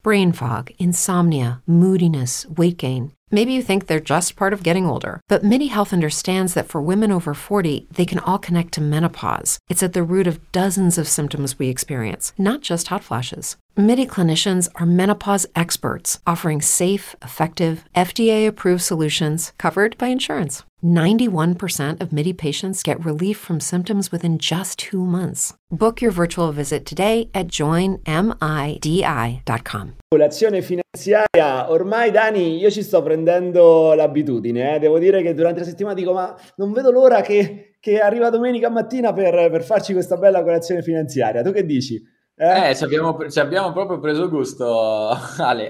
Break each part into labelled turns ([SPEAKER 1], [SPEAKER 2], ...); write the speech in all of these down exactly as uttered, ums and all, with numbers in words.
[SPEAKER 1] brain fog, insomnia, moodiness, weight gain. Maybe you think they're just part of getting older, but MIDI Health understands that for women over forty, they can all connect to menopause. It's at the root of dozens of symptoms we experience, not just hot flashes. MIDI clinicians are menopause experts, offering safe, effective, F D A-approved solutions covered by insurance. ninety-one percent of MIDI patients get relief from symptoms within just two months. Book your virtual visit today at join midi dot com.
[SPEAKER 2] L'azione finanziaria, ormai Dani, io ci sto prendendo l'abitudine, eh. Devo dire che durante la settimana dico, ma non vedo l'ora che, che arriva domenica mattina per, per farci questa bella colazione finanziaria. Tu che dici?
[SPEAKER 3] Eh, eh ci, abbiamo, ci abbiamo proprio preso gusto, Ale.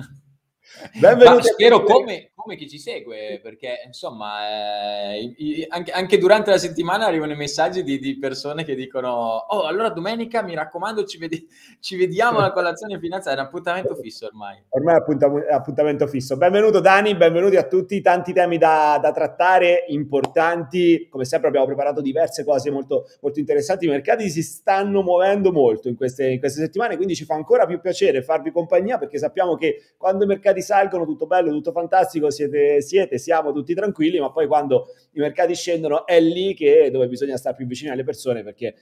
[SPEAKER 2] Benvenuti.
[SPEAKER 3] Ma spero come, come chi ci segue, perché insomma eh, i, anche, anche durante la settimana arrivano i messaggi di, di persone che dicono oh allora domenica mi raccomando ci, vedi, ci vediamo alla colazione finanziaria, è un appuntamento fisso ormai.
[SPEAKER 2] Ormai è appuntamento fisso. Benvenuto Dani, benvenuti a tutti, tanti temi da, da trattare, importanti, come sempre abbiamo preparato diverse cose molto, molto interessanti, i mercati si stanno muovendo molto in queste, in queste settimane, quindi ci fa ancora più piacere farvi compagnia perché sappiamo che quando i mercati salgono tutto bello, tutto fantastico, siete, siete, siamo tutti tranquilli, ma poi quando i mercati scendono è lì che dove bisogna stare più vicini alle persone perché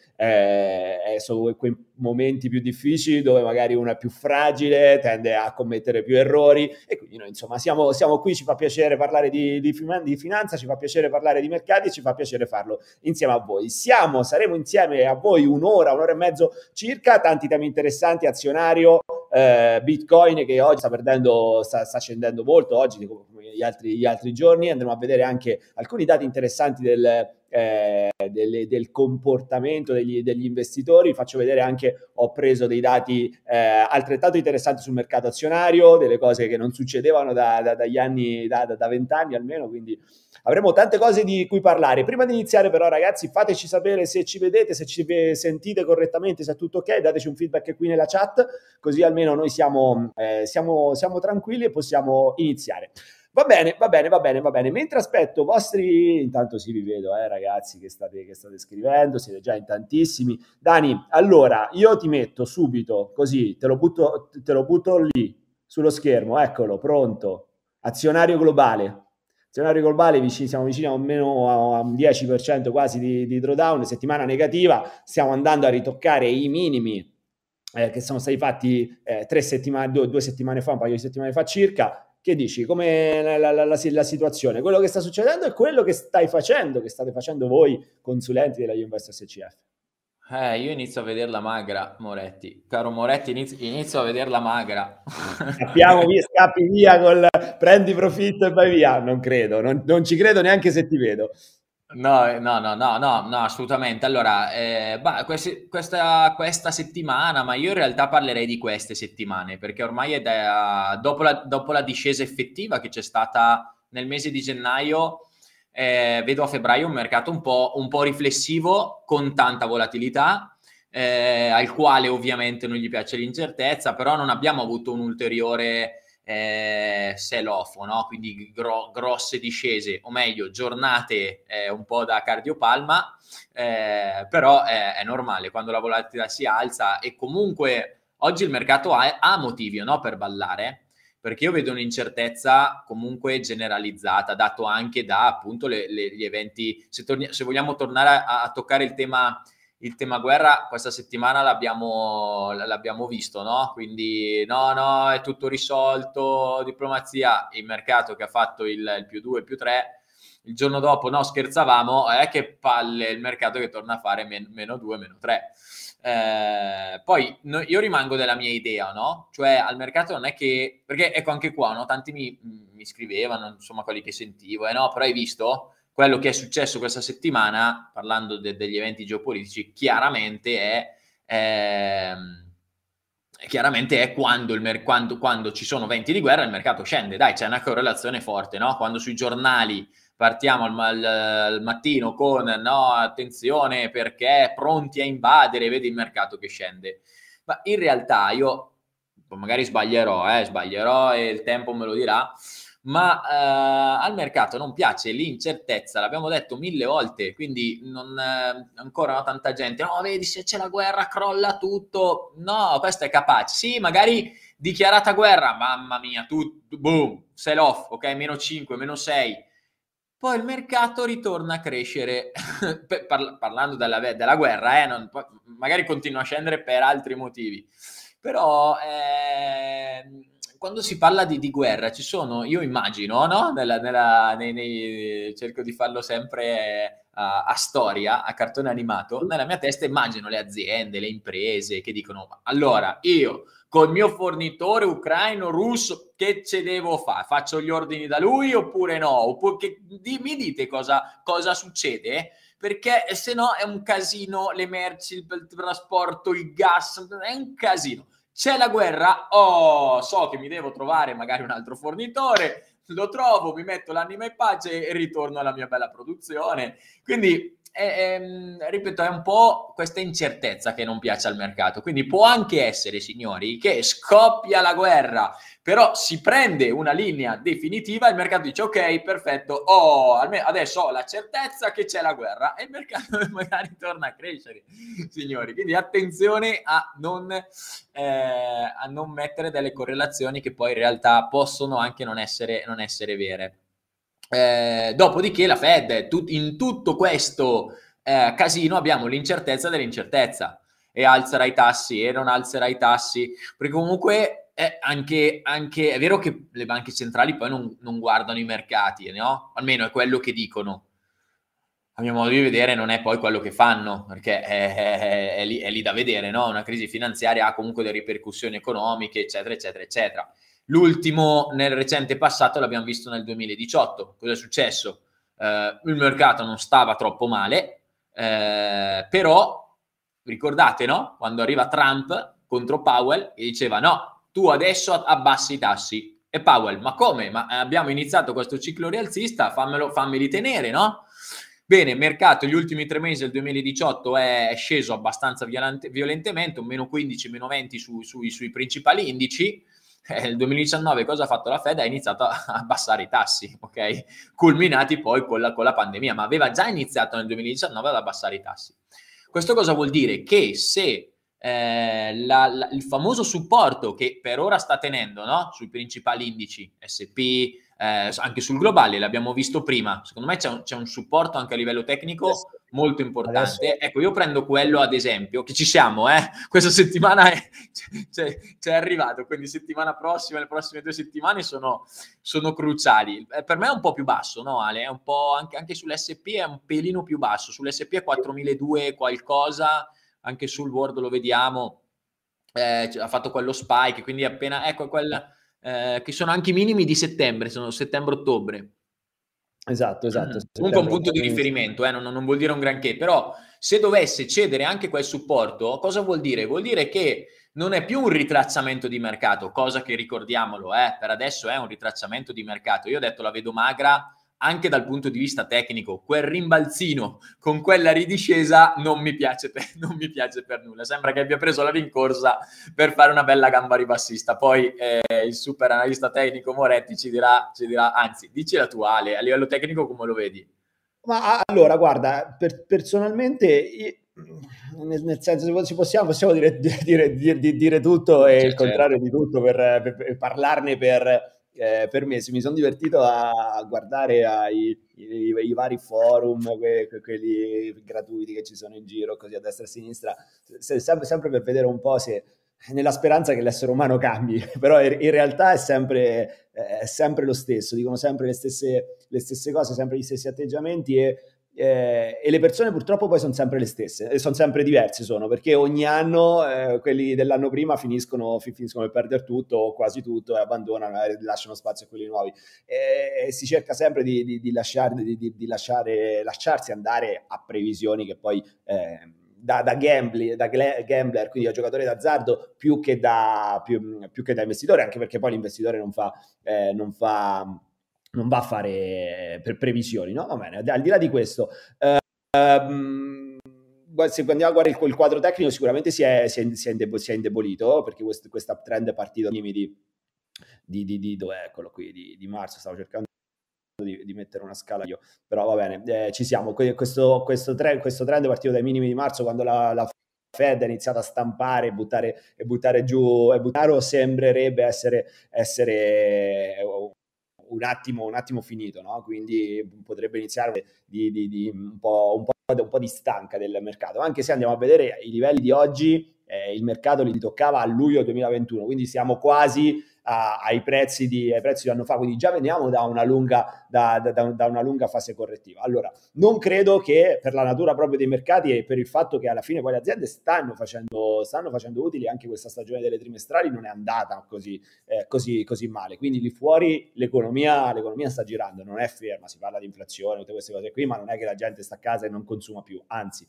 [SPEAKER 2] eh, sono quei momenti più difficili dove magari uno è più fragile, tende a commettere più errori e quindi noi insomma siamo, siamo qui, ci fa piacere parlare di, di, di finanza, ci fa piacere parlare di mercati, ci fa piacere farlo insieme a voi. Siamo, saremo insieme a voi un'ora, un'ora e mezzo circa, tanti temi interessanti, azionario, eh, Bitcoin che oggi sta perdendo, sta, sta scendendo molto, oggi come gli altri, gli altri giorni, andremo a vedere anche alcuni dati interessanti del Eh, del, del comportamento degli, degli investitori. Faccio vedere anche, ho preso dei dati eh, altrettanto interessanti sul mercato azionario, delle cose che non succedevano da, da, dagli anni, da, da, da vent'anni almeno, quindi avremo tante cose di cui parlare. Prima di iniziare però ragazzi fateci sapere se ci vedete, se ci sentite correttamente, se è tutto ok, dateci un feedback qui nella chat, così almeno noi siamo, eh, siamo, siamo tranquilli e possiamo iniziare. Va bene, va bene, va bene, va bene. Mentre aspetto vostri... Intanto sì, vi vedo, eh, ragazzi, che state, che state scrivendo, siete già in tantissimi. Dani, allora, io ti metto subito, così, te lo butto, te lo butto lì, sullo schermo, eccolo, pronto. Azionario globale. Azionario globale, vicini, siamo vicini a un meno a un dieci per cento quasi di, di drawdown, settimana negativa, stiamo andando a ritoccare i minimi eh, che sono stati fatti eh, tre settimane, due, due settimane fa, un paio di settimane fa circa. Che dici? Come la, la, la, la situazione? Quello che sta succedendo è quello che stai facendo, che state facendo voi consulenti della Youinvest S C F.
[SPEAKER 3] Eh, io inizio a vederla magra, Moretti. Caro Moretti, inizio, inizio a vederla magra.
[SPEAKER 2] Scappiamo via, scappi via, col prendi profitto e vai via. Non credo, non, non ci credo neanche se ti vedo.
[SPEAKER 3] No, no, no, no, no, no, assolutamente. Allora, eh, bah, questi, questa, questa settimana, ma io in realtà parlerei di queste settimane, perché ormai è da, dopo, la, dopo la discesa effettiva che c'è stata nel mese di gennaio, eh, vedo a febbraio un mercato un po', un po' riflessivo, con tanta volatilità, eh, al quale ovviamente non gli piace l'incertezza, però non abbiamo avuto un ulteriore... Eh, sell-off, no? Quindi gro- grosse discese, o meglio giornate eh, un po' da cardiopalma, eh, però è, è normale quando la volatilità si alza e comunque oggi il mercato ha, ha motivi, no? Per ballare, perché io vedo un'incertezza comunque generalizzata, dato anche da appunto le, le, gli eventi. Se, torni- se vogliamo tornare a, a toccare il tema il tema guerra, questa settimana l'abbiamo, l'abbiamo visto, no? Quindi no, no, è tutto risolto, diplomazia, il mercato che ha fatto il, il più due, il più tre, il giorno dopo, no, scherzavamo, è eh, che palle il mercato che torna a fare men- meno due, meno tre. Eh, poi no, io rimango della mia idea, no? Cioè al mercato non è che, perché ecco anche qua, no? Tanti mi, mi scrivevano, insomma quelli che sentivo, eh no, però hai visto? Quello che è successo questa settimana, parlando de- degli eventi geopolitici, chiaramente è, ehm, chiaramente è quando, il mer- quando, quando ci sono venti di guerra il mercato scende, dai, c'è una correlazione forte, no? Quando sui giornali partiamo al, al, al mattino con no, attenzione perché pronti a invadere, vedi il mercato che scende. Ma in realtà io, magari sbaglierò, eh, sbaglierò e il tempo me lo dirà, ma eh, al mercato non piace l'incertezza, l'abbiamo detto mille volte, quindi non, eh, ancora no, tanta gente, no, vedi se c'è la guerra crolla tutto, no, questo è capace, sì, magari dichiarata guerra, mamma mia, tu, boom, sell off, ok, meno cinque, meno sei, poi il mercato ritorna a crescere, Parla, parlando della, della guerra, eh, non, magari continua a scendere per altri motivi, però eh, quando si parla di, di guerra ci sono, io immagino, no? Nella, nella, nei, nei, cerco di farlo sempre a, a storia, a cartone animato, nella mia testa immagino le aziende, le imprese che dicono, allora io col mio fornitore ucraino, russo, che ce devo fare? Faccio gli ordini da lui oppure no? Oppure che, di, mi dite cosa, cosa succede? Perché se no è un casino, le merci, il trasporto, il gas, è un casino. C'è la guerra, oh, so che mi devo trovare magari un altro fornitore, lo trovo, mi metto l'anima in pace e ritorno alla mia bella produzione. Quindi, è, è, ripeto, è un po' questa incertezza che non piace al mercato. Quindi può anche essere, signori, che scoppia la guerra, però si prende una linea definitiva e il mercato dice ok, perfetto, oh, adesso ho la certezza che c'è la guerra e il mercato magari torna a crescere, signori. Quindi attenzione a non, eh, a non mettere delle correlazioni che poi in realtà possono anche non essere, non essere vere. Eh, dopodiché la Fed, tut, in tutto questo eh, casino abbiamo l'incertezza dell'incertezza, e alzerà i tassi e non alzerà i tassi, perché comunque è, anche, anche, è vero che le banche centrali poi non, non guardano i mercati, no? Almeno è quello che dicono. A mio modo di vedere non è poi quello che fanno, perché è, è, è, lì, è lì da vedere, no? Una crisi finanziaria ha comunque delle ripercussioni economiche, eccetera, eccetera, eccetera. L'ultimo nel recente passato l'abbiamo visto nel duemiladiciotto. Cosa è successo? Eh, il mercato non stava troppo male, eh, però ricordate, no? Quando arriva Trump contro Powell e diceva no, tu adesso abbassi i tassi. E Powell, ma come? Ma abbiamo iniziato questo ciclo rialzista, fammelo, fammeli tenere, no? Bene, mercato gli ultimi tre mesi del duemiladiciotto è sceso abbastanza violente, violentemente, un meno quindici, meno venti su, su, sui principali indici. Eh, nel duemiladiciannove cosa ha fatto la Fed? Ha iniziato a abbassare i tassi, ok? Culminati poi con la, con la pandemia, ma aveva già iniziato nel duemiladiciannove ad abbassare i tassi. Questo cosa vuol dire? Che se eh, la, la, il famoso supporto che per ora sta tenendo, no? Sui principali indici S and P, eh, anche sul globale, l'abbiamo visto prima, secondo me c'è un, c'è un supporto anche a livello tecnico adesso, molto importante. Adesso... Ecco, io prendo quello ad esempio, che ci siamo, eh? Questa settimana è, c'è, c'è arrivato, quindi settimana prossima, le prossime due settimane sono, sono cruciali. Eh, per me è un po' più basso, no Ale? È un po' anche, anche sull'S and P è un pelino più basso, sull'S and P è quattromiladuecento qualcosa, anche sul World lo vediamo, eh, ha fatto quello spike, quindi appena, ecco, quella... Eh, che sono anche i minimi di settembre, sono settembre-ottobre.
[SPEAKER 2] Esatto, esatto.
[SPEAKER 3] Comunque un punto di riferimento, eh, non, non vuol dire un granché, però se dovesse cedere anche quel supporto, cosa vuol dire? Vuol dire che non è più un ritracciamento di mercato, cosa che ricordiamolo, eh, per adesso è un ritracciamento di mercato. Io ho detto la vedo magra anche dal punto di vista tecnico, quel rimbalzino con quella ridiscesa non mi piace per, non mi piace per nulla, sembra che abbia preso la rincorsa per fare una bella gamba ribassista. Poi eh, il super analista tecnico Moretti ci dirà, ci dirà, anzi, dici la tua Ale, a livello tecnico come lo vedi?
[SPEAKER 2] Ma allora, guarda, per, personalmente, io, nel, nel senso, se possiamo, possiamo dire, dire, dire, dire tutto e il contrario di tutto per, per, per parlarne per... Eh, per me, se mi sono divertito a guardare ai, i, i vari forum, que, que, quelli gratuiti che ci sono in giro, così a destra e a sinistra, se, sempre, sempre per vedere un po' se, nella speranza che l'essere umano cambi, però in, in realtà è sempre, eh, è sempre lo stesso, dicono sempre le stesse, le stesse cose, sempre gli stessi atteggiamenti e Eh, e le persone purtroppo poi sono sempre le stesse, e sono sempre diverse, sono perché ogni anno eh, quelli dell'anno prima finiscono, finiscono per perdere tutto o quasi tutto e abbandonano e lasciano spazio a quelli nuovi e, e si cerca sempre di, di, di, lasciare, di, di, di lasciare, lasciarsi andare a previsioni che poi eh, da, da, gambler, da gambler, quindi da giocatore d'azzardo più che da, più, più che da investitore, anche perché poi l'investitore non fa, eh, non fa non va a fare per previsioni, no? Va bene, al di là di questo, eh, um, se andiamo a guardare il, il quadro tecnico sicuramente si è, si è, si è, indebo, si è indebolito, perché questo, questa trend è partita di, di, di, di, di dov'è, eccolo qui, di, di marzo, stavo cercando di, di mettere una scala io, però va bene, eh, ci siamo, questo, questo, trend, questo trend è partito dai minimi di marzo quando la, la Fed ha iniziato a stampare e buttare, e buttare giù e buttare, sembrerebbe essere, essere un attimo, un attimo finito, no? Quindi potrebbe iniziare di, di, di un, po', un, po', un po' di stanca del mercato, anche se andiamo a vedere i livelli di oggi, eh, il mercato li toccava a luglio duemilaventuno, quindi siamo quasi a, ai, prezzi di, ai prezzi di anno fa, quindi già veniamo da una lunga, da, da, da una lunga fase correttiva. Allora, non credo che per la natura proprio dei mercati e per il fatto che alla fine poi le aziende stanno facendo, stanno facendo utili, anche questa stagione delle trimestrali non è andata così, eh, così, così male, quindi lì fuori l'economia, l'economia sta girando, non è ferma, si parla di inflazione, tutte queste cose qui, ma non è che la gente sta a casa e non consuma più, anzi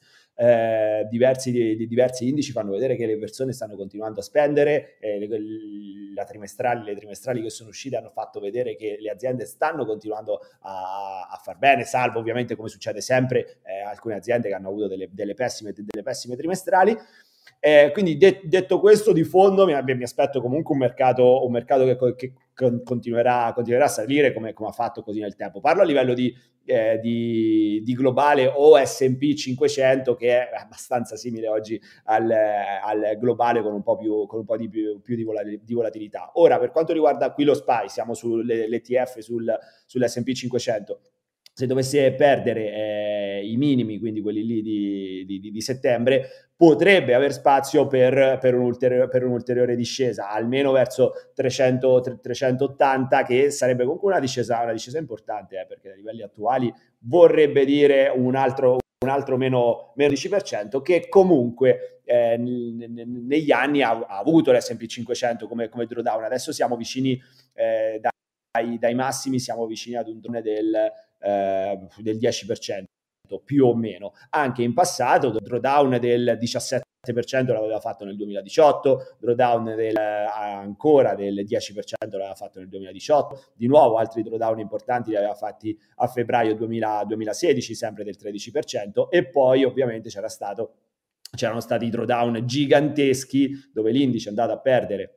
[SPEAKER 2] eh, diversi, di, di, diversi indici fanno vedere che le persone stanno continuando a spendere, eh, le, la trimestrali, le trimestrali che sono uscite hanno fatto vedere che le aziende stanno continuando a, a far bene, salvo ovviamente, come succede sempre, eh, alcune aziende che hanno avuto delle, delle, pessime, delle pessime trimestrali. Eh, quindi de- detto questo, di fondo mi, mi aspetto comunque un mercato, un mercato che, che continuerà, continuerà a salire come, come ha fatto così nel tempo. Parlo a livello di, eh, di, di globale o S and P cinquecento, che è abbastanza simile oggi al, al globale, con un po' più, con un po' di più, più di volatilità. Ora, per quanto riguarda qui lo S P Y, siamo sull'E T F, sul, sull'S and P cinquecento. Se dovesse perdere eh, i minimi, quindi quelli lì di, di, di settembre, potrebbe aver spazio per, per, un ulteriore, per un'ulteriore discesa, almeno verso trecento, trecentottanta, che sarebbe comunque una discesa, una discesa importante, eh, perché a livelli attuali vorrebbe dire un altro, un altro meno, meno dieci per cento, che comunque eh, negli anni ha, ha avuto l'S and P cinquecento come, come drawdown. Adesso siamo vicini eh, dai, dai massimi, siamo vicini ad un drone del Eh, del dieci per cento più o meno. Anche in passato drawdown del diciassette per cento l'aveva fatto nel duemiladiciotto, drawdown del, ancora del dieci per cento l'aveva fatto nel duemiladiciotto, di nuovo altri drawdown importanti li aveva fatti a febbraio duemila, duemilasedici, sempre del tredici per cento, e poi ovviamente c'era stato, c'erano stati i drawdown giganteschi dove l'indice è andato a perdere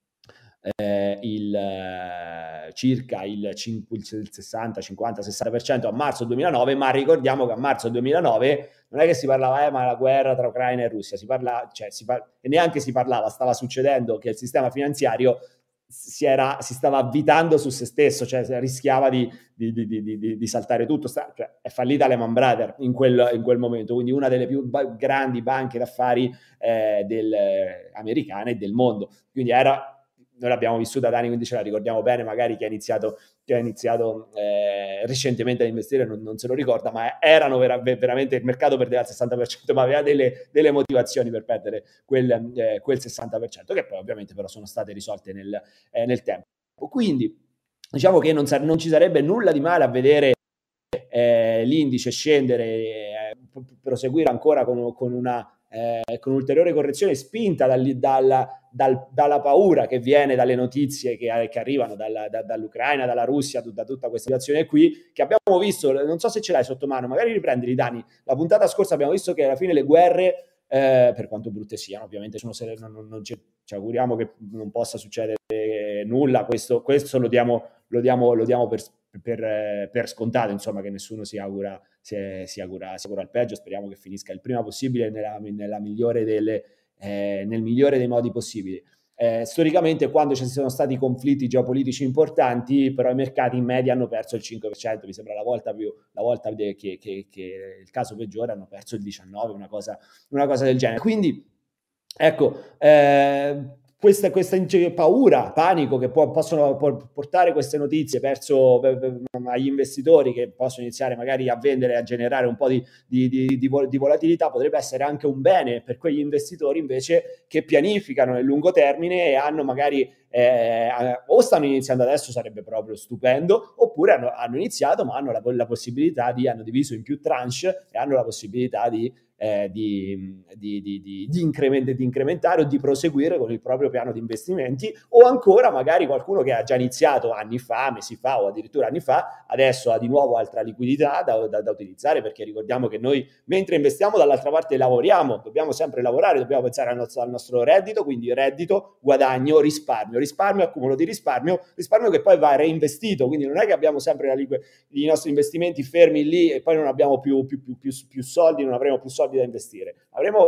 [SPEAKER 2] Eh, il eh, circa il, il sessanta, cinquanta, sessanta per cento a marzo duemilanove, ma ricordiamo che a marzo duemilanove non è che si parlava eh, ma la guerra tra Ucraina e Russia, si parla, cioè, si par- e neanche si parlava, stava succedendo che il sistema finanziario si, era, si stava avvitando su se stesso, cioè rischiava di, di, di, di, di, di saltare tutto, Sta, cioè, è fallita Lehman Brothers in quel, in quel momento, quindi una delle più ba- grandi banche d'affari eh, del, eh, americane e del mondo, quindi era... Noi l'abbiamo vissuta da anni, quindi ce la ricordiamo bene, magari chi ha iniziato, chi ha iniziato eh, recentemente ad investire non, non se lo ricorda, ma erano vera, veramente, il mercato perdeva il sessanta per cento, ma aveva delle, delle motivazioni per perdere quel, eh, quel sessanta per cento, che poi ovviamente però sono state risolte nel, eh, nel tempo. Quindi diciamo che non, sa- non ci sarebbe nulla di male a vedere eh, l'indice scendere, eh, proseguire ancora con, con una... Eh, con un'ulteriore correzione spinta dal, dal, dal, dalla paura che viene dalle notizie che, che arrivano dalla, da, dall'Ucraina, dalla Russia, da tutta questa situazione qui, che abbiamo visto, non so se ce l'hai sotto mano, magari riprendili Dani, la puntata scorsa abbiamo visto che alla fine le guerre, eh, per quanto brutte siano, ovviamente sono, non, non ci, ci auguriamo che non possa succedere nulla, questo, questo lo diamo, lo diamo, lo diamo per Per, per scontato, insomma, che nessuno si augura, si, si augura, si augura il peggio. Speriamo che finisca il prima possibile nella, nella migliore delle, eh, nel migliore dei modi possibili. Eh, storicamente, quando ci sono stati conflitti geopolitici importanti, però i mercati in media hanno perso il cinque per cento, mi sembra la volta più, la volta che, che, che, che il caso peggiore hanno perso il diciannove, una cosa, una cosa del genere. Quindi, ecco, eh, Questa, questa paura, panico che può, possono portare queste notizie verso agli investitori, che possono iniziare magari a vendere, a generare un po' di, di, di, di volatilità, potrebbe essere anche un bene per quegli investitori invece che pianificano nel lungo termine e hanno magari eh, o stanno iniziando adesso, sarebbe proprio stupendo, oppure hanno, hanno iniziato ma hanno la, la possibilità di, hanno diviso in più tranche e hanno la possibilità di Eh, di, di, di, di, di, increment- di incrementare o di proseguire con il proprio piano di investimenti, o ancora magari qualcuno che ha già iniziato anni fa, mesi fa o addirittura anni fa, adesso ha di nuovo altra liquidità da, da, da utilizzare, perché ricordiamo che noi mentre investiamo dall'altra parte lavoriamo, dobbiamo sempre lavorare, dobbiamo pensare al nostro, al nostro reddito, quindi reddito, guadagno, risparmio, risparmio, accumulo di risparmio, risparmio che poi va reinvestito, quindi non è che abbiamo sempre la liqu- i nostri investimenti fermi lì e poi non abbiamo più, più, più, più, più soldi, non avremo più soldi da investire, avremo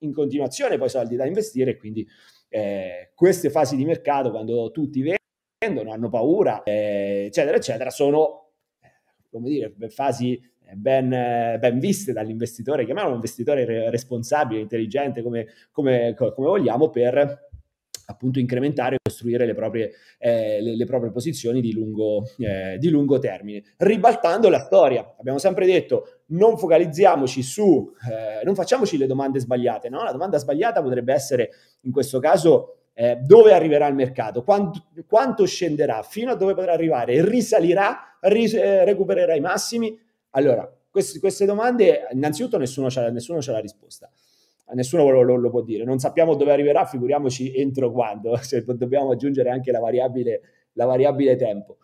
[SPEAKER 2] in continuazione poi soldi da investire, quindi eh, queste fasi di mercato, quando tutti vendono, hanno paura, eh, eccetera, eccetera, sono, come dire, fasi ben, ben viste dall'investitore, chiamiamolo un investitore responsabile, intelligente, come, come, come vogliamo, per appunto incrementare e costruire le proprie, eh, le, le proprie posizioni di lungo, eh, di lungo termine, ribaltando la storia. Abbiamo sempre detto, non focalizziamoci su, eh, non facciamoci le domande sbagliate, no? La domanda sbagliata potrebbe essere, in questo caso, eh, dove arriverà il mercato, quanto, quanto scenderà, fino a dove potrà arrivare, risalirà, ris- eh, recupererà i massimi. Allora, queste, queste domande, innanzitutto nessuno c'ha, nessuno c'ha la risposta. Nessuno lo, lo, lo può dire, non sappiamo dove arriverà, figuriamoci entro quando, cioè, dobbiamo aggiungere anche la variabile, la variabile tempo.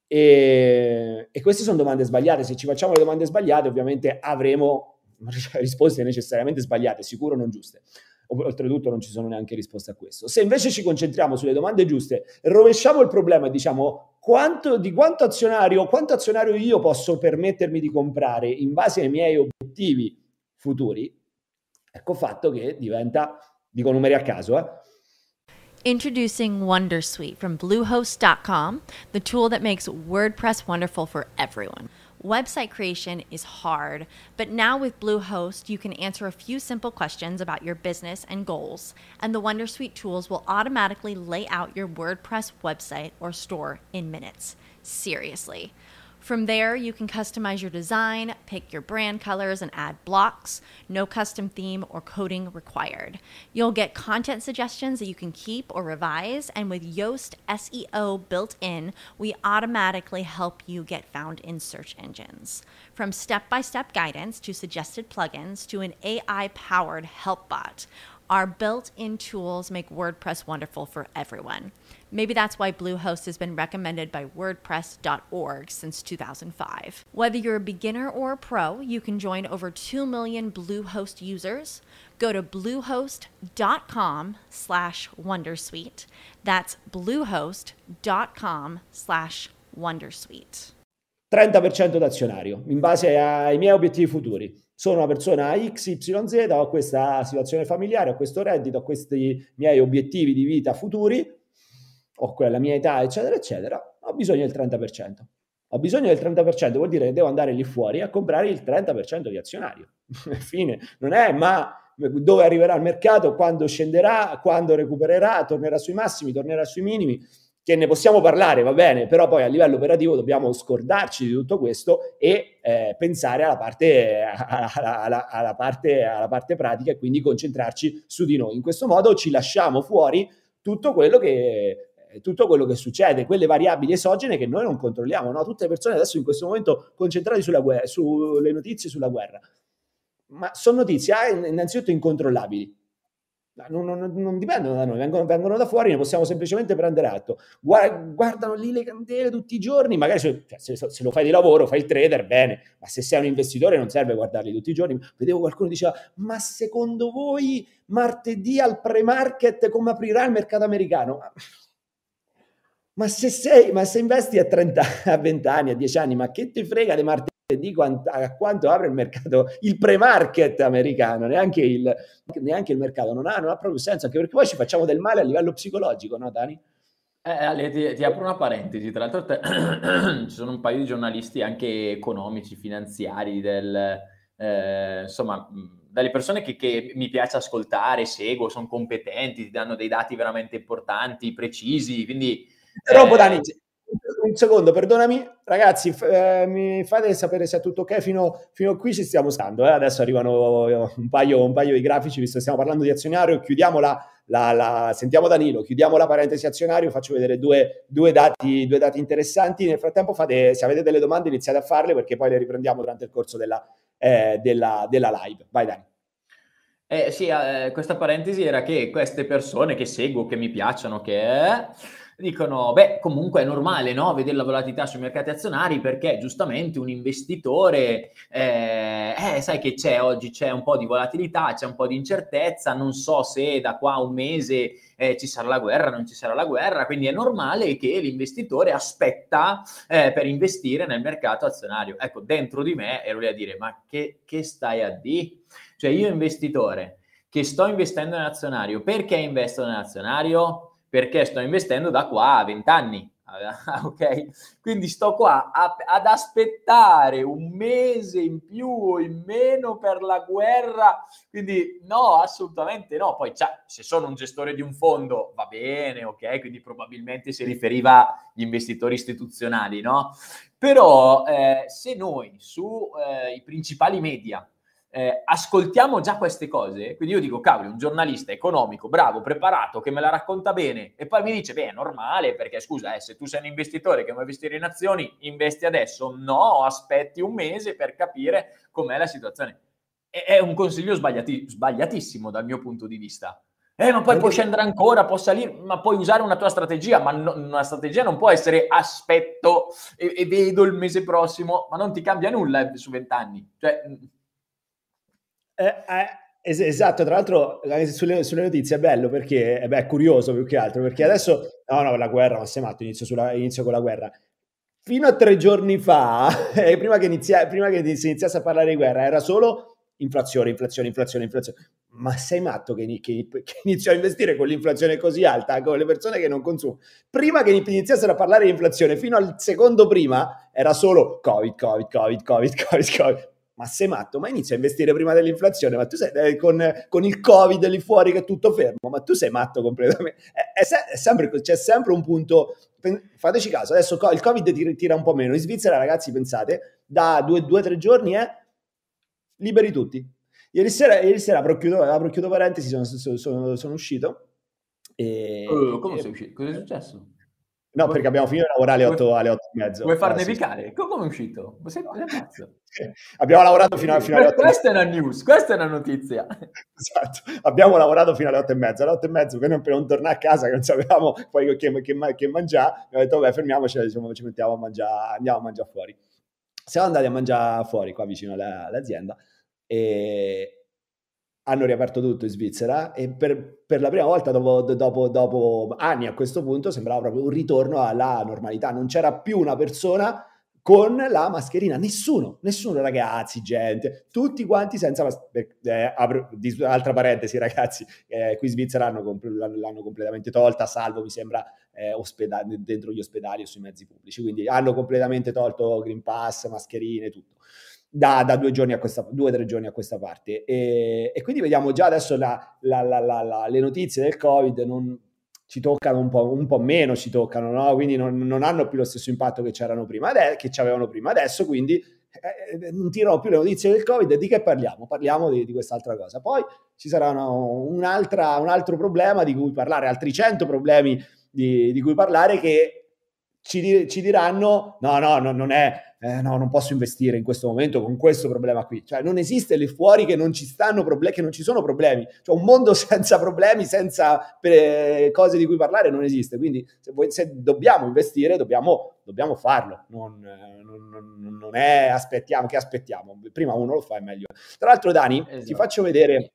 [SPEAKER 2] E, e queste sono domande sbagliate. Se ci facciamo le domande sbagliate, ovviamente avremo risposte necessariamente sbagliate, sicuro non giuste. Oltretutto non ci sono neanche risposte a questo. Se invece ci concentriamo sulle domande giuste, rovesciamo il problema e diciamo quanto, di quanto azionario, quanto azionario io posso permettermi di comprare in base ai miei obiettivi futuri, ecco fatto che diventa, dico numeri a caso, eh.
[SPEAKER 4] Introducing Wondersuite from Bluehost dot com, the tool that makes WordPress wonderful for everyone. Website creation is hard, but now with Bluehost, you can answer a few simple questions about your business and goals, and the Wondersuite tools will automatically lay out your WordPress website or store in minutes. Seriously. From there, you can customize your design, pick your brand colors, and add blocks. No custom theme or coding required. You'll get content suggestions that you can keep or revise, and with Yoast S E O built in, we automatically help you get found in search engines. From step-by-step guidance to suggested plugins to an A I-powered help bot, our built-in tools make WordPress wonderful for everyone. Maybe that's why Bluehost has been recommended by WordPress dot org since two thousand five. Whether you're a beginner or a pro, you can join over two million Bluehost users. Go to bluehost.com slash wondersuite. That's bluehost.com slash wondersuite.
[SPEAKER 2] trenta per cento d'azionario, in base ai miei obiettivi futuri. Sono una persona X Y Z, ho questa situazione familiare, ho questo reddito, ho questi miei obiettivi di vita futuri, ho quella mia età, eccetera, eccetera, ho bisogno del trenta per cento. Ho bisogno del trenta per cento, vuol dire che devo andare lì fuori a comprare il trenta per cento di azionario. Fine. Non è ma dove arriverà il mercato, quando scenderà, quando recupererà, tornerà sui massimi, tornerà sui minimi, che ne possiamo parlare, va bene, però poi a livello operativo dobbiamo scordarci di tutto questo e eh, pensare alla parte, alla, alla, alla, parte, alla parte pratica e quindi concentrarci su di noi. In questo modo ci lasciamo fuori tutto quello che, tutto quello che succede, quelle variabili esogene che noi non controlliamo, no? Tutte le persone adesso in questo momento concentrate sulla guerra, sulle notizie sulla guerra, ma sono notizie eh, innanzitutto incontrollabili. Non, non, non dipendono da noi, vengono, vengono da fuori, ne possiamo semplicemente prendere atto. Guardano lì le candele tutti i giorni, magari se, se, se lo fai di lavoro, fai il trader, bene, ma se sei un investitore non serve guardarli tutti i giorni. Vedevo qualcuno che diceva, ma secondo voi martedì al pre-market come aprirà il mercato americano? Ma se sei, ma se investi a trenta, a venti anni, a dieci anni, ma che ti frega di martedì? Di quanto, a quanto apre il mercato, il pre-market americano, neanche il, neanche il mercato, non ha, non ha proprio senso, anche perché poi ci facciamo del male a livello psicologico, no Dani?
[SPEAKER 3] Eh, Ale, ti, ti apro una parentesi, tra l'altro te, ci sono un paio di giornalisti anche economici, finanziari, del, eh, insomma, dalle persone che, che mi piace ascoltare, seguo, sono competenti, ti danno dei dati veramente importanti, precisi, quindi...
[SPEAKER 2] Troppo
[SPEAKER 3] eh,
[SPEAKER 2] Dani, un secondo, perdonami, ragazzi, f- eh, mi fate sapere se è tutto ok, fino, fino a qui ci stiamo stando, eh? Adesso arrivano un paio, un paio di grafici, visto che stiamo parlando di azionario, chiudiamo la, la, la sentiamo Danilo, chiudiamo la parentesi azionario, faccio vedere due, due, dati, due dati interessanti, nel frattempo fate, se avete delle domande iniziate a farle perché poi le riprendiamo durante il corso della, eh, della, della live, vai Dani.
[SPEAKER 3] Eh, sì, eh, questa parentesi era che queste persone che seguo, che mi piacciono, che... Eh, dicono, beh, comunque è normale, no? Vedere la volatilità sui mercati azionari perché giustamente un investitore, eh, eh, sai che c'è oggi, c'è un po' di volatilità, c'è un po' di incertezza, non so se da qua a un mese eh, ci sarà la guerra, non ci sarà la guerra, quindi è normale che l'investitore aspetta eh, per investire nel mercato azionario. Ecco, dentro di me ero lì a dire, ma che, che stai a dire? Cioè io investitore che sto investendo nell'azionario. Perché investo nell'azionario? Perché sto investendo da qua a venti anni. Ok, quindi sto qua a, ad aspettare un mese in più o in meno per la guerra, quindi no, assolutamente no. Poi se sono un gestore di un fondo va bene, ok, quindi probabilmente si riferiva agli investitori istituzionali, no? Però eh, se noi su eh, i principali media Eh, ascoltiamo già queste cose, quindi io dico, cavolo, un giornalista economico, bravo, preparato, che me la racconta bene, e poi mi dice, beh, è normale, perché scusa, eh, se tu sei un investitore che vuoi investire in azioni, investi adesso? No, aspetti un mese per capire com'è la situazione. È, è un consiglio sbagliati, sbagliatissimo dal mio punto di vista. Eh, ma poi può scendere ancora, può salire, ma puoi usare una tua strategia, ma no, una strategia non può essere aspetto e, e vedo il mese prossimo, ma non ti cambia nulla su vent'anni. Cioè...
[SPEAKER 2] Eh, eh, es- esatto, tra l'altro sulle, sulle notizie è bello perché è, beh, è curioso più che altro, perché adesso, no no, la guerra, ma sei matto, inizio, sulla, inizio con la guerra. Fino a tre giorni fa, eh, prima, che inizia, prima che si iniziasse a parlare di guerra, era solo inflazione, inflazione, inflazione, inflazione. Ma sei matto che, che, che iniziò a investire con l'inflazione così alta, con le persone che non consumano? Prima che iniziassero a parlare di inflazione, fino al secondo prima, era solo Covid, Covid, Covid, Covid, Covid, Covid. Ma sei matto? Ma inizia a investire prima dell'inflazione? Ma tu sei eh, con, con il Covid lì fuori che è tutto fermo? Ma tu sei matto completamente? È, è, se, è sempre, c'è sempre un punto. Fateci caso, adesso il Covid tira, tira un po' meno. In Svizzera, ragazzi, pensate, da due o tre giorni è liberi tutti. Ieri sera, ieri sera apro chiudo, apro chiudo parentesi, sono, sono, sono uscito. E,
[SPEAKER 3] uh, come
[SPEAKER 2] e,
[SPEAKER 3] sei uscito? Cosa è successo?
[SPEAKER 2] No,
[SPEAKER 3] Vuoi,
[SPEAKER 2] perché abbiamo finito di lavorare alle otto, alle otto e mezzo.
[SPEAKER 3] Vuoi far
[SPEAKER 2] eh,
[SPEAKER 3] nevicare?
[SPEAKER 2] sì.
[SPEAKER 3] Come è uscito? Sei, sei pazzo.
[SPEAKER 2] Abbiamo lavorato fino, a, fino alle otto.
[SPEAKER 3] Questa è una news, questa è una notizia.
[SPEAKER 2] Esatto, abbiamo lavorato fino alle otto e mezza. Alle otto e mezza, per non, per non tornare a casa, che non sapevamo poi che, che, che mangiare, abbiamo detto, vabbè, fermiamoci, diciamo, ci mettiamo a mangiare, andiamo a mangiare fuori. Siamo andati a mangiare fuori, qua vicino alla, all'azienda, e hanno riaperto tutto in Svizzera, e per, per la prima volta dopo, dopo, dopo anni a questo punto sembrava proprio un ritorno alla normalità. Non c'era più una persona con la mascherina, nessuno, nessuno, ragazzi, gente, tutti quanti senza mascherina. Eh, altra parentesi, ragazzi, eh, qui in Svizzera hanno, l'hanno completamente tolta, salvo mi sembra eh, ospedali, dentro gli ospedali o sui mezzi pubblici, quindi hanno completamente tolto Green Pass, mascherine, tutto. Da, da due giorni a questa, due o tre giorni a questa parte, e, e quindi vediamo già adesso la, la, la, la, la, le notizie del Covid non ci toccano un po', un po' meno, ci toccano, no? Quindi non, non hanno più lo stesso impatto che c'erano prima, che ci avevano prima adesso, quindi eh, non tirano più le notizie del Covid. E di che parliamo? Parliamo di, di quest'altra cosa. Poi ci sarà un'altra, un altro problema di cui parlare, altri cento problemi di, di cui parlare, che ci, ci diranno no, no, no, non è Eh, no, non posso investire in questo momento con questo problema qui. Cioè, non esiste lì fuori che non ci stanno problemi, che non ci sono problemi. Cioè, un mondo senza problemi, senza eh, cose di cui parlare, non esiste. Quindi, se, voi, se dobbiamo investire, dobbiamo, dobbiamo farlo. Non, non, non è aspettiamo, che aspettiamo. Prima uno lo fa, è meglio. Tra l'altro, Dani, esatto. ti faccio vedere.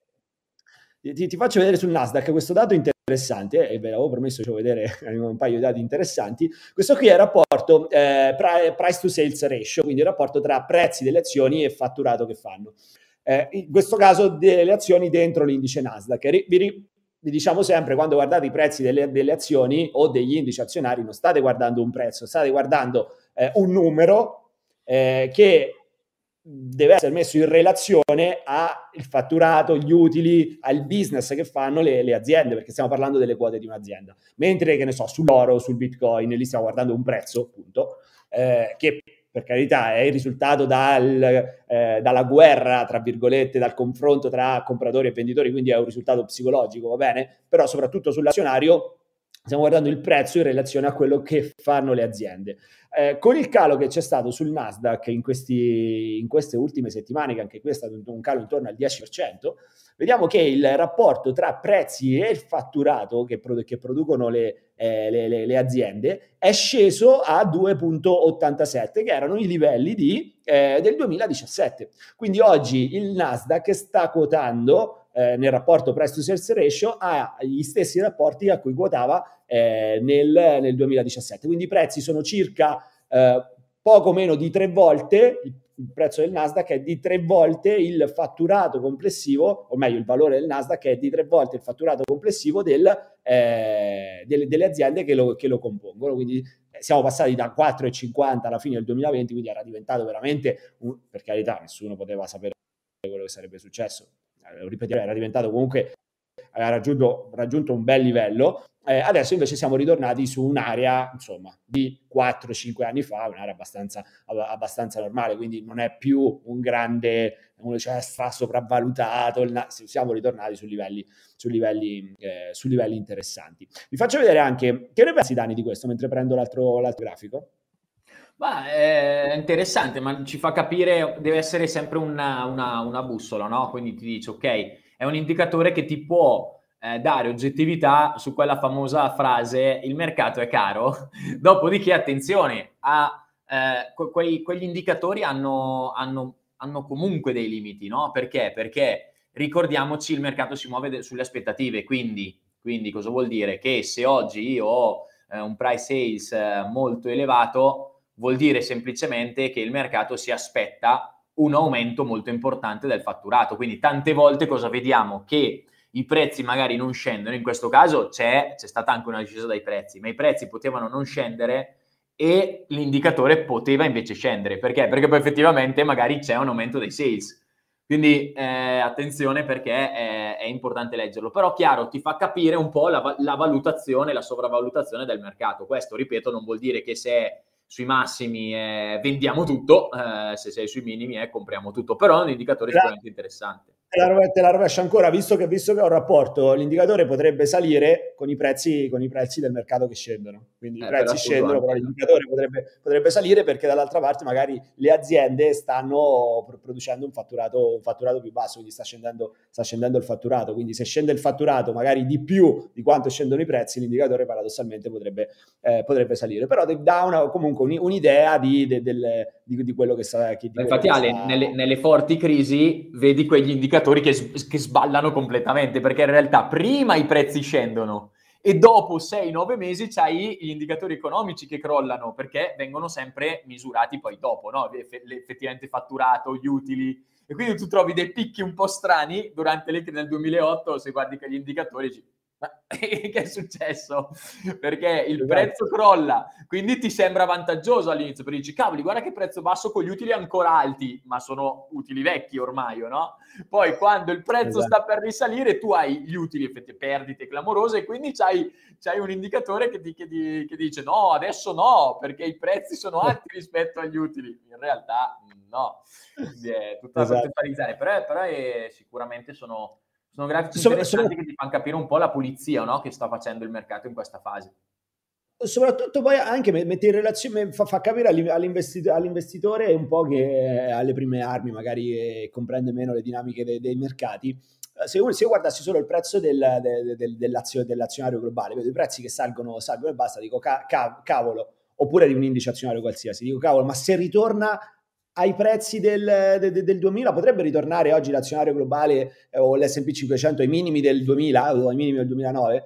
[SPEAKER 2] Ti, ti faccio vedere sul Nasdaq questo dato interessante, e ve l'avevo promesso, ci devo vedere un paio di dati interessanti. Questo qui è il rapporto eh, price to sales ratio, quindi il rapporto tra prezzi delle azioni e fatturato che fanno. Eh, in questo caso delle azioni dentro l'indice Nasdaq. Vi, vi, vi diciamo sempre, quando guardate i prezzi delle, delle azioni o degli indici azionari, non state guardando un prezzo, state guardando eh, un numero eh, che deve essere messo in relazione al fatturato, gli utili, al business che fanno le, le aziende, perché stiamo parlando delle quote di un'azienda. Mentre, che ne so, sull'oro, sul Bitcoin, lì stiamo guardando un prezzo, appunto, eh, che per carità è il risultato dal, eh, dalla guerra, tra virgolette, dal confronto tra compratori e venditori, quindi è un risultato psicologico, va bene? Però soprattutto sull'azionario stiamo guardando il prezzo in relazione a quello che fanno le aziende. Eh, con il calo che c'è stato sul Nasdaq in, questi, in queste ultime settimane, che anche qui è stato un calo intorno al dieci per cento, vediamo che il rapporto tra prezzi e il fatturato che, produ- che producono le, eh, le, le, le aziende è sceso a due virgola ottantasette, che erano i livelli di, eh, del duemiladiciassette. Quindi oggi il Nasdaq sta quotando Eh, nel rapporto price to sales ratio ha gli stessi rapporti a cui quotava eh, nel, nel duemiladiciassette. Quindi i prezzi sono circa eh, poco meno di tre volte, il prezzo del Nasdaq è di tre volte il fatturato complessivo, o meglio il valore del Nasdaq è di tre volte il fatturato complessivo del, eh, delle, delle aziende che lo, che lo compongono, quindi siamo passati da quattro virgola cinquanta alla fine del duemilaventi, quindi era diventato veramente, un, per carità, nessuno poteva sapere quello che sarebbe successo, eh, ripeto, era diventato comunque, aveva raggiunto, raggiunto un bel livello. Eh, adesso invece siamo ritornati su un'area, insomma, di quattro cinque anni fa, un'area abbastanza, abbastanza normale, quindi non è più un grande, uno cioè stra sopravvalutato, il, siamo ritornati su livelli, su livelli, eh, su livelli interessanti. Vi faccio vedere anche, che ne pensi Dani di questo, mentre prendo l'altro, l'altro grafico?
[SPEAKER 3] Bah, è interessante, ma ci fa capire, deve essere sempre una, una, una bussola, no? Quindi ti dice, ok, è un indicatore che ti può eh, dare oggettività su quella famosa frase, il mercato è caro. Dopodiché, attenzione, a, eh, que- quei, quegli indicatori hanno, hanno, hanno comunque dei limiti, no? Perché? Perché ricordiamoci, il mercato si muove de- sulle aspettative, quindi, quindi cosa vuol dire? Che se oggi io ho eh, un price sales eh, molto elevato, vuol dire semplicemente che il mercato si aspetta un aumento molto importante del fatturato. Quindi tante volte cosa vediamo? Che i prezzi magari non scendono, in questo caso c'è, c'è stata anche una discesa dei prezzi, ma i prezzi potevano non scendere e l'indicatore poteva invece scendere. Perché? Perché poi effettivamente magari c'è un aumento dei sales. Quindi eh, attenzione, perché è, è importante leggerlo. Però chiaro, ti fa capire un po' la, la valutazione, la sovravalutazione del mercato. Questo, ripeto, non vuol dire che se è sui massimi eh, vendiamo tutto, eh, se sei sui minimi eh, compriamo tutto, però è un indicatore sicuramente interessante.
[SPEAKER 2] Te la, te la rovescio ancora, visto che, visto che ho un rapporto, l'indicatore potrebbe salire con i prezzi, con i prezzi del mercato che scendono. Quindi eh, i prezzi scendono, però l'indicatore potrebbe, potrebbe salire perché dall'altra parte magari le aziende stanno producendo un fatturato, un fatturato più basso, quindi sta scendendo, sta scendendo il fatturato. Quindi se scende il fatturato magari di più di quanto scendono i prezzi, l'indicatore paradossalmente potrebbe, eh, potrebbe salire. Però dà una, comunque un'idea di, di, di, di quello che sta... Di
[SPEAKER 3] Infatti Ale,
[SPEAKER 2] sta...
[SPEAKER 3] nelle, nelle forti crisi vedi quegli indicatori che, che sballano completamente, perché in realtà prima i prezzi scendono e dopo sei nove mesi c'hai gli indicatori economici che crollano, perché vengono sempre misurati poi dopo, no? Effettivamente fatturato, gli utili, e quindi tu trovi dei picchi un po' strani durante le crisi del duemilaotto, se guardi quegli indicatori dici, ma che è successo? Perché il prezzo crolla, quindi ti sembra vantaggioso all'inizio, perché dici, cavoli, guarda che prezzo basso con gli utili ancora alti, ma sono utili vecchi ormai, no? Poi quando il prezzo esatto. sta per risalire, tu hai gli utili, effettivamente, perdite clamorose, e quindi c'hai, c'hai un indicatore che, ti, che, ti, che dice, no, adesso no, perché i prezzi sono alti rispetto agli utili. In realtà no, quindi è tutta da esatto. contestualizzare, però, però è, sicuramente sono... Sono grafici interessanti sono, sono... che ti fanno capire un po' la pulizia, no? Che sta facendo il mercato in questa fase.
[SPEAKER 2] Soprattutto poi anche mette in relazione, fa, fa capire all'investitore, all'investitore un po' che alle prime armi magari eh, comprende meno le dinamiche dei, dei mercati. Se io, se io guardassi solo il prezzo del, del, del, dell'azio, dell'azionario globale, vedo i prezzi che salgono, salgono e basta, dico ca, ca, cavolo, oppure di un indice azionario qualsiasi, dico cavolo, ma se ritorna ai prezzi del, del, del duemila, potrebbe ritornare oggi l'azionario globale eh, o l'S and P cinquecento ai minimi del duemila o ai minimi del duemilanove?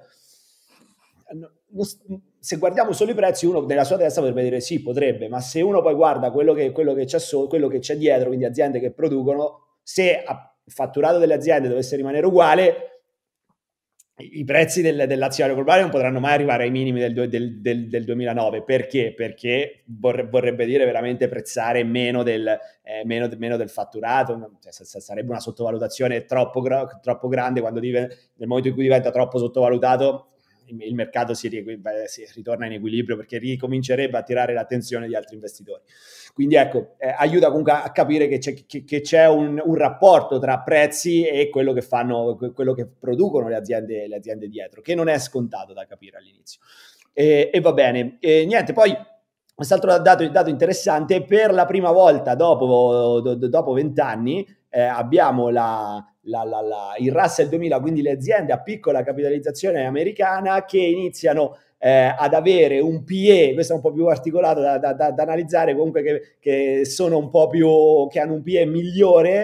[SPEAKER 2] Se guardiamo solo i prezzi, uno nella sua testa potrebbe dire sì, potrebbe, ma se uno poi guarda quello che, quello che c'è so, quello che c'è dietro, quindi aziende che producono, se il fatturato delle aziende dovesse rimanere uguale, i prezzi del, dell'azionario globale non potranno mai arrivare ai minimi del, del, del, del duemilanove. Perché? Perché vorrebbe, vorrebbe dire veramente prezzare meno del, eh, meno, meno del fatturato, cioè, sarebbe una sottovalutazione troppo, troppo grande. Quando div- nel momento in cui diventa troppo sottovalutato, il, il mercato si, si ritorna in equilibrio, perché ricomincerebbe a attirare l'attenzione di altri investitori. Quindi ecco, eh, aiuta comunque a capire che c'è, che, che c'è un, un rapporto tra prezzi e quello che fanno, quello che producono le aziende, le aziende dietro, che non è scontato da capire all'inizio. E, e va bene. E niente, poi quest'altro dato, dato interessante, per la prima volta dopo, do, dopo vent'anni eh, abbiamo la, la, la, la, il Russell duemila, quindi le aziende a piccola capitalizzazione americana che iniziano Eh, ad avere un P E, questo è un po' più articolato da, da, da, da analizzare, comunque che, che sono un po' più, che hanno un P E migliore,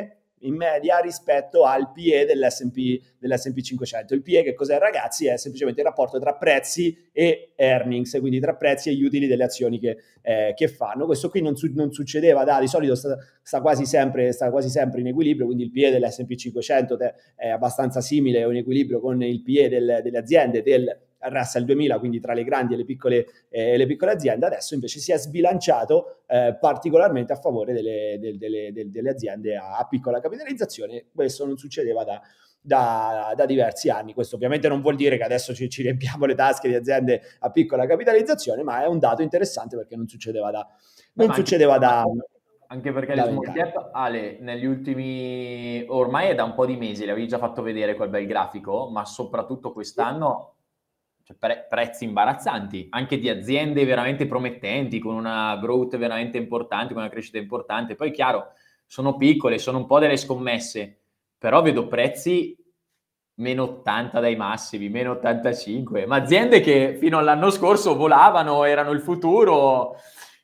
[SPEAKER 2] in media rispetto al P E dell'S and P, dell'S and P cinquecento. Il P E, che cos'è, ragazzi? È semplicemente il rapporto tra prezzi e earnings, quindi tra prezzi e gli utili delle azioni che, eh, che fanno. Questo qui non, su- non succedeva da, di solito sta, sta, quasi sempre, sta quasi sempre in equilibrio, quindi il P E dell'S and P cinquecento te, è abbastanza simile, è in equilibrio con il P E del, delle aziende del Russell duemila, quindi tra le grandi e le piccole, eh, le piccole aziende. Adesso invece si è sbilanciato eh, particolarmente a favore delle, delle, delle, delle aziende a, a piccola capitalizzazione. Questo non succedeva da, da, da diversi anni. Questo ovviamente non vuol dire che adesso ci, ci riempiamo le tasche di aziende a piccola capitalizzazione, ma è un dato interessante perché non succedeva da... Non
[SPEAKER 3] Beh,
[SPEAKER 2] succedeva
[SPEAKER 3] anche,
[SPEAKER 2] da...
[SPEAKER 3] Anche perché
[SPEAKER 2] da
[SPEAKER 3] le small cap, Ale, negli ultimi... ormai è da un po' di mesi, l'avevi già fatto vedere quel bel grafico, ma soprattutto quest'anno... Cioè, pre- prezzi imbarazzanti, anche di aziende veramente promettenti, con una growth veramente importante, con una crescita importante. Poi, chiaro, sono piccole, sono un po' delle scommesse, però vedo prezzi meno ottanta dai massimi, meno ottantacinque, ma aziende che fino all'anno scorso volavano, erano il futuro.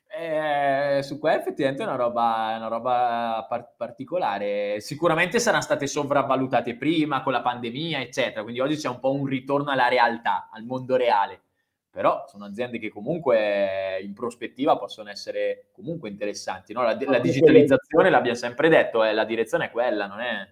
[SPEAKER 3] Eh, su qua effettivamente è una roba, una roba par- particolare. Sicuramente saranno state sopravvalutate prima con la pandemia, eccetera. Quindi oggi c'è un po' un ritorno alla realtà, al mondo reale. Però sono aziende che comunque in prospettiva possono essere comunque interessanti, no? La, la digitalizzazione, l'abbiamo sempre detto, eh, la direzione è quella, non è...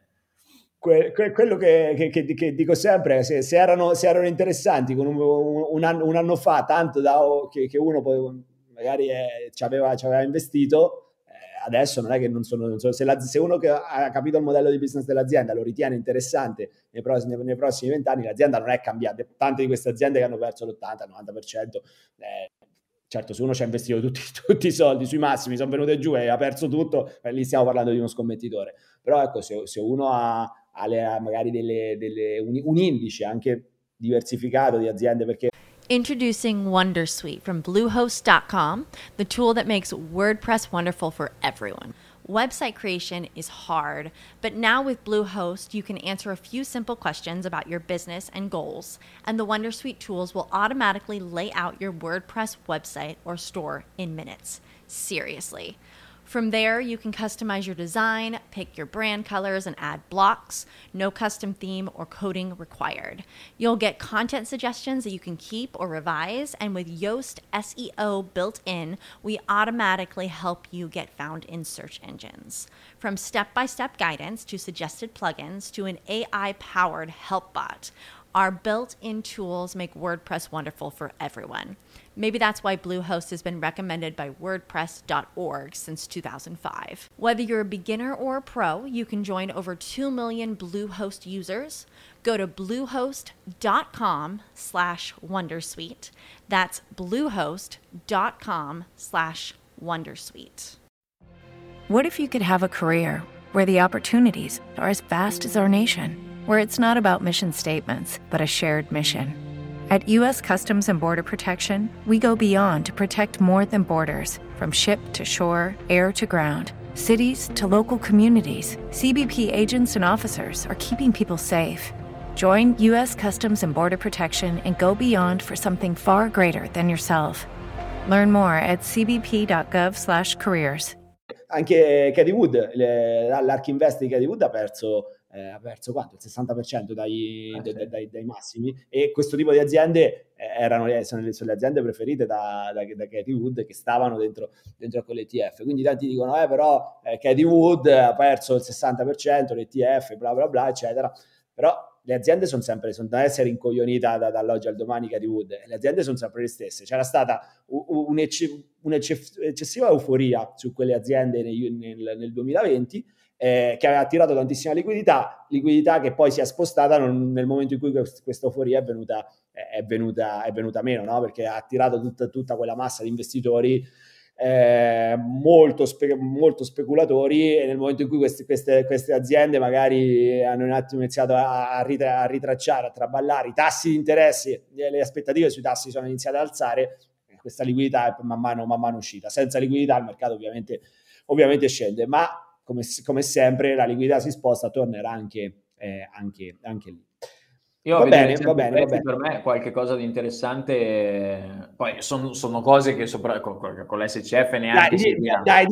[SPEAKER 2] Que- que- quello che, che, che, che dico sempre, se, se, erano, se erano interessanti con un, un, anno, un anno fa, tanto da, che, che uno poi magari eh, ci, aveva, ci aveva investito, eh, adesso non è che non sono, non sono se, la, se uno che ha capito il modello di business dell'azienda lo ritiene interessante nei prossimi, nei prossimi vent'anni, l'azienda non è cambiata. Tante di queste aziende che hanno perso l'ottanta novanta per cento, eh, certo, se uno ci ha investito tutti, tutti i soldi sui massimi, sono venute giù e ha perso tutto, eh, lì stiamo parlando di uno scommettitore. Però ecco, se, se uno ha, ha le, magari delle, delle, un, un indice anche diversificato di aziende, perché
[SPEAKER 4] Introducing Wondersuite from Bluehost dot com, the tool that makes WordPress wonderful for everyone. Website creation is hard, but now with Bluehost, you can answer a few simple questions about your business and goals, and the Wondersuite tools will automatically lay out your WordPress website or store in minutes. Seriously. From there, you can customize your design, pick your brand colors, and add blocks. No custom theme or coding required. You'll get content suggestions that you can keep or revise, and with Yoast S E O built in, we automatically help you get found in search engines. From step-by-step guidance to suggested plugins to an A I-powered help bot, our built-in tools make WordPress wonderful for everyone. Maybe that's why Bluehost has been recommended by WordPress dot org since two thousand five. Whether you're a beginner or a pro, you can join over two million Bluehost users. Go to bluehost dot com slash wondersuite. That's bluehost dot com slash wondersuite.
[SPEAKER 5] What if you could have a career where the opportunities are as vast as our nation, where it's not about mission statements, but a shared mission? At U S Customs and Border Protection, we go beyond to protect more than borders. From ship to shore, air to ground, cities to local communities, C B P agents and officers are keeping people safe. Join U S Customs and Border Protection and go beyond for something far greater than yourself. Learn more at c b p dot gov slash careers.
[SPEAKER 2] Anche Cathie Wood, l'Ark Invest di Cathie Wood ha perso... Eh, ha perso quanto? Il sessanta per cento dai, ah, dai, sì. dai, dai massimi, e questo tipo di aziende eh, erano sono le, sono le aziende preferite da, da, da Cathie Wood, che stavano dentro, dentro a quell'E T F. Quindi tanti dicono eh però eh, Cathie Wood ha perso il sessanta per cento, l'E T F, bla bla bla eccetera. Però le aziende sono sempre, sono da essere incoglionita da, dall'oggi al domani Cathie Wood, le aziende sono sempre le stesse. C'era stata un'eccessiva euforia su quelle aziende nel, nel, nel duemilaventi, Eh, che aveva attirato tantissima liquidità, liquidità che poi si è spostata non, nel momento in cui quest- questa euforia è venuta, è venuta, è venuta meno, no? Perché ha attirato tutta, tutta quella massa di investitori eh, molto, spe- molto speculatori, e nel momento in cui queste, queste, queste aziende magari hanno un attimo iniziato a, a, ritra- a ritracciare, a traballare, i tassi di interessi, le aspettative sui tassi sono iniziate ad alzare, questa liquidità è man mano, man mano uscita. Senza liquidità il mercato ovviamente, ovviamente scende, ma Come, come sempre la liquidità si sposta, tornerà anche, eh, anche, anche lì.
[SPEAKER 3] Io
[SPEAKER 2] va bene, va bene, va bene.
[SPEAKER 3] Per me qualche cosa di interessante, poi sono, sono cose che sopra, con, con l'S C F neanche
[SPEAKER 2] dai, dai, dai,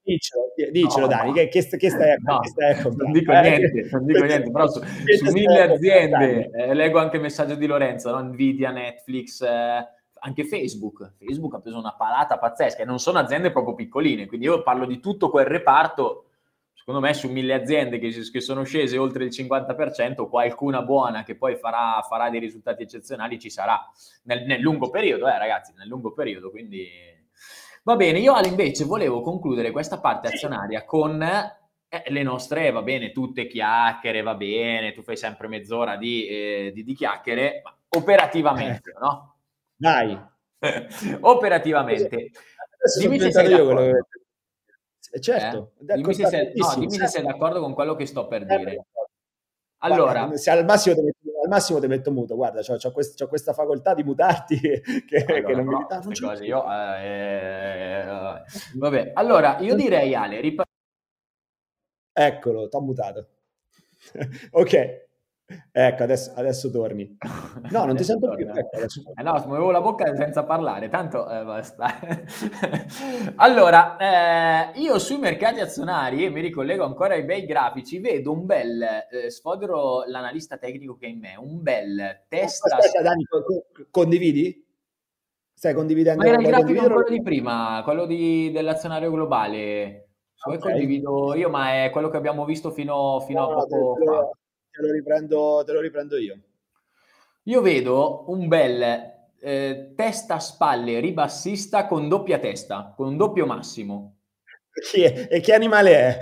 [SPEAKER 2] Dicelo, dicelo
[SPEAKER 3] No,
[SPEAKER 2] Dani,
[SPEAKER 3] ma-
[SPEAKER 2] che, che, st- che stai a,
[SPEAKER 3] no,
[SPEAKER 2] che stai a comprare?
[SPEAKER 3] non dico
[SPEAKER 2] Eh,
[SPEAKER 3] niente, non dico niente, però su,
[SPEAKER 2] che
[SPEAKER 3] su
[SPEAKER 2] stai
[SPEAKER 3] mille
[SPEAKER 2] a comprare,
[SPEAKER 3] aziende,
[SPEAKER 2] Dani?
[SPEAKER 3] eh, leggo anche il messaggio di Lorenzo, no? Nvidia, Netflix, eh, anche Facebook. Facebook ha preso una palata pazzesca e non sono aziende proprio piccoline, quindi io parlo di tutto quel reparto. Secondo me su mille aziende che, che sono scese oltre il cinquanta per cento, qualcuna buona che poi farà, farà dei risultati eccezionali ci sarà nel, nel lungo periodo, eh, ragazzi, nel lungo periodo, quindi va bene. Io Ale invece volevo concludere questa parte azionaria con eh, le nostre, va bene, tutte chiacchiere, va bene, tu fai sempre mezz'ora di, eh, di, di chiacchiere, ma operativamente,
[SPEAKER 2] Eh,
[SPEAKER 3] no?
[SPEAKER 2] Dai.
[SPEAKER 3] Operativamente,
[SPEAKER 2] Adesso sono
[SPEAKER 3] dimmi se sei
[SPEAKER 2] diventato io quello
[SPEAKER 3] d'accordo.
[SPEAKER 2] che... Eh,
[SPEAKER 3] Eh?
[SPEAKER 2] certo,
[SPEAKER 3] Dimmi se sei, no,
[SPEAKER 2] d'accordissimo.
[SPEAKER 3] dimmi se sei d'accordo con quello che sto per dire.
[SPEAKER 2] Guarda,
[SPEAKER 3] Allora,
[SPEAKER 2] se al massimo ti metto, al massimo ti metto muto, guarda, c'ho, c'ho, quest, c'ho questa facoltà di mutarti che, che, che
[SPEAKER 3] allora
[SPEAKER 2] non mi...
[SPEAKER 3] però,
[SPEAKER 2] Ah, non
[SPEAKER 3] queste
[SPEAKER 2] ce l'ho
[SPEAKER 3] cose
[SPEAKER 2] più.
[SPEAKER 3] io... eh, eh, vabbè, allora, io direi, Ale, rip-
[SPEAKER 2] Eccolo, t'ho mutato. Ok, ecco, adesso, adesso torni. No, non ti
[SPEAKER 3] adesso
[SPEAKER 2] sento più.
[SPEAKER 3] torna.
[SPEAKER 2] Ecco, adesso torni.
[SPEAKER 3] Eh no, muovevo la bocca senza parlare, tanto eh, basta. Allora, eh, io sui mercati azionari, e mi ricollego ancora ai bei grafici, vedo un bel, eh, sfodero l'analista tecnico che è in me, un bel testa...
[SPEAKER 2] Aspetta, Dani, co- co- condividi? Stai condividendo?
[SPEAKER 3] Ma era il
[SPEAKER 2] Vuoi
[SPEAKER 3] grafico
[SPEAKER 2] condividere?
[SPEAKER 3] quello di prima, quello di- dell'azionario globale. Se vuoi
[SPEAKER 2] Ok.
[SPEAKER 3] condivido io, ma è quello che abbiamo visto fino, fino a
[SPEAKER 2] No, no, te,
[SPEAKER 3] poco
[SPEAKER 2] te
[SPEAKER 3] fa.
[SPEAKER 2] lo, te lo riprendo, te lo riprendo io.
[SPEAKER 3] Io vedo un bel eh, testa-spalle ribassista con doppia testa, con un doppio massimo.
[SPEAKER 2] Chi è? E che animale è?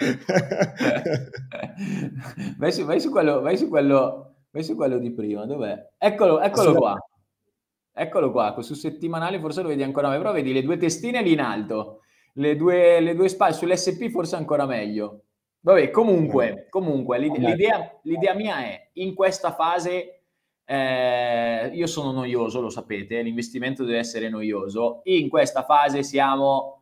[SPEAKER 3] Vai su, vai su quello, vai su quello, vai su quello di prima, dov'è? Eccolo, eccolo qua.
[SPEAKER 2] Assolutamente.
[SPEAKER 3] Eccolo qua, su settimanale forse lo vedi ancora meglio, però vedi le due testine lì in alto, le due, le due spalle, sull'S P forse ancora meglio. Vabbè, comunque, comunque l'ide- l'idea, l'idea mia è, in questa fase, eh, io sono noioso, lo sapete, l'investimento deve essere noioso, in questa fase siamo,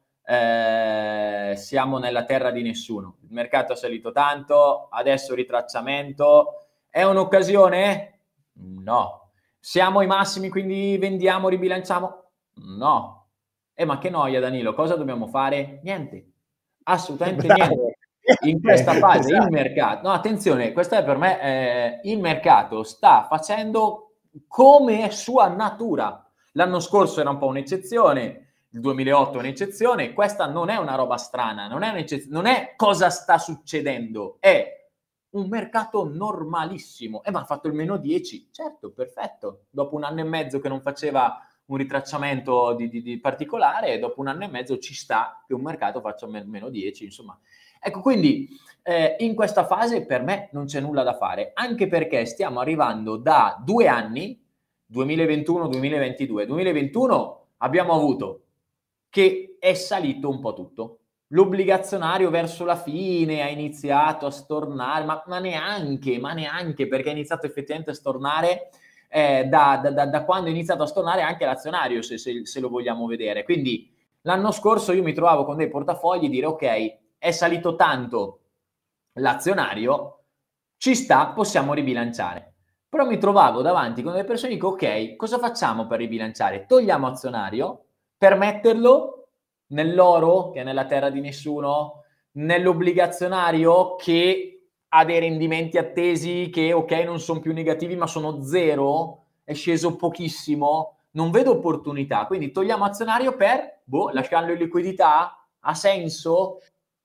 [SPEAKER 3] eh, siamo nella terra di nessuno, il mercato è salito tanto, adesso ritracciamento, è un'occasione? No. Siamo ai massimi, quindi vendiamo, ribilanciamo? No. Eh, ma che noia, Danilo, cosa dobbiamo fare? Niente. Assolutamente niente.
[SPEAKER 2] Bravo.
[SPEAKER 3] In questa fase il
[SPEAKER 2] Esatto.
[SPEAKER 3] mercato, no, attenzione, questa è per me, eh, il mercato sta facendo come è sua natura. L'anno scorso era un po' un'eccezione, il duemilaotto è un'eccezione, questa non è una roba strana, non è, un'eccezione, non è cosa sta succedendo, è un mercato normalissimo. E eh, ma ha fatto il meno dieci, certo, perfetto. Dopo un anno e mezzo che non faceva un ritracciamento di, di, di particolare, dopo un anno e mezzo ci sta che un mercato faccia meno dieci, insomma. Ecco, quindi eh, in questa fase per me non c'è nulla da fare, anche perché stiamo arrivando da due anni, duemilaventuno duemilaventidue. duemilaventuno abbiamo avuto che è salito un po' tutto. L'obbligazionario verso la fine ha iniziato a stornare, ma, ma neanche, ma neanche, perché ha iniziato effettivamente a stornare eh, da, da, da quando è iniziato a stornare anche l'azionario, se, se, se lo vogliamo vedere. Quindi l'anno scorso io mi trovavo con dei portafogli e dire ok, è salito tanto l'azionario, ci sta, possiamo ribilanciare. Però mi trovavo davanti con delle persone e dico ok, cosa facciamo per ribilanciare? Togliamo azionario per metterlo nell'oro, che è nella terra di nessuno, nell'obbligazionario che ha dei rendimenti attesi che ok non sono più negativi ma sono zero, è sceso pochissimo, non vedo opportunità, quindi togliamo azionario per boh, lasciarlo in liquidità? Ha senso?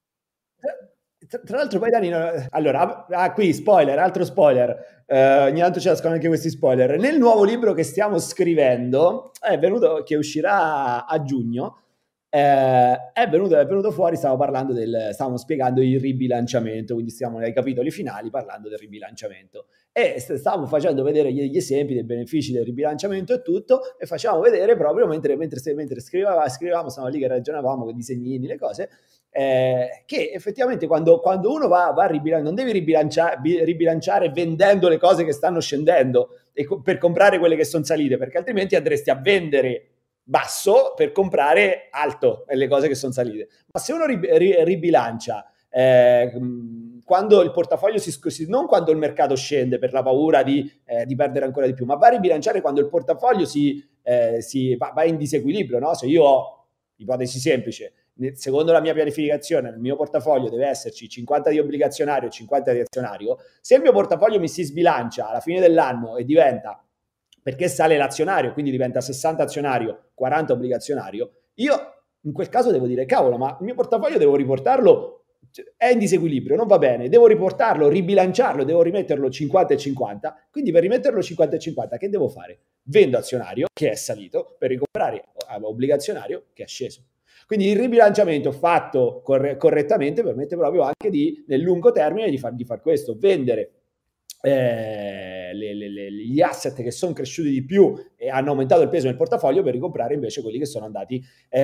[SPEAKER 2] Tra, tra l'altro poi Dani, allora, ah, qui spoiler, altro spoiler, eh, ogni tanto ci nascono anche questi spoiler. Nel nuovo libro che stiamo scrivendo, è venuto, che uscirà a giugno, eh, è, venuto, è venuto fuori, stiamo parlando del, stavamo spiegando il ribilanciamento, quindi stiamo nei capitoli finali parlando del ribilanciamento. E stavamo facendo vedere gli, gli esempi dei benefici del ribilanciamento e tutto, e facciamo vedere proprio mentre, mentre, mentre scrivevamo, scrivevamo, stavamo lì che ragionavamo con i disegnini, le cose, eh, che effettivamente quando, quando uno va, va a ribilanciare, non devi ribilanciare, ribilanciare vendendo le cose che stanno scendendo e co- per comprare quelle che sono salite, perché altrimenti andresti a vendere basso per comprare alto le cose che sono salite. Ma se uno ri, ri, ribilancia eh, quando il portafoglio si scusi, non quando il mercato scende per la paura di, eh, di perdere ancora di più, ma va a ribilanciare quando il portafoglio si, eh, si va, va in disequilibrio, no? Se io ho, ipotesi semplice, secondo la mia pianificazione, nel mio portafoglio deve esserci cinquanta di obbligazionario e cinquanta di azionario. Se il mio portafoglio mi si sbilancia alla fine dell'anno e diventa, perché sale l'azionario, quindi diventa sessanta azionario, quaranta obbligazionario, io in quel caso devo dire, cavolo, ma il mio portafoglio devo riportarlo, è in disequilibrio, non va bene, devo riportarlo, ribilanciarlo, devo rimetterlo cinquanta e cinquanta, quindi per rimetterlo cinquanta e cinquanta che devo fare? Vendo azionario, che è salito, per ricomprare obbligazionario, che è sceso. Quindi il ribilanciamento fatto corre- correttamente permette proprio anche di, nel lungo termine, di far, di far questo, vendere eh, le, le, le, gli asset che sono cresciuti di più e hanno aumentato il peso nel portafoglio per ricomprare invece quelli che sono andati,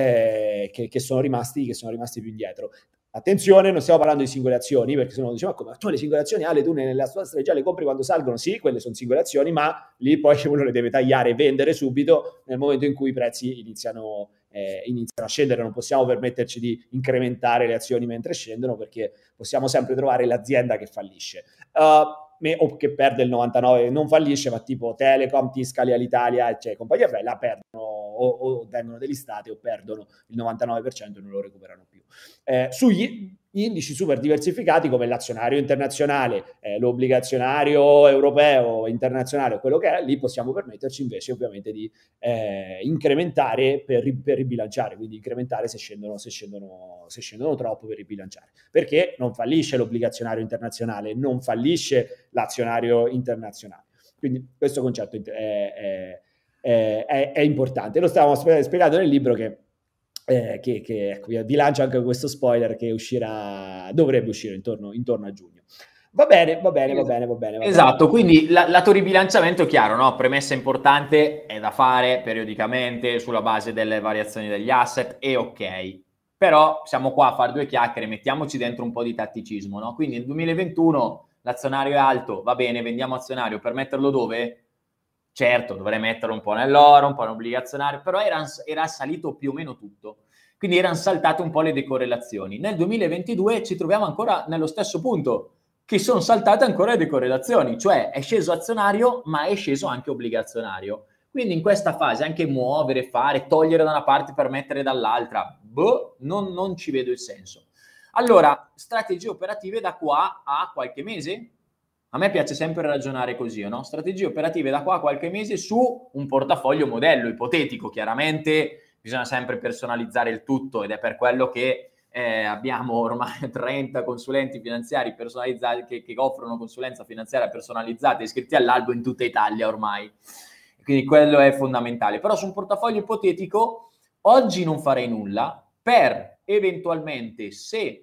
[SPEAKER 2] eh, che, che sono rimasti, che sono rimasti più indietro. Attenzione, non stiamo parlando di singole azioni, perché se uno dice, ma come, tu le singole azioni, Ale, tu nella tua strategia le compri quando salgono? Sì, quelle sono singole azioni, ma lì poi uno le deve tagliare e vendere subito nel momento in cui i prezzi iniziano, eh, iniziano a scendere. Non possiamo permetterci di incrementare le azioni mentre scendono, perché possiamo sempre trovare l'azienda che fallisce. Uh, o che perde il novantanove, non fallisce, ma tipo Telecom, Tiscali, Alitalia, cioè compagnia la perdono o, o vengono delistate o perdono il novantanove per cento e non lo recuperano più. Eh, sugli indici super diversificati come l'azionario internazionale, eh, l'obbligazionario europeo, internazionale, quello che è, lì possiamo permetterci invece ovviamente di eh, incrementare per, per ribilanciare, quindi incrementare se scendono, se, scendono, se scendono troppo per ribilanciare, perché non fallisce l'obbligazionario internazionale, non fallisce l'azionario internazionale. Quindi questo concetto è, è, è, è, è importante. Lo stavamo spiegando nel libro che Eh, che, che ecco, vi lancio anche questo spoiler che uscirà, dovrebbe uscire intorno, intorno a giugno. Va bene, va bene, va bene, va bene. Va
[SPEAKER 3] esatto,
[SPEAKER 2] bene.
[SPEAKER 3] Quindi la, lato ribilanciamento è chiaro, no? Premessa importante, è da fare periodicamente sulla base delle variazioni degli asset, e ok. Però siamo qua a fare due chiacchiere, mettiamoci dentro un po' di tatticismo, no? Quindi nel duemilaventuno l'azionario è alto, va bene, vendiamo azionario, per metterlo dove? Certo, dovrei metterlo un po' nell'oro, un po' nell'obbligazionario, però era, era salito più o meno tutto. Quindi erano saltate un po' le decorrelazioni. Nel duemilaventidue ci troviamo ancora nello stesso punto, che sono saltate ancora le decorrelazioni, cioè è sceso azionario, ma è sceso anche obbligazionario. Quindi in questa fase anche muovere, fare, togliere da una parte per mettere dall'altra, boh, non, non ci vedo il senso. Allora, strategie operative da qua a qualche mese? A me piace sempre ragionare così, no? Strategie operative da qua a qualche mese su un portafoglio modello ipotetico. Chiaramente bisogna sempre personalizzare il tutto, ed è per quello che eh, abbiamo ormai trenta consulenti finanziari personalizzati che, che offrono consulenza finanziaria personalizzata, iscritti all'albo in tutta Italia ormai. Quindi quello è fondamentale. Però su un portafoglio ipotetico oggi non farei nulla, per eventualmente, se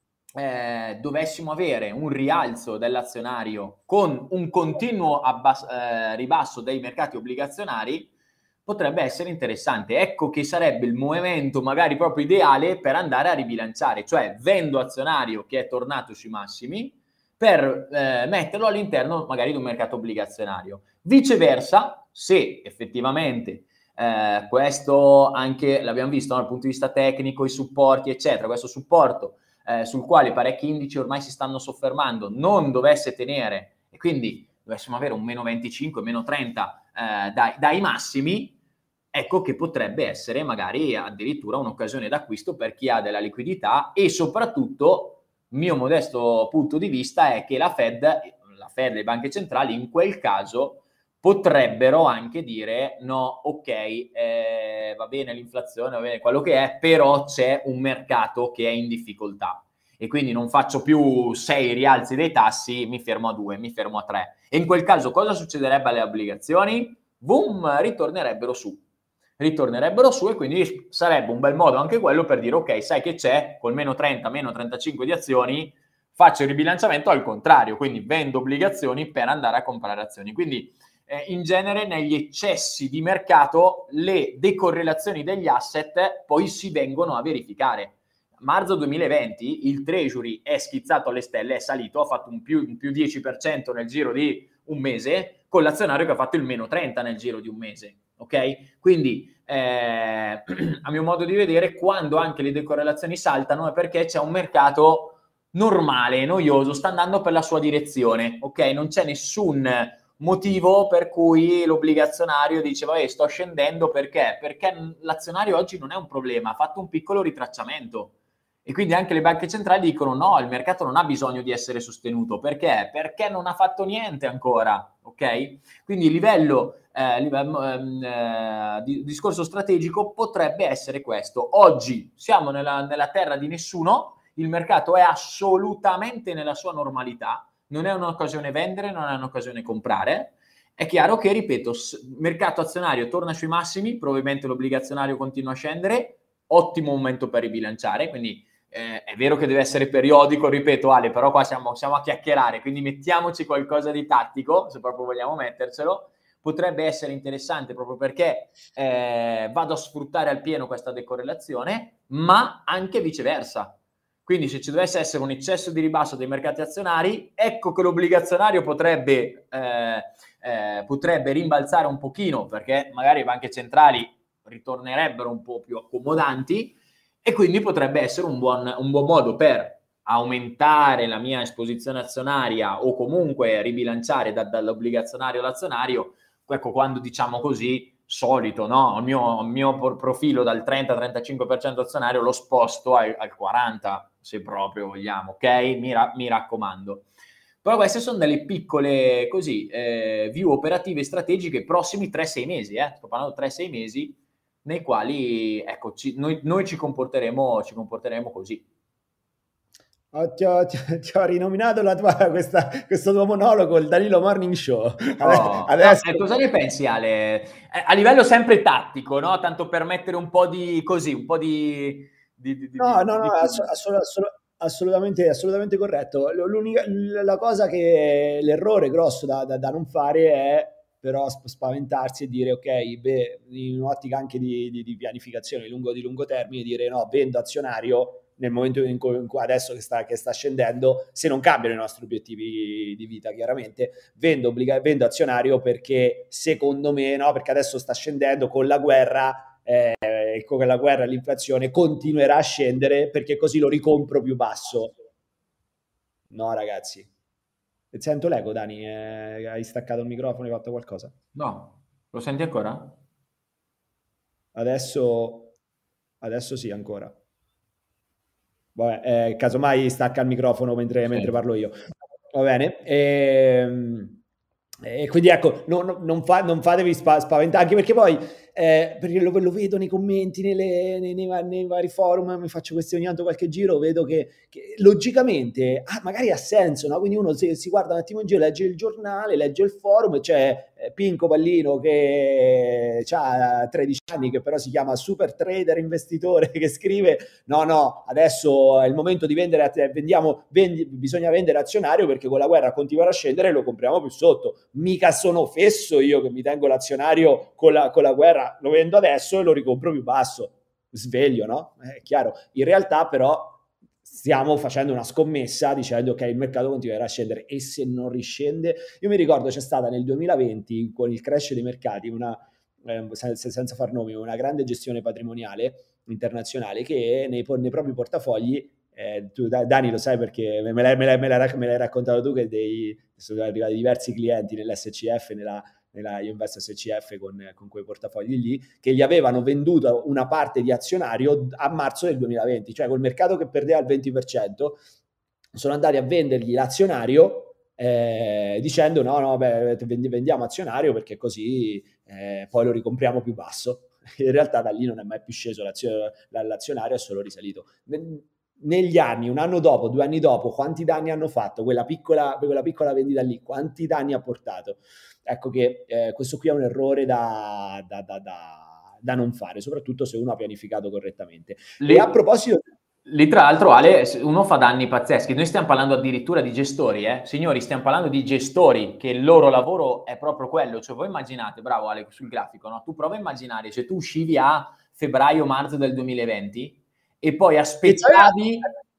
[SPEAKER 3] Eh, dovessimo avere un rialzo dell'azionario con un continuo abbas- eh, ribasso dei mercati obbligazionari, potrebbe essere interessante. Ecco che sarebbe il momento magari proprio ideale per andare a ribilanciare, cioè vendo azionario che è tornato sui massimi per eh, metterlo all'interno magari di un mercato obbligazionario. Viceversa, se effettivamente eh, questo anche l'abbiamo visto, no, dal punto di vista tecnico, i supporti eccetera, questo supporto Eh, sul quale parecchi indici ormai si stanno soffermando, non dovesse tenere, e quindi dovessimo avere un meno venticinque, meno trenta eh, dai, dai massimi, ecco che potrebbe essere magari addirittura un'occasione d'acquisto per chi ha della liquidità. E soprattutto, mio modesto punto di vista è che la Fed, la Fed e le banche centrali in quel caso potrebbero anche dire no, ok, eh, va bene l'inflazione, va bene quello che è, però c'è un mercato che è in difficoltà e quindi non faccio più sei rialzi dei tassi, mi fermo a due, mi fermo a tre. E in quel caso cosa succederebbe alle obbligazioni? Boom, ritornerebbero su. Ritornerebbero su e quindi sarebbe un bel modo anche quello per dire ok, sai che c'è, col meno trenta, meno trentacinque di azioni, faccio il ribilanciamento al contrario, quindi vendo obbligazioni per andare a comprare azioni. Quindi Eh, in genere negli eccessi di mercato le decorrelazioni degli asset poi si vengono a verificare. Marzo duemilaventi il Treasury è schizzato alle stelle, è salito, ha fatto un più, un più dieci per cento nel giro di un mese, con l'azionario che ha fatto il meno trenta nel giro di un mese, ok? Quindi eh, a mio modo di vedere, quando anche le decorrelazioni saltano è perché c'è un mercato normale, noioso, sta andando per la sua direzione, ok? Non c'è nessun motivo per cui l'obbligazionario dice vabbè sto scendendo perché? Perché l'azionario oggi non è un problema, ha fatto un piccolo ritracciamento e quindi anche le banche centrali dicono no, il mercato non ha bisogno di essere sostenuto, perché? Perché non ha fatto niente ancora, ok? Quindi il livello, eh, livello eh, di, discorso strategico potrebbe essere questo. Oggi siamo nella, nella terra di nessuno, il mercato è assolutamente nella sua normalità, non è un'occasione vendere, non è un'occasione comprare. È chiaro che, ripeto, il mercato azionario torna sui massimi, probabilmente l'obbligazionario continua a scendere, ottimo momento per ribilanciare, quindi eh, è vero che deve essere periodico, ripeto Ale, però qua siamo, siamo a chiacchierare, quindi mettiamoci qualcosa di tattico, se proprio vogliamo mettercelo. Potrebbe essere interessante proprio perché eh, vado a sfruttare al pieno questa decorrelazione, ma anche viceversa. Quindi se ci dovesse essere un eccesso di ribasso dei mercati azionari, ecco che l'obbligazionario potrebbe, eh, eh, potrebbe rimbalzare un pochino, perché magari le banche centrali ritornerebbero un po' più accomodanti e quindi potrebbe essere un buon, un buon modo per aumentare la mia esposizione azionaria o comunque ribilanciare da, dall'obbligazionario all'azionario. Ecco, quando diciamo così, solito, no? Il mio, il mio profilo dal trenta trentacinque per cento azionario lo sposto al, al quaranta per cento, se proprio vogliamo, ok? Mi, ra- mi raccomando. Però queste sono delle piccole, così, eh, view operative strategiche prossimi tre sei mesi, eh? Sto parlando di tre sei mesi, nei quali, ecco, ci, noi, noi ci comporteremo, ci comporteremo così.
[SPEAKER 2] Oh, ti, ho, ti, ti ho rinominato la tua, questa, questo tuo monologo, il Danilo Morning Show.
[SPEAKER 3] Oh,
[SPEAKER 2] Adesso...
[SPEAKER 3] no, eh, cosa ne pensi, Ale? Eh, a livello sempre tattico, no? Tanto per mettere un po' di così, un po' di... di, di
[SPEAKER 2] no,
[SPEAKER 3] di,
[SPEAKER 2] no, no,
[SPEAKER 3] di...
[SPEAKER 2] ass- ass- ass- assolutamente, assolutamente corretto. L'unica, la cosa che l'errore grosso da, da, da non fare è però spaventarsi e dire ok, beh, in un'ottica anche di, di, di pianificazione di lungo, di lungo termine, dire no, vendo azionario nel momento in cui, in cui adesso che sta, che sta scendendo, se non cambiano i nostri obiettivi di vita, chiaramente, vendo, obbliga- vendo azionario perché secondo me, no, perché adesso sta scendendo con la guerra, eh, con la guerra l'inflazione continuerà a scendere perché così lo ricompro più basso. No, ragazzi. Sento l'eco, Dani, eh, hai staccato il microfono, hai fatto qualcosa?
[SPEAKER 3] No, lo senti ancora?
[SPEAKER 2] Adesso, adesso sì, ancora. Vabbè, eh, casomai stacca il microfono mentre,
[SPEAKER 3] Sì.
[SPEAKER 2] mentre parlo io. Va bene. E, e quindi ecco, non, non, fa, non fatevi spaventare, anche perché poi, eh, perché lo, lo vedo nei commenti, nelle, nei, nei, nei vari forum, mi faccio questi ogni tanto qualche giro, vedo che, che logicamente ah, magari ha senso, no? Quindi uno si, si guarda un attimo in giro, legge il giornale, legge il forum, c'è Pinco Pallino che ha tredici anni, che però si chiama super trader investitore, che scrive no no, adesso è il momento di vendere, vendiamo, vendi, bisogna vendere azionario perché con la guerra continuerà a scendere e lo compriamo più sotto. Mica sono fesso io che mi tengo l'azionario con la, con la guerra, lo vendo adesso e lo ricompro più basso. Sveglio, no? È chiaro. In realtà però stiamo facendo una scommessa dicendo ok, il mercato continuerà a scendere, e se non riscende, io mi ricordo c'è stata nel duemilaventi con il crash dei mercati una, eh, senza, senza far nomi, una grande gestione patrimoniale internazionale che nei, nei propri portafogli, eh, tu Dani lo sai perché me l'hai, me l'hai, me l'hai, me l'hai raccontato tu, che dei, sono arrivati diversi clienti nell'S C F, nella nella Invest S C F con, con quei portafogli lì, che gli avevano venduto una parte di azionario a marzo del duemilaventi, cioè col mercato che perdeva il venti per cento sono andati a vendergli l'azionario eh, dicendo no no beh, vendiamo azionario perché così eh, poi lo ricompriamo più basso. In realtà da lì non è mai più sceso l'azio, l'azionario, è solo risalito. Negli anni, un anno dopo, due anni dopo, quanti danni hanno fatto quella piccola, quella piccola vendita lì? Quanti danni ha portato? Ecco che eh, questo qui è un errore da, da, da, da, da non fare, soprattutto se uno ha pianificato correttamente. Lì, e a proposito...
[SPEAKER 3] Lì tra l'altro, Ale, uno fa danni pazzeschi. Noi stiamo parlando addirittura di gestori, eh? Signori, stiamo parlando di gestori, che il loro lavoro è proprio quello. Cioè voi immaginate, bravo Ale, sul grafico, no? Tu prova a immaginare se tu uscivi a febbraio-marzo del duemilaventi e poi aspettavi...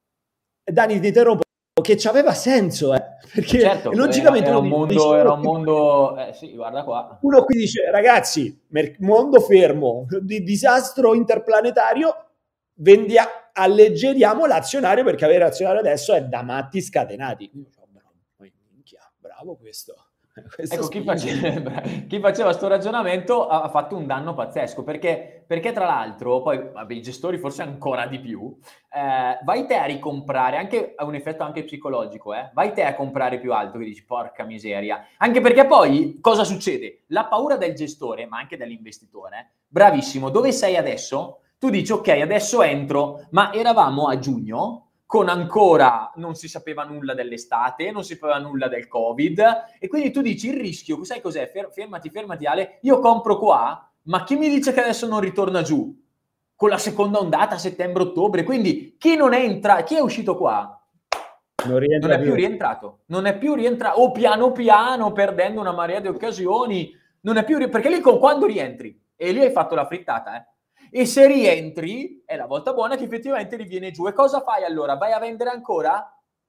[SPEAKER 2] Dani, ti interrompo, che ci aveva senso, eh? Perché
[SPEAKER 3] certo,
[SPEAKER 2] logicamente
[SPEAKER 3] era, era un mondo, dice, era un mondo eh, sì, guarda qua.
[SPEAKER 2] Uno qui dice, ragazzi, mondo fermo, di disastro interplanetario, vendia, alleggeriamo l'azionario perché avere azionario adesso è da matti scatenati. Io dico, bravo, minchia, bravo questo. Questo
[SPEAKER 3] Ecco, chi
[SPEAKER 2] spinge.
[SPEAKER 3] faceva, chi faceva sto ragionamento ha, ha fatto un danno pazzesco, perché, perché tra l'altro, poi vabbè, i gestori forse ancora di più, eh, vai te a ricomprare, anche ha un effetto anche psicologico, eh? Vai te a comprare più alto, che dici porca miseria, anche perché poi cosa succede? La paura del gestore, ma anche dell'investitore, bravissimo, dove sei adesso? Tu dici ok, adesso entro, ma eravamo a giugno, con ancora non si sapeva nulla dell'estate, non si sapeva nulla del Covid, e quindi tu dici il rischio, sai cos'è? Fer- fermati, fermati Ale, io compro qua, ma chi mi dice che adesso non ritorna giù? Con la seconda ondata, settembre-ottobre, quindi chi non entra, chi è uscito qua?
[SPEAKER 2] Non,
[SPEAKER 3] non è più rientrato, non è più rientrato, o piano piano, perdendo una marea di occasioni, non è più, ri- perché lì con quando rientri, e lì hai fatto la frittata, eh? E se rientri, è la volta buona che effettivamente riviene giù. E cosa fai allora? Vai a vendere ancora?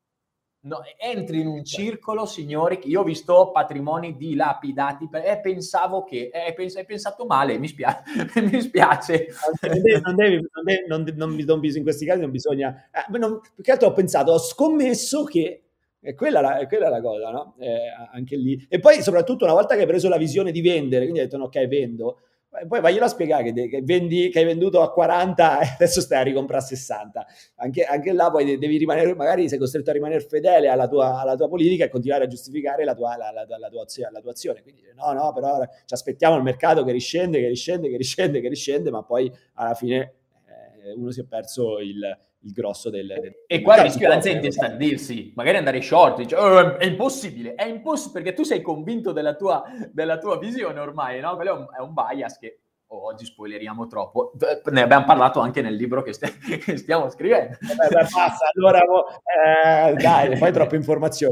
[SPEAKER 3] No, entri in un circolo, signori, che io ho visto patrimoni dilapidati e eh, pensavo che eh, pens- hai pensato male, mi spiace, mi spiace.
[SPEAKER 2] Non devi, non devi, non devi, non, non, non, in questi casi non bisogna... Eh, non, più che altro ho pensato, ho scommesso che... E quella, la, è quella la cosa, no? Eh, anche lì. E poi soprattutto una volta che hai preso la visione di vendere, quindi hai detto no, ok, vendo, poi vaglielo a spiegare che, che, vendi, che hai venduto a quaranta e adesso stai a ricomprare a sessanta. Anche, anche là poi devi rimanere, magari sei costretto a rimanere fedele alla tua, alla tua politica e continuare a giustificare la tua, la, la, la tua, la tua azione. Quindi no, no, però ci aspettiamo il mercato che riscende, che riscende, che riscende, che riscende, ma poi alla fine eh, uno si è perso il... il grosso del, del
[SPEAKER 3] e qua il rischio anzi è intestardirsi, magari andare short, dice, oh, è impossibile, è impossibile perché tu sei convinto della tua, della tua visione ormai, no? Quello è un, è un bias che oh, oggi spoileriamo troppo, ne abbiamo parlato anche nel libro che, st- che stiamo scrivendo.
[SPEAKER 2] Beh, beh, basta, allora eh, dai, fai troppe informazioni.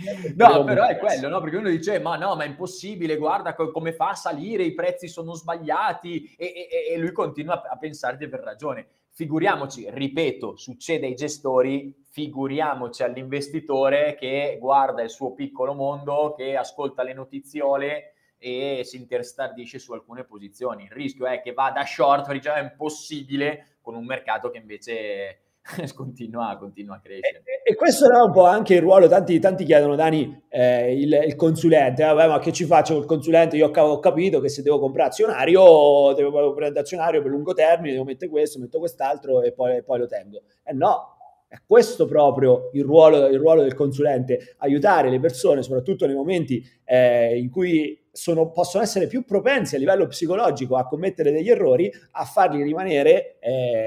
[SPEAKER 3] No, però è quello, no? Perché uno dice, ma no, ma è impossibile, guarda co- come fa a salire, i prezzi sono sbagliati, e, e, e lui continua a pensare di aver ragione. Figuriamoci, ripeto, succede ai gestori, figuriamoci all'investitore che guarda il suo piccolo mondo, che ascolta le notiziole e si interstardisce su alcune posizioni. Il rischio è che vada short, diciamo, è impossibile, con un mercato che invece continua, continua a crescere.
[SPEAKER 2] E, e questo era un po' anche il ruolo, tanti, tanti chiedono, Dani, eh, il, il consulente, vabbè, ma che ci faccio col consulente? Io ho, ho capito che se devo comprare azionario, devo prendere azionario per lungo termine, devo mettere questo, metto quest'altro e poi, e poi lo tengo. Eh no, è questo proprio il ruolo, il ruolo del consulente, aiutare le persone, soprattutto nei momenti eh, in cui sono, possono essere più propensi a livello psicologico a commettere degli errori, a farli rimanere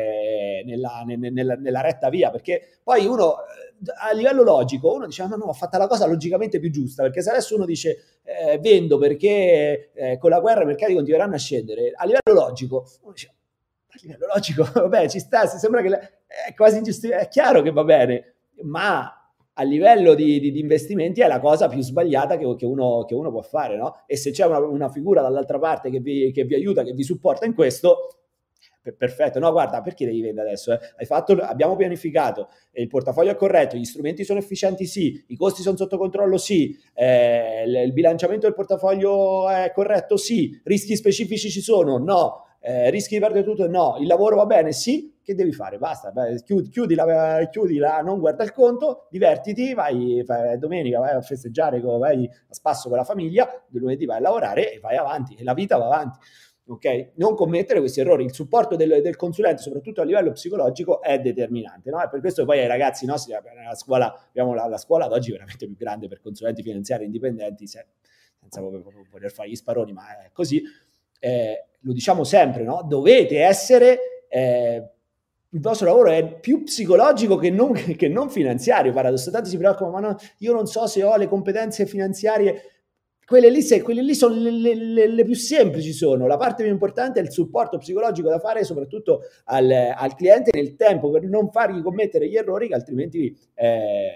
[SPEAKER 2] eh, nella, nella, nella retta via, perché poi uno a livello logico uno dice ma no, ho fatto la cosa logicamente più giusta, perché se adesso uno dice eh, vendo perché eh, con la guerra i mercati continueranno a scendere, a livello logico uno dice a livello logico vabbè ci sta, sembra che è quasi ingiusto, è chiaro che va bene, ma a livello di, di, di investimenti è la cosa più sbagliata che, che, uno, che uno può fare, no? E se c'è una, una figura dall'altra parte che vi, che vi aiuta, che vi supporta in questo, perfetto. No, guarda, perché devi vendere adesso? Eh? Hai fatto, abbiamo pianificato, il portafoglio è corretto, gli strumenti sono efficienti, sì, i costi sono sotto controllo, sì, eh, il bilanciamento del portafoglio è corretto, sì, rischi specifici ci sono, no, eh, rischi di perdere tutto, no, il lavoro va bene, sì. Che devi fare? Basta, beh, chiudi, chiudi, la, chiudi la, non guarda il conto, divertiti, vai, vai domenica vai a festeggiare, vai a spasso con la famiglia, del lunedì vai a lavorare e vai avanti, e la vita va avanti. Ok? Non commettere questi errori. Il supporto del, del consulente, soprattutto a livello psicologico, è determinante, no? E per questo poi ai ragazzi nostri, nella scuola, abbiamo la, la scuola ad oggi veramente più grande per consulenti finanziari indipendenti, se, senza voler fare gli sparoni, ma è così. Eh, lo diciamo sempre, no? Dovete essere... Eh, il vostro lavoro è più psicologico che non, che non finanziario, paradossalmente. Tanti si preoccupano, ma no, io non so se ho le competenze finanziarie. Quelle lì, se, quelle lì sono le, le, le più semplici, sono. La parte più importante è il supporto psicologico da fare soprattutto al, al cliente nel tempo, per non fargli commettere gli errori che altrimenti eh,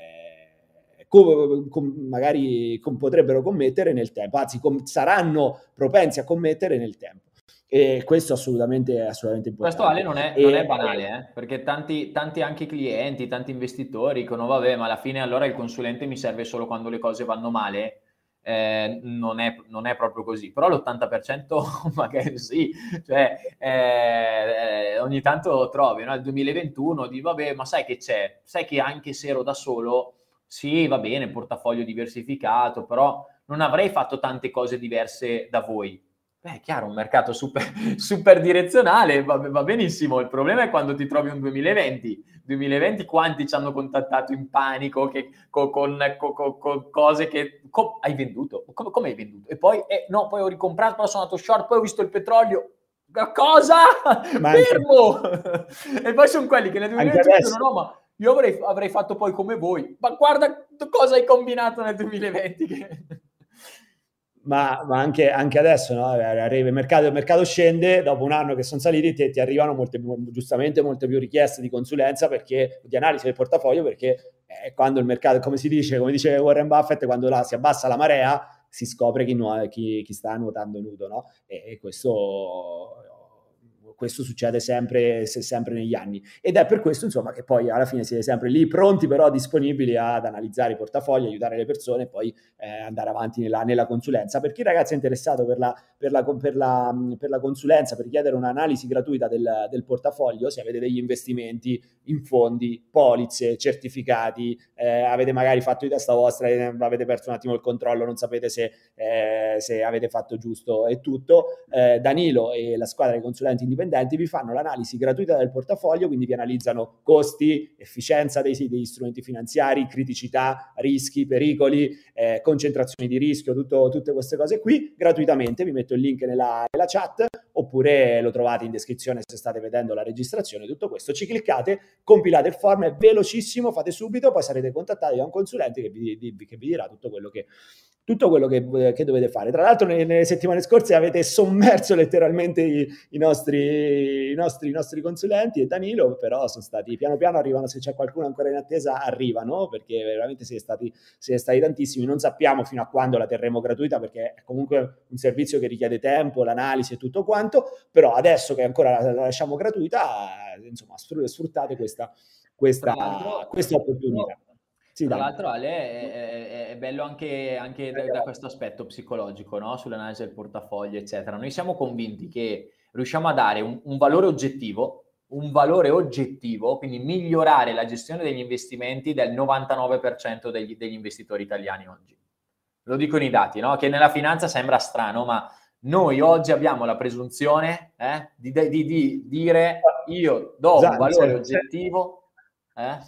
[SPEAKER 2] com, com, magari com, potrebbero commettere nel tempo, anzi com, saranno propensi a commettere nel tempo. E questo assolutamente, assolutamente importante.
[SPEAKER 3] Questo Ale non è, non è banale, eh? Perché tanti, tanti anche clienti, tanti investitori dicono vabbè, ma alla fine allora il consulente mi serve solo quando le cose vanno male. Eh, non, è, non è proprio così, però l'ottanta per cento magari sì, cioè eh, ogni tanto trovi, no? Il duemilaventuno di vabbè, ma sai che c'è, sai che anche se ero da solo, sì, va bene, portafoglio diversificato, però non avrei fatto tante cose diverse da voi. Beh, è chiaro, un mercato super, super direzionale, va, va benissimo. Il problema è quando ti trovi un duemilaventi. duemilaventi quanti ci hanno contattato in panico che, con, con, con, con cose che... Com, hai venduto? Come, come hai venduto? E poi, eh, no, poi ho ricomprato, poi sono andato short, poi ho visto il petrolio. Cosa?
[SPEAKER 2] Ma
[SPEAKER 3] Fermo! Anche... e poi sono quelli che nel duemilaventi dicono, no, ma io avrei, avrei fatto poi come voi. Ma guarda cosa hai combinato nel duemilaventi che...
[SPEAKER 2] Ma, ma anche, anche adesso, no? Arriva il mercato, il mercato scende, dopo un anno che sono saliti ti, ti arrivano molte, giustamente molte più richieste di consulenza, perché di analisi del portafoglio, perché eh, quando il mercato, come si dice, come dice Warren Buffett, quando la, si abbassa la marea si scopre chi, nu- chi, chi sta nuotando nudo, no? E, e questo... questo succede sempre, sempre negli anni, ed è per questo insomma che poi alla fine siete sempre lì pronti però disponibili ad analizzare i portafogli, aiutare le persone e poi eh, andare avanti nella, nella consulenza. Per chi ragazzi è interessato per la, per, la, per, la, per la consulenza, per chiedere un'analisi gratuita del, del portafoglio, se avete degli investimenti in fondi, polizze, certificati, eh, avete magari fatto di testa vostra e avete perso un attimo il controllo, non sapete se, eh, se avete fatto giusto e tutto, eh, Danilo e la squadra di consulenti indipendenti vi fanno l'analisi gratuita del portafoglio, quindi vi analizzano costi, efficienza dei, degli strumenti finanziari, criticità, rischi, pericoli, eh, concentrazioni di rischio, tutto, tutte queste cose qui gratuitamente. Vi metto il link nella, nella chat, oppure lo trovate in descrizione se state vedendo la registrazione. Tutto questo, ci cliccate, compilate il form, è velocissimo, fate subito, poi sarete contattati da un consulente che vi, di, che vi dirà tutto quello che tutto quello che, che dovete fare. Tra l'altro nelle, nelle settimane scorse avete sommerso letteralmente i, i, nostri, i, nostri, i nostri consulenti e Danilo, però sono stati, piano piano arrivano, se c'è qualcuno ancora in attesa arrivano, perché veramente siete stati, siete stati tantissimi. Non sappiamo fino a quando la terremo gratuita, perché è comunque un servizio che richiede tempo, l'analisi e tutto quanto, però adesso che ancora la, la lasciamo gratuita, insomma sfruttate questa, questa, questa opportunità.
[SPEAKER 3] Sì, tra l'altro Ale è, è, è bello anche, anche da, da questo aspetto psicologico, no? Sull'analisi del portafoglio eccetera. Noi siamo convinti che riusciamo a dare un, un valore oggettivo, un valore oggettivo, quindi migliorare la gestione degli investimenti del novantanove per cento degli, degli investitori italiani oggi. Lo dicono i dati, no? Che nella finanza sembra strano, ma noi oggi abbiamo la presunzione eh, di, di, di, di dire io do un valore oggettivo... Eh?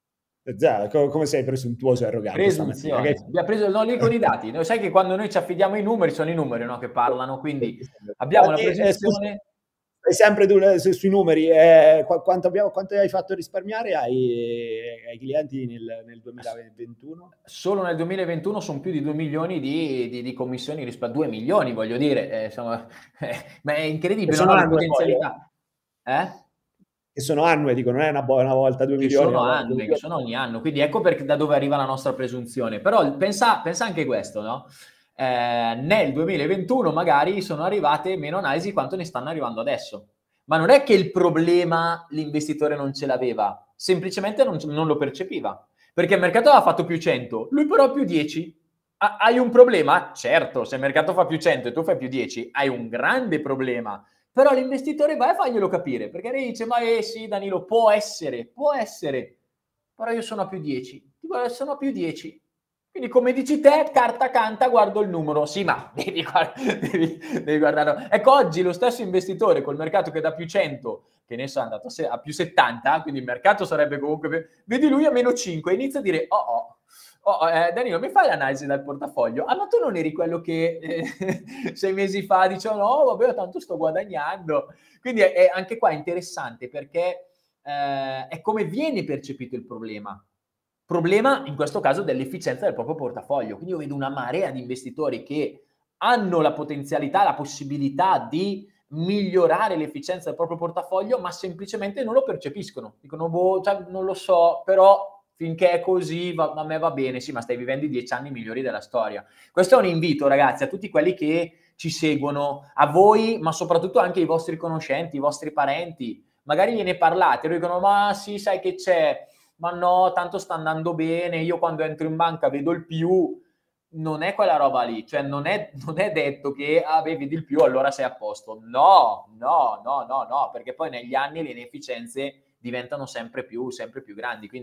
[SPEAKER 2] Zero, come sei presuntuoso e arrogante
[SPEAKER 3] stamattina? Che... abbiamo preso, non li con i dati, no, sai che quando noi ci affidiamo ai numeri sono i numeri, no, che parlano, quindi abbiamo la presunzione.
[SPEAKER 2] Sei sempre tu su, sui numeri, eh, quanto, abbiamo, quanto hai fatto risparmiare ai, ai clienti nel, nel duemilaventuno?
[SPEAKER 3] Solo nel duemilaventuno sono più di due milioni di, di, di commissioni rispetto a due milioni, voglio dire, eh, insomma, eh, ma è incredibile, no, la potenzialità. Eh?
[SPEAKER 2] Che sono annue, dico, non è una, una volta due milioni.
[SPEAKER 3] Che sono annue, che sono ogni anno, quindi ecco perché, da dove arriva la nostra presunzione. Però pensa, pensa anche questo, no? Eh, nel duemilaventuno magari sono arrivate meno analisi quanto ne stanno arrivando adesso. Ma non è che il problema l'investitore non ce l'aveva, semplicemente non, non lo percepiva. Perché il mercato aveva fatto più cento, lui però più dieci. Ah, hai un problema? Certo, se il mercato fa più cento e tu fai più dieci, hai un grande problema. Però l'investitore va e faglielo capire, perché lei dice, ma eh sì Danilo, può essere, può essere, però io sono a più dieci, dico, sono a più dieci, quindi come dici te, carta canta, guardo il numero, sì ma devi, devi, devi guardarlo. Ecco, oggi lo stesso investitore col mercato che da più cento, che ne so, è andato a più settanta, quindi il mercato sarebbe comunque, vedi lui a meno cinque, inizia a dire, oh oh, Oh, eh, Danilo, mi fai l'analisi del portafoglio? Ah, ma tu non eri quello che eh, sei mesi fa dice no, vabbè, tanto sto guadagnando. Quindi è, è anche qua interessante perché eh, è come viene percepito il problema. Problema, in questo caso, dell'efficienza del proprio portafoglio. Quindi io vedo una marea di investitori che hanno la potenzialità, la possibilità di migliorare l'efficienza del proprio portafoglio, ma semplicemente non lo percepiscono. Dicono, boh, cioè, non lo so, però... finché è così, va, a me va bene, sì, ma stai vivendo i dieci anni migliori della storia. Questo è un invito, ragazzi, a tutti quelli che ci seguono, a voi, ma soprattutto anche ai vostri conoscenti, i vostri parenti. Magari gliene parlate, loro dicono, ma sì, sai che c'è, ma no, tanto sta andando bene, io quando entro in banca vedo il più. Non è quella roba lì, cioè non è, non è detto che ah, beh, vedi il più, allora sei a posto. No, no, no, no, no, perché poi negli anni le inefficienze diventano sempre più, sempre più grandi, quindi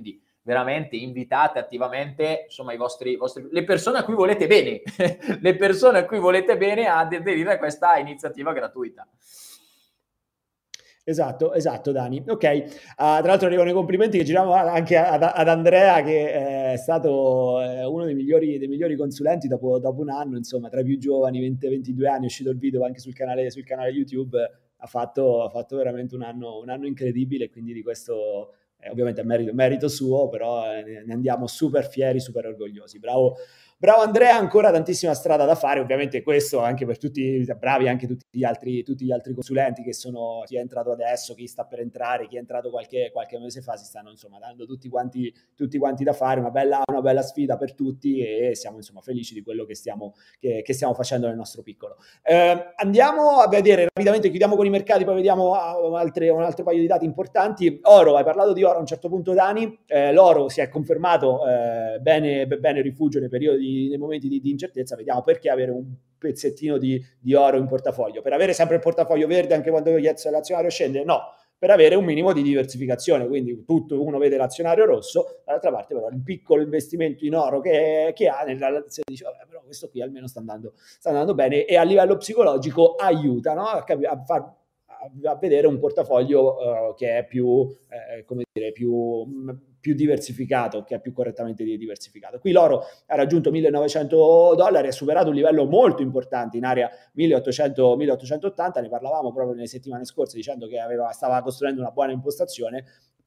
[SPEAKER 3] veramente invitate attivamente, insomma, i vostri, i vostri le persone a cui volete bene, le persone a cui volete bene ad aderire a questa iniziativa gratuita.
[SPEAKER 2] Esatto, esatto Dani. Ok, uh, tra l'altro arrivano i complimenti che giriamo anche ad, ad Andrea, che è stato eh, uno dei migliori, dei migliori consulenti dopo, dopo un anno, insomma, tra i più giovani, venti ventidue anni, è uscito il video anche sul canale, sul canale YouTube, ha fatto, ha fatto veramente un anno, un anno incredibile, quindi di questo eh, ovviamente è merito, merito suo, però eh, ne andiamo super fieri, super orgogliosi. Bravo. Bravo Andrea, ancora tantissima strada da fare, ovviamente questo anche per tutti, bravi anche tutti gli altri, tutti gli altri consulenti che sono, chi è entrato adesso, chi sta per entrare, chi è entrato qualche, qualche mese fa, si stanno insomma dando tutti quanti, tutti quanti da fare, una bella, una bella sfida per tutti e siamo insomma felici di quello che stiamo, che, che stiamo facendo nel nostro piccolo. Eh, andiamo a vedere rapidamente, chiudiamo con i mercati, poi vediamo altre, un altro paio di dati importanti. Oro, hai parlato di oro a un certo punto Dani, eh, l'oro si è confermato eh, bene, bene rifugio nei periodi nei momenti di, di incertezza. Vediamo perché avere un pezzettino di, di oro in portafoglio, per avere sempre il portafoglio verde anche quando l'azionario scende? No, per avere un minimo di diversificazione, quindi tutto uno vede l'azionario rosso, dall'altra parte però il piccolo investimento in oro che, che ha, nella, se dice vabbè, però questo qui almeno sta andando, sta andando bene e a livello psicologico aiuta, no? a, a far a vedere un portafoglio uh, che è più, eh, come dire, più, più diversificato, che è più correttamente diversificato. Qui l'oro ha raggiunto millenovecento dollari, ha superato un livello molto importante in area milleottocento milleottocentottanta, ne parlavamo proprio nelle settimane scorse dicendo che aveva, stava costruendo una buona impostazione,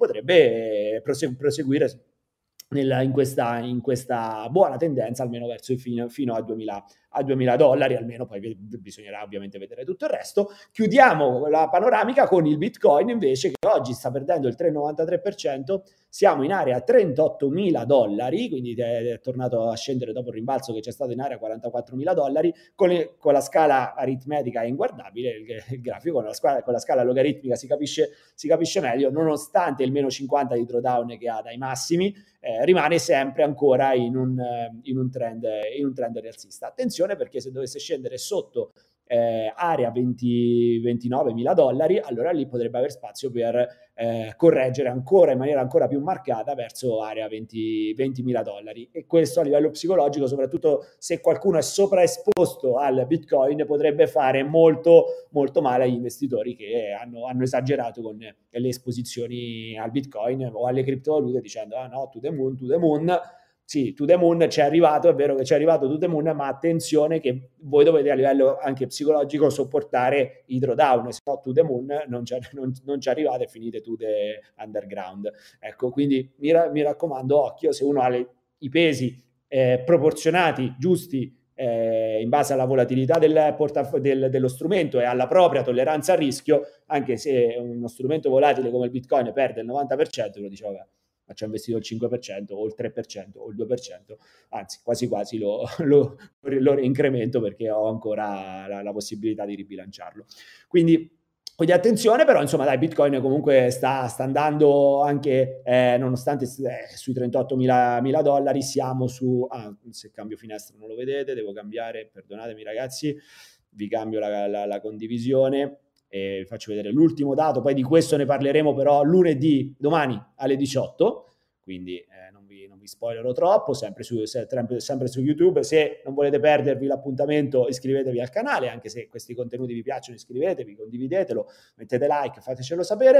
[SPEAKER 2] potrebbe prosegu- proseguire nella, in, questa, in questa buona tendenza almeno verso il fino, fino a duemila a duemila dollari, almeno poi bisognerà ovviamente vedere tutto il resto. Chiudiamo la panoramica con il Bitcoin invece, che oggi sta perdendo il tre virgola novantatré per cento, siamo in area trentottomila dollari, quindi è, è tornato a scendere dopo il rimbalzo che c'è stato in area quarantaquattromila dollari, con, le, con la scala aritmetica è inguardabile, il, il grafico, con la, scala, con la scala logaritmica si capisce, si capisce meglio, nonostante il meno cinquanta di drawdown che ha dai massimi, eh, rimane sempre ancora in un, in un trend, in un trend rialzista. Attenzione, perché se dovesse scendere sotto eh, area venti ventinovemila dollari, allora lì potrebbe aver spazio per eh, correggere ancora in maniera ancora più marcata verso area venti ventimila dollari, e questo a livello psicologico, soprattutto se qualcuno è sovraesposto al Bitcoin, potrebbe fare molto molto male agli investitori che hanno, hanno esagerato con le esposizioni al Bitcoin o alle criptovalute dicendo ah no, to the moon, to the moon. Sì, to the moon c'è arrivato, è vero che c'è arrivato to the moon, ma attenzione che voi dovete a livello anche psicologico sopportare i drawdown, se no to the moon non ci non, non arrivate e finite to the underground. Ecco, quindi mi, mi raccomando, occhio, se uno ha le, i pesi eh, proporzionati, giusti, eh, in base alla volatilità del portaf- del, dello strumento e alla propria tolleranza al rischio, anche se uno strumento volatile come il Bitcoin perde il novanta per cento, lo dicevo, ma ci ho investito il cinque per cento o il tre per cento o il due per cento, anzi quasi quasi lo, lo, lo incremento perché ho ancora la, la possibilità di ribilanciarlo. Quindi, quindi attenzione, però insomma dai, Bitcoin comunque sta, sta andando anche, eh, nonostante eh, sui trentottomila dollari siamo su, ah, se cambio finestra non lo vedete, devo cambiare, perdonatemi ragazzi, vi cambio la, la, la condivisione. E vi faccio vedere l'ultimo dato, poi di questo ne parleremo però lunedì, domani alle diciotto, quindi eh, non, vi, non vi spoilerò troppo, sempre su, sempre, sempre su YouTube. Se non volete perdervi l'appuntamento, iscrivetevi al canale, anche se questi contenuti vi piacciono, iscrivetevi, condividetelo, mettete like, fatecelo sapere.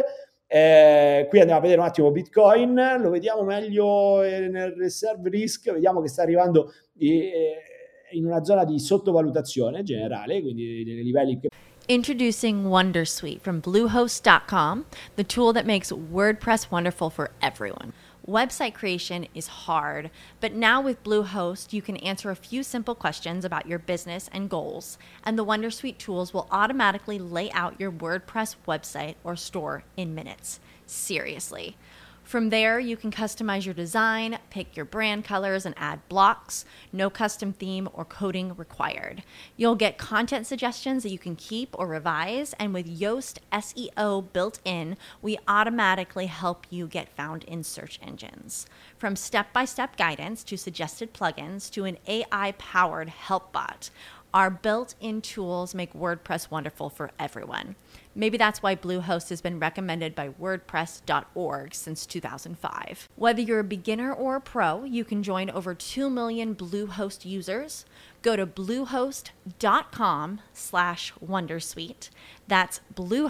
[SPEAKER 2] Eh, qui andiamo a vedere un attimo Bitcoin, lo vediamo meglio nel reserve risk, vediamo che sta arrivando eh, in una zona di sottovalutazione generale, quindi dei livelli che
[SPEAKER 4] Introducing Wondersuite from Bluehost dot com, the tool that makes WordPress wonderful for everyone. Website creation is hard, but now with Bluehost, you can answer a few simple questions about your business and goals, and the Wondersuite tools will automatically lay out your WordPress website or store in minutes. Seriously. From there, you can customize your design, pick your brand colors, and add blocks. No custom theme or coding required. You'll get content suggestions that you can keep or revise, and with Yoast S E O built in, we automatically help you get found in search engines. From step-by-step guidance to suggested plugins to an A I-powered help bot, our built-in tools make WordPress wonderful for everyone. Maybe that's why Bluehost has been recommended by WordPress dot org since two thousand five. Whether you're a beginner or a pro, you can join over two million Bluehost users. Go to bluehost.com slash wondersuite. That's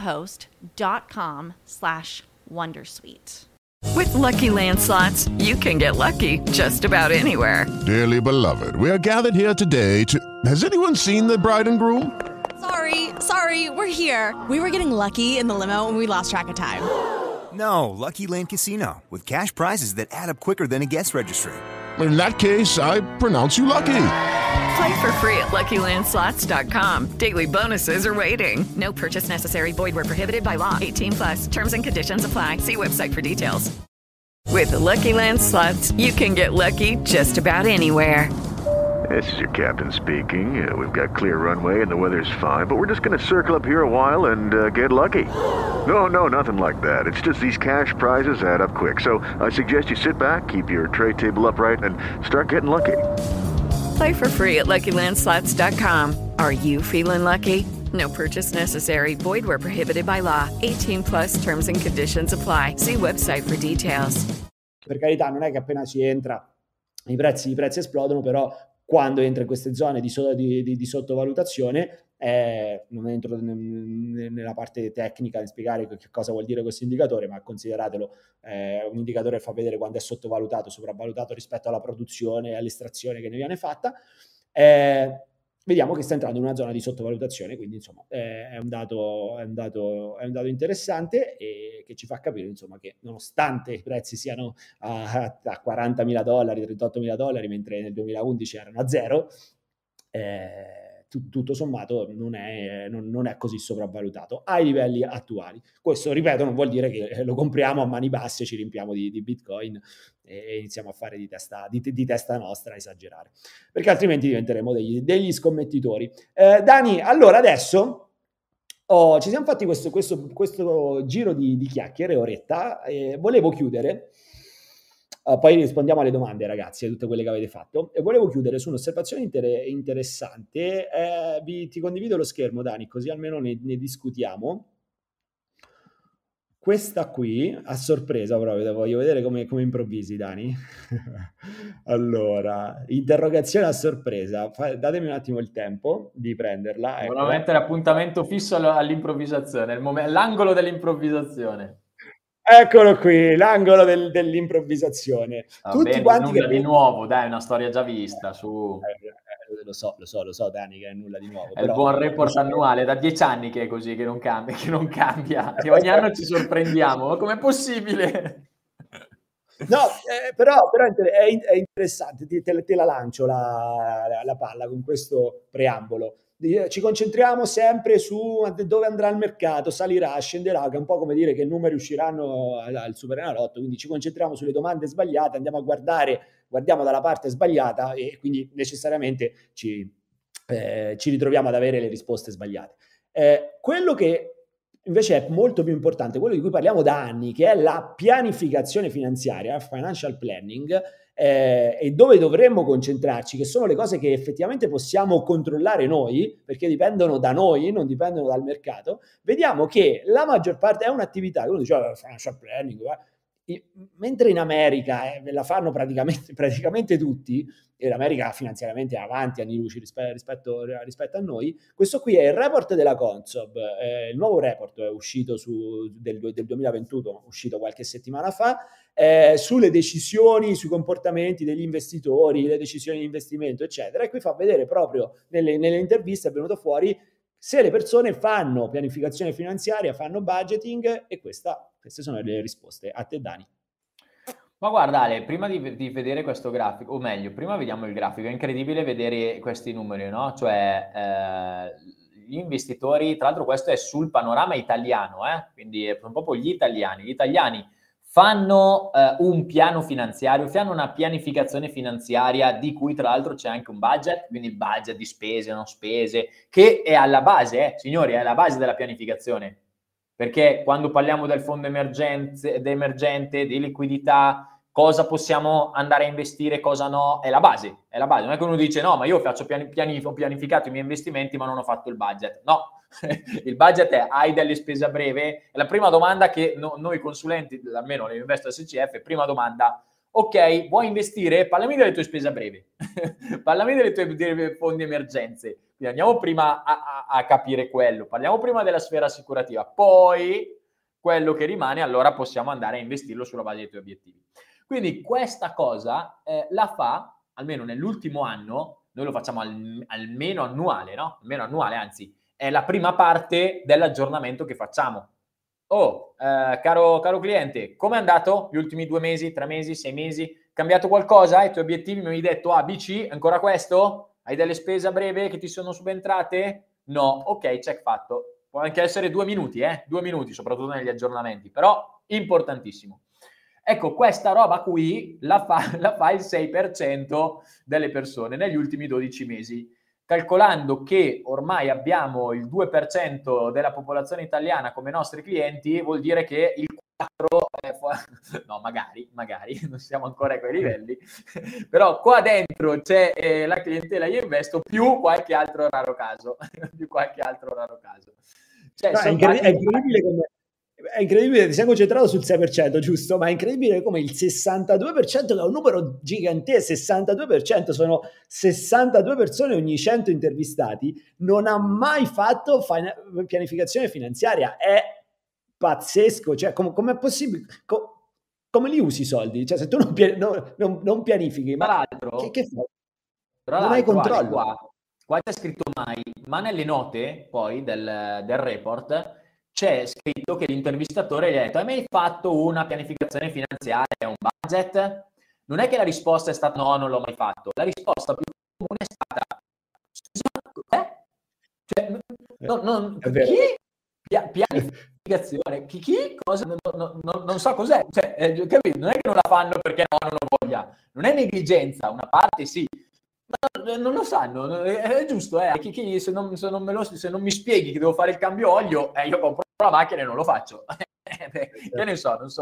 [SPEAKER 4] bluehost.com slash wondersuite.
[SPEAKER 5] With Lucky Land Slots, you can get lucky just about anywhere.
[SPEAKER 6] Dearly beloved, we are gathered here today to... Has anyone seen the bride and groom?
[SPEAKER 7] Sorry, sorry, we're here. We were getting lucky in the limo and we lost track of time.
[SPEAKER 8] No, Lucky Land Casino, with cash prizes that add up quicker than a guest registry.
[SPEAKER 6] In that case, I pronounce you lucky.
[SPEAKER 5] Play for free at lucky land slots dot com. Daily bonuses are waiting. No purchase necessary. Void where prohibited by law. eighteen plus. Terms and conditions apply. See website for details. With the Lucky Land Slots, you can get lucky just about anywhere.
[SPEAKER 9] This is your captain speaking. Uh, we've got clear runway and the weather's fine, but we're just going to circle up here a while and uh, get lucky. No, no, nothing like that. It's just these cash prizes add up quick. So I suggest you sit back, keep your tray table upright, and start getting lucky.
[SPEAKER 5] Play for free at lucky land slots dot com. Are you feeling lucky? No purchase necessary. Void where prohibited by law. eighteen plus terms and conditions apply. See website for details.
[SPEAKER 2] Per carità, non è che appena si entra i prezzi, i prezzi esplodono, però quando entra in queste zone di, so, di, di, di sottovalutazione, eh, non entro n- nella parte tecnica di spiegare che cosa vuol dire questo indicatore, ma consideratelo eh, un indicatore che fa vedere quando è sottovalutato, sopravvalutato rispetto alla produzione e all'estrazione che ne viene fatta. Eh, vediamo che sta entrando in una zona di sottovalutazione, quindi insomma eh, è, un dato, è, un dato, è un dato interessante e che ci fa capire insomma che nonostante i prezzi siano a, a quarantamila dollari, trentottomila dollari, mentre nel duemilaundici erano a zero, eh, t- tutto sommato non è, non, non è così sopravvalutato ai livelli attuali. Questo, ripeto, non vuol dire che lo compriamo a mani basse, ci riempiamo di, di Bitcoin e iniziamo a fare di testa, di, di testa nostra, a esagerare, perché altrimenti diventeremo degli, degli scommettitori. Eh, Dani, allora adesso oh, ci siamo fatti questo, questo, questo giro di, di chiacchiere, oretta, e volevo chiudere, uh, poi rispondiamo alle domande ragazzi, a tutte quelle che avete fatto, e volevo chiudere su un'osservazione inter- interessante, eh, vi, ti condivido lo schermo Dani, così almeno ne, ne discutiamo. Questa qui, a sorpresa proprio, voglio vedere come, come improvvisi, Dani. Allora, interrogazione a sorpresa. Fa, datemi un attimo il tempo di prenderla.
[SPEAKER 3] Ecco.
[SPEAKER 2] Ecco.
[SPEAKER 3] Mettere appuntamento fisso all'improvvisazione, il mom- l'angolo dell'improvvisazione.
[SPEAKER 2] Eccolo qui, l'angolo del, dell'improvvisazione.
[SPEAKER 3] Va
[SPEAKER 2] Tutti
[SPEAKER 3] bene,
[SPEAKER 2] quanti
[SPEAKER 3] nulla
[SPEAKER 2] che...
[SPEAKER 3] di nuovo, dai, una storia già vista. Su...
[SPEAKER 2] Eh, eh, lo so, lo so, lo so, Dani, che è nulla di nuovo.
[SPEAKER 3] È
[SPEAKER 2] però...
[SPEAKER 3] il buon report annuale, da dieci anni che è così, che non cambia, che non cambia. Che ogni anno ci sorprendiamo. Ma com'è possibile?
[SPEAKER 2] No, eh, però, però è, è interessante, te, te la lancio la, la, la palla con questo preambolo. Ci concentriamo sempre su dove andrà il mercato, salirà, scenderà, che è un po' come dire che numeri usciranno al, al Superenalotto, quindi ci concentriamo sulle domande sbagliate, andiamo a guardare, guardiamo dalla parte sbagliata e quindi necessariamente ci, eh, ci ritroviamo ad avere le risposte sbagliate. Eh, quello che invece è molto più importante, quello di cui parliamo da anni, che è la pianificazione finanziaria, financial planning, eh, e dove dovremmo concentrarci, che sono le cose che effettivamente possiamo controllare noi, perché dipendono da noi, non dipendono dal mercato. Vediamo che la maggior parte è un'attività, uno dice oh, financial planning, eh. mentre in America eh, la fanno praticamente, praticamente tutti, e l'America finanziariamente è avanti anni luci rispetto, rispetto, rispetto a noi. Questo qui è il report della Consob, eh, il nuovo report è uscito su, del, del duemilaventuno, uscito qualche settimana fa, eh, sulle decisioni, sui comportamenti degli investitori, le decisioni di investimento, eccetera, e qui fa vedere proprio nelle, nelle interviste è venuto fuori se le persone fanno pianificazione finanziaria, fanno budgeting, e questa, queste sono le risposte. A te Dani.
[SPEAKER 3] Ma guarda Ale, prima di, di vedere questo grafico, o meglio, prima vediamo il grafico, è incredibile vedere questi numeri, no? Cioè eh, gli investitori, tra l'altro questo è sul panorama italiano, eh? Quindi sono proprio gli italiani, gli italiani fanno eh, un piano finanziario, fanno una pianificazione finanziaria di cui tra l'altro c'è anche un budget, quindi il budget di spese, non spese, che è alla base, eh, signori, è alla base della pianificazione. Perché quando parliamo del fondo emergenze, emergente, di liquidità, cosa possiamo andare a investire, cosa no, è la base, è la base. Non è che uno dice no, ma io faccio piani, piani, ho pianificato i miei investimenti ma non ho fatto il budget. No, Il budget è: hai delle spese a breve? E la prima domanda che no, noi consulenti, almeno nell'Investo S C F, prima domanda: ok, vuoi investire? Parlami delle tue spese a breve, parlami delle tue dei fondi emergenze. Quindi andiamo prima a, a, a capire quello, parliamo prima della sfera assicurativa, poi quello che rimane allora possiamo andare a investirlo sulla base dei tuoi obiettivi. Quindi questa cosa eh, la fa, almeno nell'ultimo anno, noi lo facciamo al, almeno annuale, no? Almeno annuale, anzi, è la prima parte dell'aggiornamento che facciamo. Oh, eh, caro, caro cliente, come è andato gli ultimi due mesi, tre mesi, sei mesi? Cambiato qualcosa? I tuoi obiettivi mi hai detto A, B, C, ancora questo? Hai delle spese a breve che ti sono subentrate? No, ok, check fatto. Può anche essere due minuti, eh? Due minuti, soprattutto negli aggiornamenti, però importantissimo. Ecco, questa roba qui la fa, la fa il sei per cento delle persone negli ultimi dodici mesi. Calcolando che ormai abbiamo il due per cento della popolazione italiana come nostri clienti, vuol dire che il quattro per cento, no, magari, magari, non siamo ancora a quei livelli, però qua dentro c'è eh, la clientela Io Investo più qualche altro raro caso, più qualche altro raro caso. Cioè,
[SPEAKER 2] no, è, incredi- è incredibile come... È incredibile, ti sei concentrato sul sei per cento, giusto? Ma è incredibile come il sessantadue per cento, che è un numero gigantesco, sessantadue per cento sono sessantadue persone ogni cento intervistati, non ha mai fatto fina- pianificazione finanziaria. È pazzesco, cioè com- com'è possibile? Com- come li usi i soldi? Cioè se tu non, pia- no, non, non pianifichi, ma
[SPEAKER 3] tra l'altro,
[SPEAKER 2] che, che fai?
[SPEAKER 3] Tra
[SPEAKER 2] non hai controllo.
[SPEAKER 3] Ale, qua, qua c'è scritto mai, ma nelle note poi del, del report c'è scritto che l'intervistatore gli ha detto: hai mai fatto una pianificazione finanziaria, un budget? Non è che la risposta è stata no, non l'ho mai fatto. La risposta più comune è stata scusa, eh? Cioè, no, no, chi? Pia- pianificazione? Chi? chi? Cosa? Non, non, non, non so cos'è. Cioè, eh, capito? Non è che non la fanno perché no, non lo voglia. Non è negligenza, una parte sì. Ma non lo sanno, è giusto, eh. Chi, chi, se, non, se, non me lo, se non mi spieghi che devo fare il cambio olio, eh, io compro la macchina e non lo faccio. Che ne so, non so.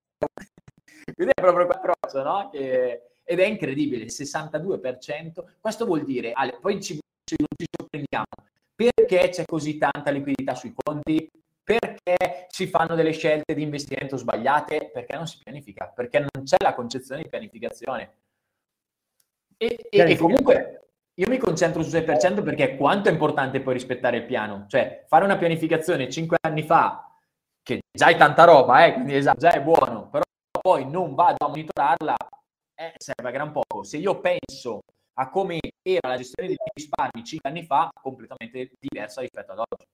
[SPEAKER 3] Quindi è proprio quell'approccio, no? Che, ed è incredibile, il sessantadue per cento. Questo vuol dire, Ale, poi ci, ci, non ci sorprendiamo, perché c'è così tanta liquidità sui conti? Perché si fanno delle scelte di investimento sbagliate? Perché non si pianifica, perché non c'è la concezione di pianificazione. E, e, e comunque io mi concentro sul sei per cento perché quanto è importante poi rispettare il piano, cioè fare una pianificazione cinque anni fa, che già è tanta roba, eh, quindi esatto, già è buono, però poi non vado a monitorarla, eh, serve a gran poco. Se io penso a come era la gestione dei risparmi cinque anni fa, completamente diversa rispetto ad oggi.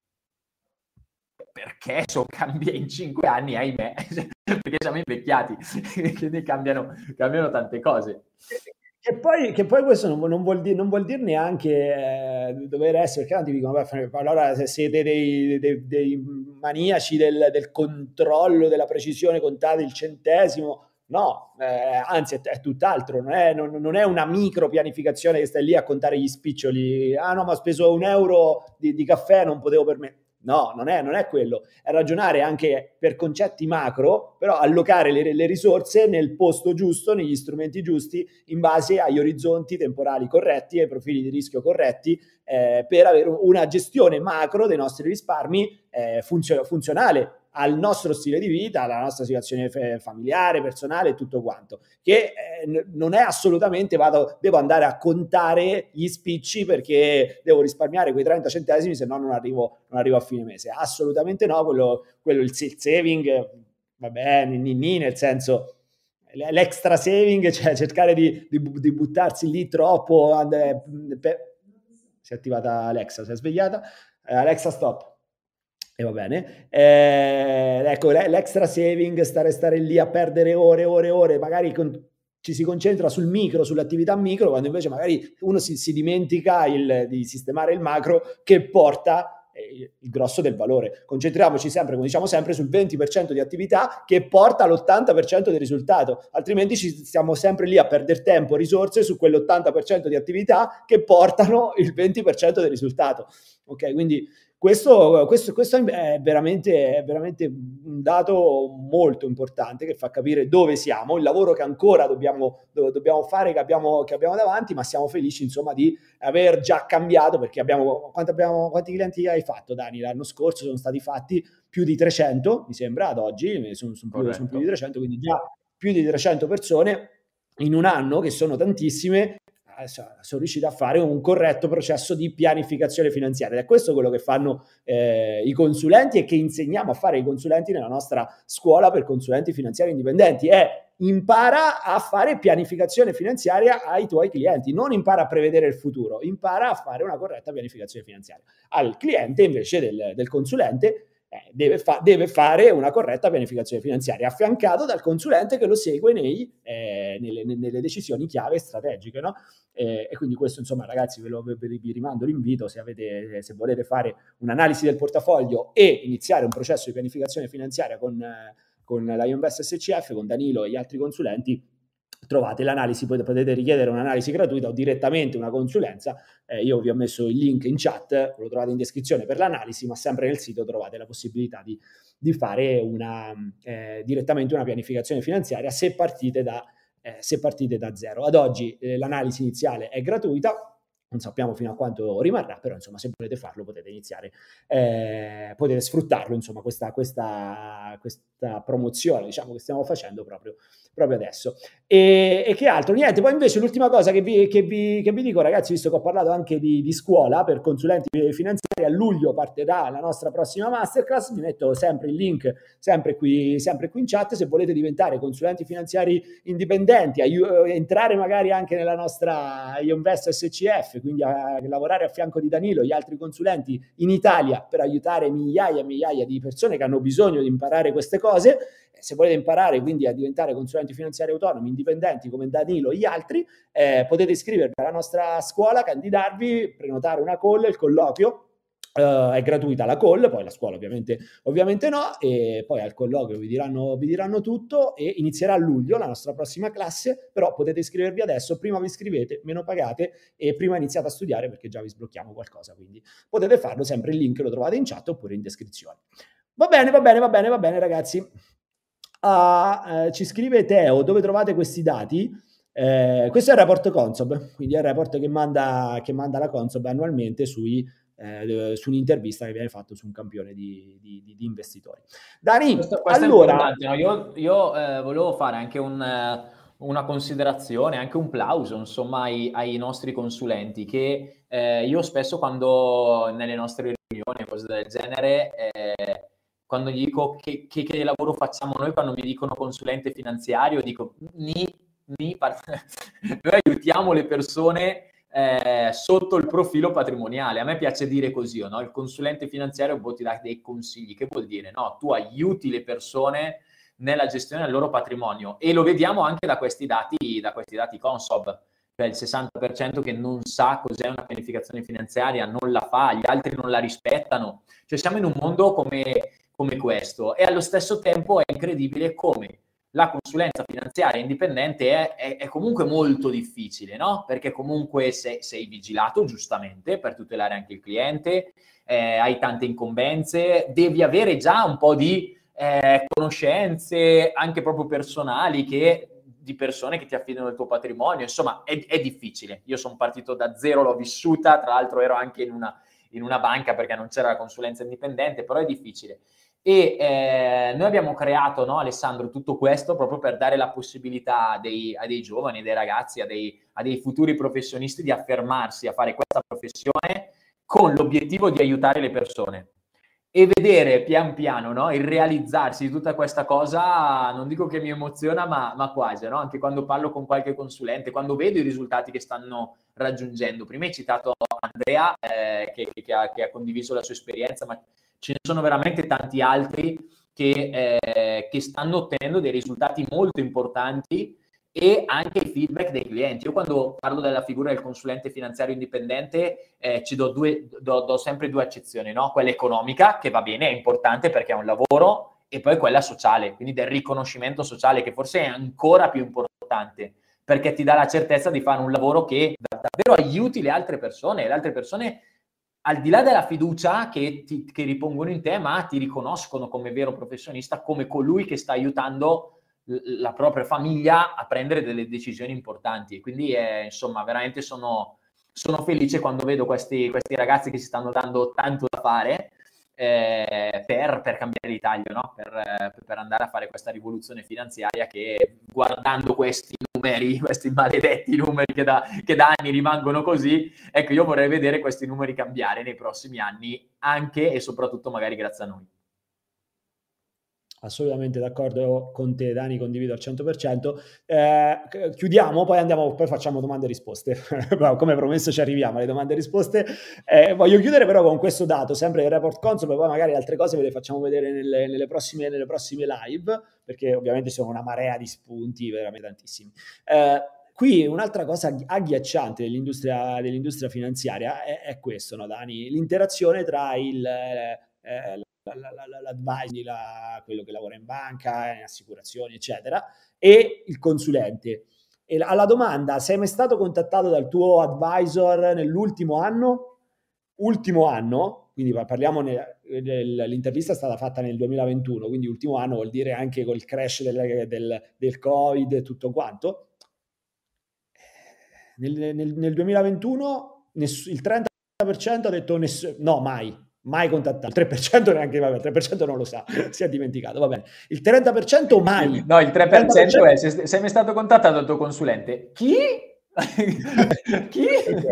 [SPEAKER 3] Perché so cambia in cinque anni, ahimè, perché siamo invecchiati, quindi cambiano, cambiano tante cose.
[SPEAKER 2] Che poi, che poi questo non, non, vuol dire, non vuol dire neanche eh, dover essere, perché ti dicono, beh, allora se siete dei, dei, dei maniaci del, del controllo, della precisione, contate il centesimo. No, eh, anzi è, è tutt'altro, non è, non, non è una micro pianificazione che stai lì a contare gli spiccioli. Ah no, ma ho speso un euro di, di caffè, non potevo permettere. No, non è, non è quello, è ragionare anche per concetti macro, però allocare le, le risorse nel posto giusto, negli strumenti giusti, in base agli orizzonti temporali corretti e ai profili di rischio corretti, eh, per avere una gestione macro dei nostri risparmi eh, funzio- funzionale al nostro stile di vita, alla nostra situazione familiare, personale e tutto quanto, che eh, n- non è assolutamente vado, devo andare a contare gli spicci perché devo risparmiare quei trenta centesimi, se no non arrivo, non arrivo a fine mese. Assolutamente no, quello, quello il saving, va bene, ninni, nel senso l'extra saving, cioè cercare di, di, di buttarsi lì troppo. And, per... Si è attivata Alexa, si è svegliata. Eh, Alexa stop. E va bene, eh, ecco, l'extra saving, stare, stare lì a perdere ore, ore, ore, magari con, ci si concentra sul micro, sull'attività micro, quando invece magari uno si, si dimentica il, di sistemare il macro che porta eh, il grosso del valore. Concentriamoci sempre, come diciamo sempre, sul venti per cento di attività che porta all'ottanta per cento del risultato, altrimenti ci stiamo sempre lì a perdere tempo, risorse su quell'ottanta per cento di attività che portano il venti per cento del risultato. Ok, quindi Questo, questo, questo è veramente, è veramente un dato molto importante che fa capire dove siamo, il lavoro che ancora dobbiamo, do, dobbiamo fare, che abbiamo, che abbiamo davanti, ma siamo felici insomma di aver già cambiato, perché abbiamo, quanti, abbiamo, quanti clienti hai fatto, Dani? L'anno scorso sono stati fatti più di trecento, mi sembra, ad oggi, sono, sono, più, sono più di trecento, quindi già più di trecento persone in un anno, che sono tantissime, sono riusciti a fare un corretto processo di pianificazione finanziaria. Ed è questo quello che fanno eh, i consulenti e che insegniamo a fare i consulenti nella nostra scuola per consulenti finanziari indipendenti. È impara a fare pianificazione finanziaria ai tuoi clienti, non impara a prevedere il futuro, impara a fare una corretta pianificazione finanziaria. Al cliente invece del, del consulente Eh, deve, fa- deve fare una corretta pianificazione finanziaria, affiancato dal consulente che lo segue nei, eh, nelle, nelle decisioni chiave strategiche, no? Eh, e quindi questo, insomma, ragazzi, ve lo, ve, vi rimando l'invito, se, avete, se volete fare un'analisi del portafoglio e iniziare un processo di pianificazione finanziaria con, eh, con la Ionvest S C F, con Danilo e gli altri consulenti, trovate l'analisi, poi potete richiedere un'analisi gratuita o direttamente una consulenza. Eh, io vi ho messo il link in chat, lo trovate in descrizione per l'analisi, ma sempre nel sito trovate la possibilità di, di fare una, eh, direttamente una pianificazione finanziaria se partite da, eh, se partite da zero. Ad oggi eh, l'analisi iniziale è gratuita, non sappiamo fino a quanto rimarrà, però insomma se volete farlo potete iniziare, eh, potete sfruttarlo, insomma questa, questa, questa promozione, diciamo, che stiamo facendo proprio, proprio adesso. E, e che altro? Niente, poi invece l'ultima cosa che vi, che vi, che vi dico, ragazzi, visto che ho parlato anche di, di scuola per consulenti finanziari, a luglio partirà la nostra prossima masterclass, vi metto sempre il link, sempre qui, sempre qui in chat, se volete diventare consulenti finanziari indipendenti, aiu- entrare magari anche nella nostra Ionvest S C F, quindi a lavorare a fianco di Danilo e gli altri consulenti in Italia per aiutare migliaia e migliaia di persone che hanno bisogno di imparare queste cose. Se volete imparare quindi a diventare consulenti finanziari autonomi, indipendenti come Danilo e gli altri, eh, potete iscrivervi alla nostra scuola, candidarvi, prenotare una call, il colloquio. Uh, è gratuita la call, poi la scuola ovviamente, ovviamente no, e poi al colloquio vi diranno, vi diranno tutto, e inizierà a luglio la nostra prossima classe, però potete iscrivervi adesso, prima vi iscrivete, meno pagate e prima iniziate a studiare perché già vi sblocchiamo qualcosa, quindi potete farlo, sempre il link lo trovate in chat oppure in descrizione. Va bene, va bene, va bene, va bene ragazzi. Uh, eh, ci scrive Teo, dove trovate questi dati? Eh, questo è il report Consob, quindi è il report che manda, che manda la Consob annualmente sui Eh, su un'intervista che viene fatta su un campione di, di, di investitori. Dani,
[SPEAKER 3] questo, questo
[SPEAKER 2] allora...
[SPEAKER 3] è importante, no? Io, io eh, volevo fare anche un, una considerazione, anche un plauso, insomma, ai, ai nostri consulenti, che eh, io spesso quando nelle nostre riunioni, cose del genere, eh, quando gli dico che, che, che lavoro facciamo noi, quando mi dicono consulente finanziario, dico ni, ni noi aiutiamo le persone Eh, sotto il profilo patrimoniale. A me piace dire così, no? Il consulente finanziario può ti dare dei consigli. Che vuol dire? No, tu aiuti le persone nella gestione del loro patrimonio, e lo vediamo anche da questi dati, da questi dati Consob, cioè il sessanta per cento che non sa cos'è una pianificazione finanziaria, non la fa, gli altri non la rispettano. Cioè siamo in un mondo come, come questo, e allo stesso tempo è incredibile come la consulenza finanziaria indipendente è, è, è comunque molto difficile, no? Perché comunque sei, sei vigilato giustamente per tutelare anche il cliente, eh, hai tante incombenze, devi avere già un po' di eh, conoscenze anche proprio personali, che di persone che ti affidano il tuo patrimonio, insomma è, è difficile. Io sono partito da zero, l'ho vissuta, tra l'altro ero anche in una, in una banca perché non c'era la consulenza indipendente, però è difficile. E eh, noi abbiamo creato, no, Alessandro, tutto questo proprio per dare la possibilità dei, a dei giovani, dei ragazzi, a dei, a dei futuri professionisti di affermarsi a fare questa professione con l'obiettivo di aiutare le persone e vedere pian piano, no, il realizzarsi di tutta questa cosa. Non dico che mi emoziona, ma, ma quasi, no? Anche quando parlo con qualche consulente, quando vedo i risultati che stanno raggiungendo. Prima hai citato Andrea eh, che, che, ha, che ha condiviso la sua esperienza, ma ce ne sono veramente tanti altri che, eh, che stanno ottenendo dei risultati molto importanti, e anche i feedback dei clienti. Io quando parlo della figura del consulente finanziario indipendente eh, ci do, due, do, do sempre due accezioni, no? Quella economica, che va bene, è importante perché è un lavoro, e poi quella sociale, quindi del riconoscimento sociale, che forse è ancora più importante, perché ti dà la certezza di fare un lavoro che davvero aiuti le altre persone, e le altre persone al di là della fiducia che, ti, che ripongono in te, ma ti riconoscono come vero professionista, come colui che sta aiutando la propria famiglia a prendere delle decisioni importanti. E quindi eh, insomma veramente sono, sono felice quando vedo questi, questi ragazzi che si stanno dando tanto da fare eh, per, per cambiare l'Italia, no? per, eh, per andare a fare questa rivoluzione finanziaria che, guardando questi numeri, questi maledetti numeri che da, che da anni rimangono così, ecco, io vorrei vedere questi numeri cambiare nei prossimi anni, anche e soprattutto magari grazie a noi.
[SPEAKER 2] Assolutamente d'accordo con te, Dani, condivido al cento per cento. Eh, chiudiamo, poi andiamo, poi facciamo domande e risposte. Come promesso ci arriviamo alle domande e risposte. Eh, voglio chiudere però con questo dato, sempre del report Consob, poi magari altre cose ve le facciamo vedere nelle, nelle, prossime, nelle prossime live, perché ovviamente sono una marea di spunti, veramente tantissimi. Eh, qui un'altra cosa agghiacciante dell'industria, dell'industria finanziaria è, è questo, no, Dani? L'interazione tra il... Eh, l'advisor, la, quello che lavora in banca, in assicurazioni, eccetera, e il consulente. E alla domanda, sei mai stato contattato dal tuo advisor nell'ultimo anno? Ultimo anno, quindi parliamo, l'intervista è stata fatta nel duemilaventuno, quindi ultimo anno vuol dire anche col crash del, del, del Covid e tutto quanto. Nel, nel, nel duemilaventuno ness, il trenta per cento ha detto ness, no, mai. Mai contattato, il tre per cento neanche, vabbè, il tre per cento non lo sa, si è dimenticato, va bene. Il trenta per cento mai.
[SPEAKER 3] No, il tre per cento è, se sei mai stato contattato dal tuo consulente. Chi? Chi?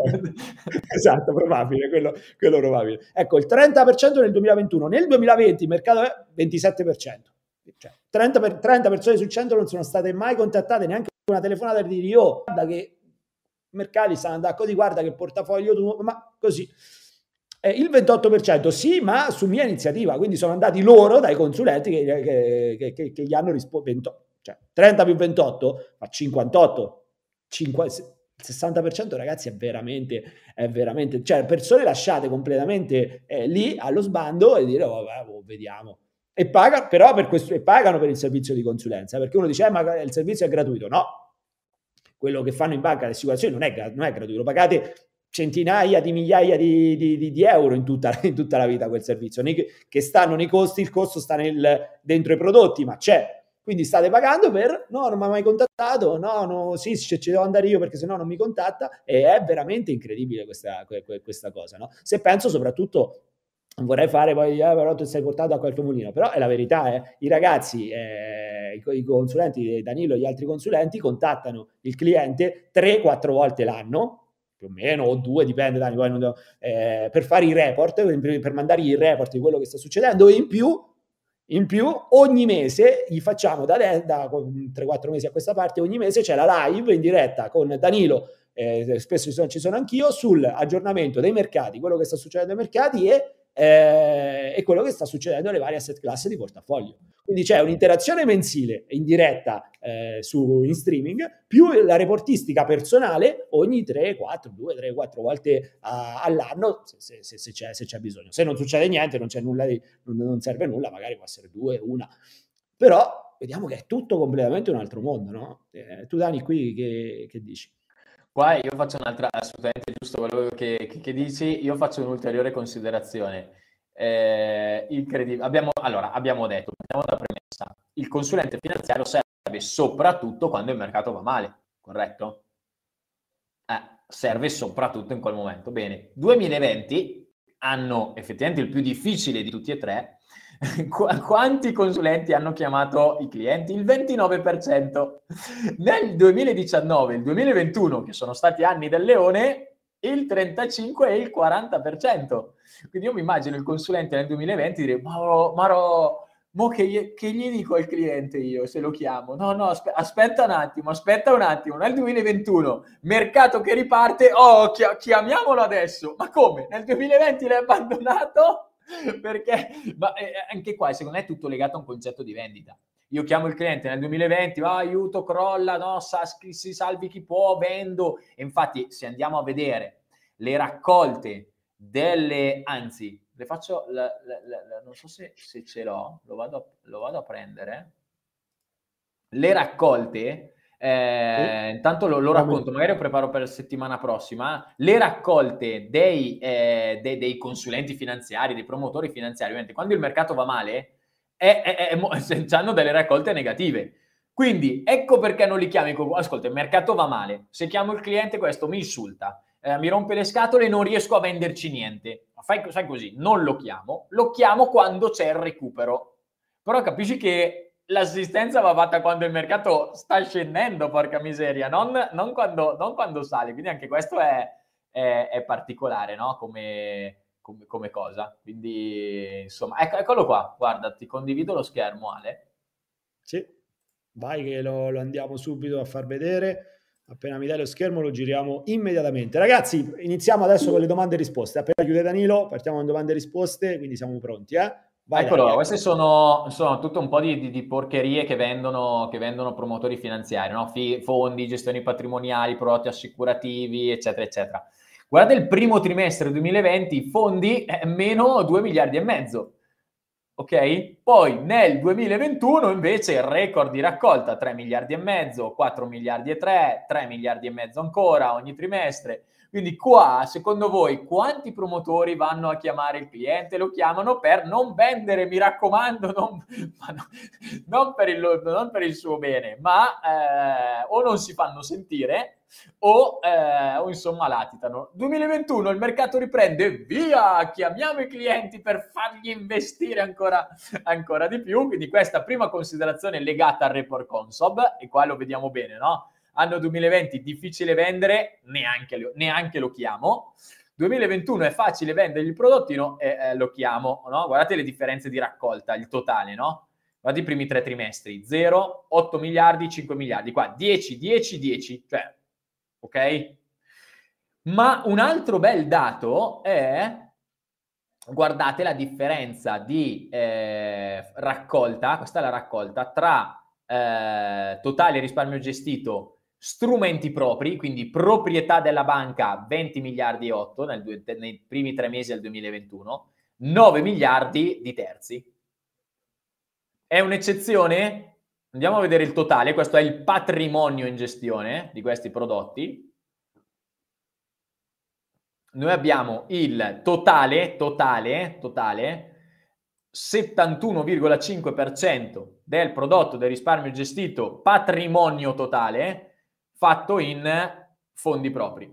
[SPEAKER 2] Esatto, probabile, quello, quello probabile. Ecco, il trenta per cento nel duemilaventuno, nel duemilaventi il mercato è ventisette per cento. Cioè, trenta, per, trenta persone su cento non sono state mai contattate, neanche una telefonata per dire, oh, guarda che i mercati stanno andando così, guarda che il portafoglio tu, ma così. Eh, il ventotto per cento sì, ma su mia iniziativa, quindi sono andati loro dai consulenti che, che, che, che, che gli hanno risposto, cioè trenta più ventotto fa cinquantotto, cinquanta, sessanta per cento ragazzi è veramente, è veramente, cioè persone lasciate completamente eh, lì allo sbando e dire oh, vabbè, oh, vediamo, e pagano però per questo, e pagano per il servizio di consulenza, perché uno dice eh, ma il servizio è gratuito, no, quello che fanno in banca le assicurazioni non è, non è gratuito, lo pagate centinaia di migliaia di, di, di euro in tutta, in tutta la vita quel servizio, che stanno nei costi, il costo sta nel, dentro i prodotti, ma c'è, quindi state pagando per, no, non mi ha mai contattato, no, no, sì, ci devo andare io perché sennò non mi contatta, e è veramente incredibile questa, questa cosa, no? Se penso soprattutto, vorrei fare poi, eh, però tu sei portato a quel tuo mulino, però è la verità, eh, i ragazzi, eh, i, i consulenti, Danilo e gli altri consulenti contattano il cliente tre quattro volte l'anno, più o meno, o due, dipende, Dani, poi non devo, eh, per fare i report, per, per mandargli il report di quello che sta succedendo, e in più, in più ogni mese gli facciamo da, da tre quattro mesi a questa parte, ogni mese c'è la live in diretta con Danilo, eh, spesso ci sono, ci sono anch'io, sull'aggiornamento dei mercati, quello che sta succedendo ai mercati e, eh, e quello che sta succedendo alle varie asset class di portafoglio. Quindi c'è un'interazione mensile in diretta eh, su, in streaming, più la reportistica personale ogni tre quattro, due, tre, quattro volte a, all'anno, se, se, se, c'è, se c'è bisogno. Se non succede niente, non c'è nulla, di, non, non serve nulla, magari può essere due, una. Però vediamo che è tutto completamente un altro mondo, no? Eh, tu, Dani, qui che, che dici?
[SPEAKER 3] Qua io faccio un'altra, assolutamente giusto quello che, che, che dici, io faccio un'ulteriore considerazione. Eh, incredibile. Abbiamo, allora, abbiamo detto, partiamo dalla premessa, il consulente finanziario serve soprattutto quando il mercato va male, corretto? Eh, serve soprattutto in quel momento. Bene, duemilaventi, anno effettivamente il più difficile di tutti e tre, Qu- quanti consulenti hanno chiamato i clienti? Il ventinove per cento. Nel duemiladiciannove e il duemilaventuno, che sono stati anni del leone, il trentacinque e il quaranta per cento. Quindi io mi immagino il consulente nel duemilaventi dire Maro, Maro mo che gli, che gli dico al cliente io se lo chiamo? No, no, aspe- aspetta un attimo, aspetta un attimo. Nel duemilaventuno, mercato che riparte, oh, chi- chiamiamolo adesso. Ma come? Nel duemilaventi l'hai abbandonato? Perché ma, eh, anche qua secondo me è tutto legato a un concetto di vendita. Io chiamo il cliente nel duemilaventi, va, oh, aiuto, crolla, no, sa, si salvi chi può, vendo. E infatti se andiamo a vedere le raccolte delle, anzi le faccio la, la, la, la, non so se, se ce l'ho, lo vado, lo vado a prendere, le raccolte Eh, intanto lo, lo racconto, magari lo preparo per la settimana prossima. Le raccolte dei, eh, dei, dei consulenti finanziari, dei promotori finanziari, ovviamente, quando il mercato va male, è, è, è, è, hanno delle raccolte negative. Quindi ecco perché non li chiami. Ascolta, il mercato va male, se chiamo il cliente questo mi insulta, eh, mi rompe le scatole e non riesco a venderci niente. Fai, fai così, non lo chiamo, lo chiamo quando c'è il recupero. Però capisci che l'assistenza va fatta quando il mercato sta scendendo, porca miseria, non, non, quando, non quando sale. Quindi anche questo è, è, è particolare, no? Come, come, come cosa. Quindi, insomma, ecco, eccolo qua. Guarda, ti condivido lo schermo, Ale.
[SPEAKER 2] Sì, vai che lo, lo andiamo subito a far vedere. Appena mi dai lo schermo lo giriamo immediatamente. Ragazzi, iniziamo adesso con le domande e risposte. Appena chiude Danilo, partiamo con domande e risposte, quindi siamo pronti, eh? Vai,
[SPEAKER 3] Eccolo,
[SPEAKER 2] dai,
[SPEAKER 3] queste sono, sono tutto un po' di, di, di porcherie che vendono, che vendono promotori finanziari, no? Fi, fondi, gestioni patrimoniali, prodotti assicurativi, eccetera, eccetera. Guarda il primo trimestre duemilaventi, fondi eh, meno due miliardi e mezzo, ok? Poi nel duemilaventuno invece il record di raccolta tre miliardi e mezzo, quattro miliardi e tre, tre miliardi e mezzo ancora ogni trimestre. Quindi qua, secondo voi, quanti promotori vanno a chiamare il cliente? Lo chiamano per non vendere, mi raccomando, non, ma no, non, per, il, non per il suo bene, ma eh, o non si fanno sentire o, eh, o insomma latitano. duemilaventuno il mercato riprende, via, chiamiamo i clienti per fargli investire ancora, ancora di più. Quindi questa prima considerazione legata al report Consob, e qua lo vediamo bene, no? Anno duemilaventi difficile vendere, neanche lo, neanche lo chiamo. duemilaventuno è facile vendere il prodottino e eh, lo chiamo, no? Guardate le differenze di raccolta, il totale, no? Guardate i primi tre trimestri, zero, otto miliardi, cinque miliardi, qua dieci, dieci, dieci, cioè, ok? Ma un altro bel dato è, guardate la differenza di eh, raccolta, questa è la raccolta, tra eh, totale risparmio gestito, strumenti propri, quindi proprietà della banca venti miliardi e otto nel, nei primi tre mesi del duemilaventuno, nove miliardi di terzi. È un'eccezione? Andiamo a vedere il totale, questo è il patrimonio in gestione di questi prodotti. Noi abbiamo il totale, totale, totale, settantuno virgola cinque per cento del prodotto del risparmio gestito, patrimonio totale, fatto in fondi propri.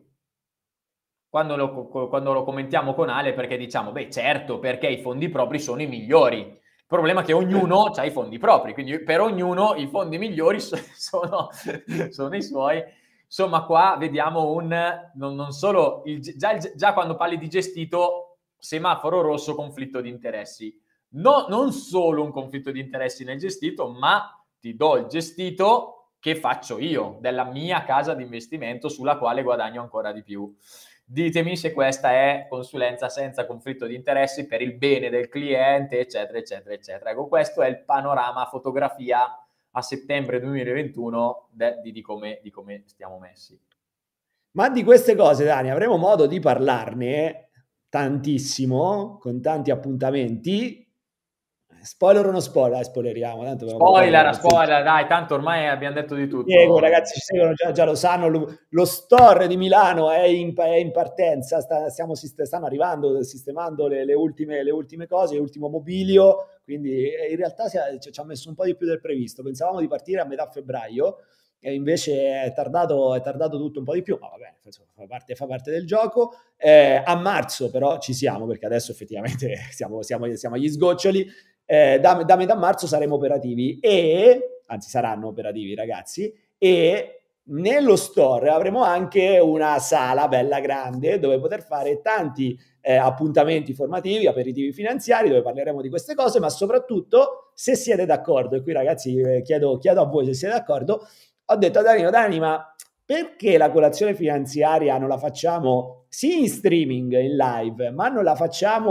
[SPEAKER 3] Quando lo, quando lo commentiamo con Ale, perché diciamo, beh certo, perché i fondi propri sono i migliori. Il problema è che ognuno ha i fondi propri, quindi per ognuno i fondi migliori sono, sono i suoi. Insomma, qua vediamo un, non, non solo, il, già, già quando parli di gestito, semaforo rosso, conflitto di interessi. No, non solo un conflitto di interessi nel gestito, ma ti do il gestito che faccio io, della mia casa di investimento sulla quale guadagno ancora di più. Ditemi se questa è consulenza senza conflitto di interessi per il bene del cliente, eccetera, eccetera, eccetera. Ecco, questo è il panorama, fotografia a settembre duemilaventuno de, di, di, come, di come stiamo messi.
[SPEAKER 2] Ma di queste cose, Dani, avremo modo di parlarne tantissimo, con tanti appuntamenti. Spoiler o non spoiler? Spoileriamo. Tanto
[SPEAKER 3] spoiler, spoiler, dai, tanto ormai abbiamo detto di tutto.
[SPEAKER 2] Diego, ragazzi, ci seguono, già, già lo sanno, lo, lo store di Milano è in, è in partenza, sta, stiamo, stanno arrivando, sistemando le, le, ultime, le ultime cose, l'ultimo mobilio, quindi in realtà si è, ci ha messo un po' di più del previsto. Pensavamo di partire a metà febbraio, e invece è tardato, è tardato tutto un po' di più, ma va bene, fa parte, fa parte del gioco. Eh, a marzo però ci siamo, perché adesso effettivamente siamo, siamo, siamo agli sgoccioli. Eh, da, da metà marzo saremo operativi e, anzi saranno operativi ragazzi, e nello store avremo anche una sala bella grande dove poter fare tanti eh, appuntamenti formativi, aperitivi finanziari, dove parleremo di queste cose, ma soprattutto, se siete d'accordo, e qui ragazzi eh, chiedo, chiedo a voi se siete d'accordo, ho detto a Danilo, Dani, ma perché la colazione finanziaria non la facciamo sì in streaming, in live, ma non la facciamo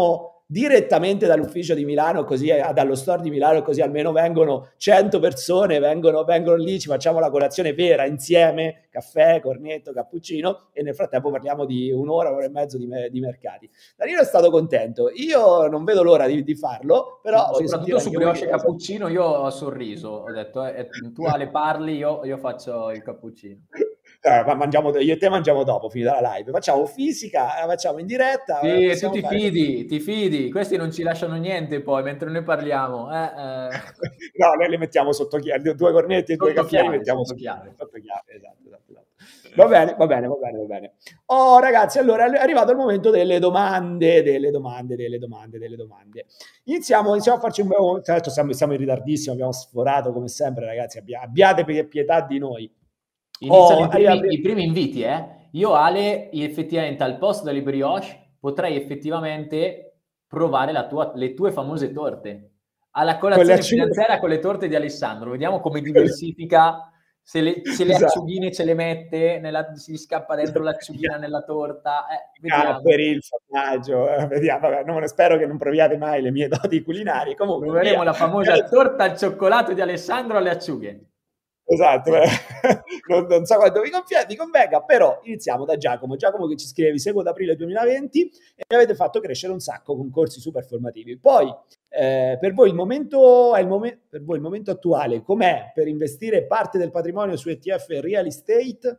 [SPEAKER 2] direttamente dall'ufficio di Milano, così eh, dallo store di Milano, così almeno vengono cento persone, vengono, vengono lì, ci facciamo la colazione vera insieme, caffè, cornetto, cappuccino, e nel frattempo parliamo di un'ora, un'ora e mezzo di, me, di mercati. Danilo è stato contento, io non vedo l'ora di, di farlo, però...
[SPEAKER 3] Soprattutto su brioche e cappuccino io ho sorriso, ho detto eh, tu Ale parli, io, io faccio il cappuccino.
[SPEAKER 2] Eh, ma mangiamo, io e te mangiamo dopo, finita la live, facciamo fisica, la facciamo in diretta.
[SPEAKER 3] Sì, e tu ti fare... fidi, ti fidi, questi non ci lasciano niente poi mentre noi parliamo. Eh, eh.
[SPEAKER 2] No, noi li mettiamo sotto chiave, due cornetti e due caffè li mettiamo sotto chiave. Sotto chiave, esatto, esatto, esatto. Va bene, va bene, va bene, va bene. Oh ragazzi, allora è arrivato il momento delle domande, delle domande, delle domande, delle domande. Iniziamo, iniziamo a farci un bel... Tra l'altro siamo, siamo in ritardissimo, abbiamo sforato come sempre, ragazzi, abbiate pietà di noi.
[SPEAKER 3] Iniziano oh, i, primi, arriva... i primi inviti, eh. Io, Ale, effettivamente al posto delle brioche potrei effettivamente provare la tua, le tue famose torte. Alla colazione finanziaria con le torte di Alessandro. Vediamo come diversifica, se le, se le esatto. acciughine ce le mette, nella, si scappa dentro l'acciughina nella torta. Eh, vediamo.
[SPEAKER 2] Per il formaggio, eh, vediamo. Vabbè, non, spero che non proviate mai le mie doti culinarie. Comunque,
[SPEAKER 3] proveremo via. La famosa torta al cioccolato di Alessandro alle acciughe.
[SPEAKER 2] Esatto, non, non so quanto vi, confia, vi convenga, però iniziamo da Giacomo. Giacomo che ci scrive: vi seguo da aprile duemilaventi e mi avete fatto crescere un sacco con corsi super formativi. Poi eh, per voi il momento è il momento per voi il momento attuale com'è per investire parte del patrimonio su E T F real estate?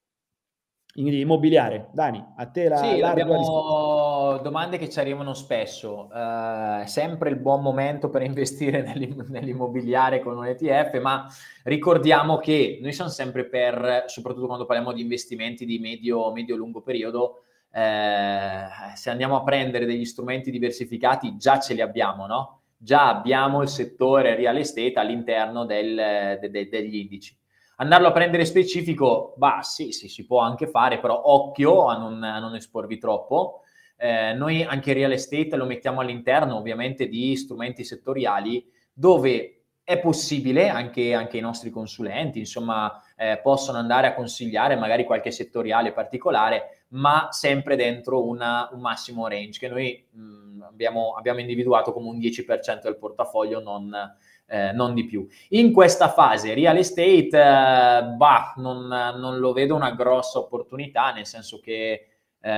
[SPEAKER 2] Immobiliare. Dani, a te la
[SPEAKER 3] sì,
[SPEAKER 2] larga
[SPEAKER 3] abbiamo
[SPEAKER 2] risposta.
[SPEAKER 3] Domande che ci arrivano spesso. È uh, sempre il buon momento per investire nell'immobiliare con un E T F, ma ricordiamo che noi siamo sempre per, soprattutto quando parliamo di investimenti di medio, medio-lungo periodo, eh, se andiamo a prendere degli strumenti diversificati già ce li abbiamo, no? Già abbiamo il settore real estate all'interno del, de, de, degli indici. Andarlo a prendere specifico, bah sì, sì, si può anche fare, però occhio a non, a non esporvi troppo. Eh, noi anche real estate lo mettiamo all'interno ovviamente di strumenti settoriali dove è possibile, anche, anche i nostri consulenti, insomma, eh, possono andare a consigliare magari qualche settoriale particolare, ma sempre dentro una, un massimo range che noi mh, abbiamo, abbiamo individuato come un dieci per cento del portafoglio, non... Eh, non di più. In questa fase real estate eh, bah, non, non lo vedo una grossa opportunità, nel senso che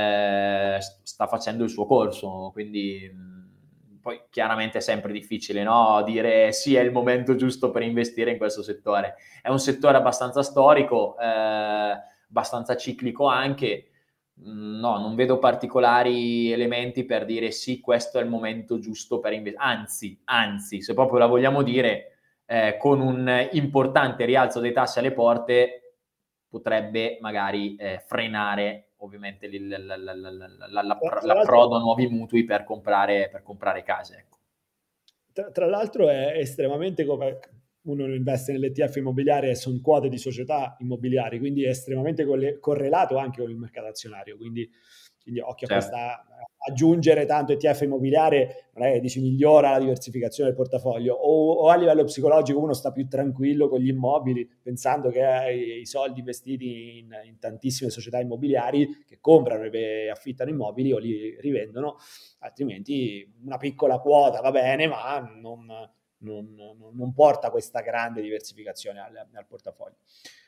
[SPEAKER 3] eh, sta facendo il suo corso, quindi mh, poi chiaramente è sempre difficile, no? Dire sì, è il momento giusto per investire in questo settore. È un settore abbastanza storico, eh, abbastanza ciclico anche. No, non vedo particolari elementi per dire sì, questo è il momento giusto per investire. Anzi, anzi, se proprio la vogliamo dire, eh, con un importante rialzo dei tassi alle porte, potrebbe magari eh, frenare ovviamente l- l- l- l- l- l- l'approdo a nuovi mutui per comprare, per comprare case. Ecco.
[SPEAKER 2] Tra, tra l'altro è estremamente... come uno investe nell'E T F immobiliare e sono quote di società immobiliari, quindi è estremamente colle- correlato anche con il mercato azionario, quindi, quindi occhio certo. a questa, aggiungere tanto E T F immobiliare non è che dici migliora la diversificazione del portafoglio, o, o a livello psicologico uno sta più tranquillo con gli immobili pensando che i, i soldi investiti in, in tantissime società immobiliari che comprano e affittano immobili o li rivendono, altrimenti una piccola quota va bene, ma non... Non, non, non porta questa grande diversificazione al, al portafoglio.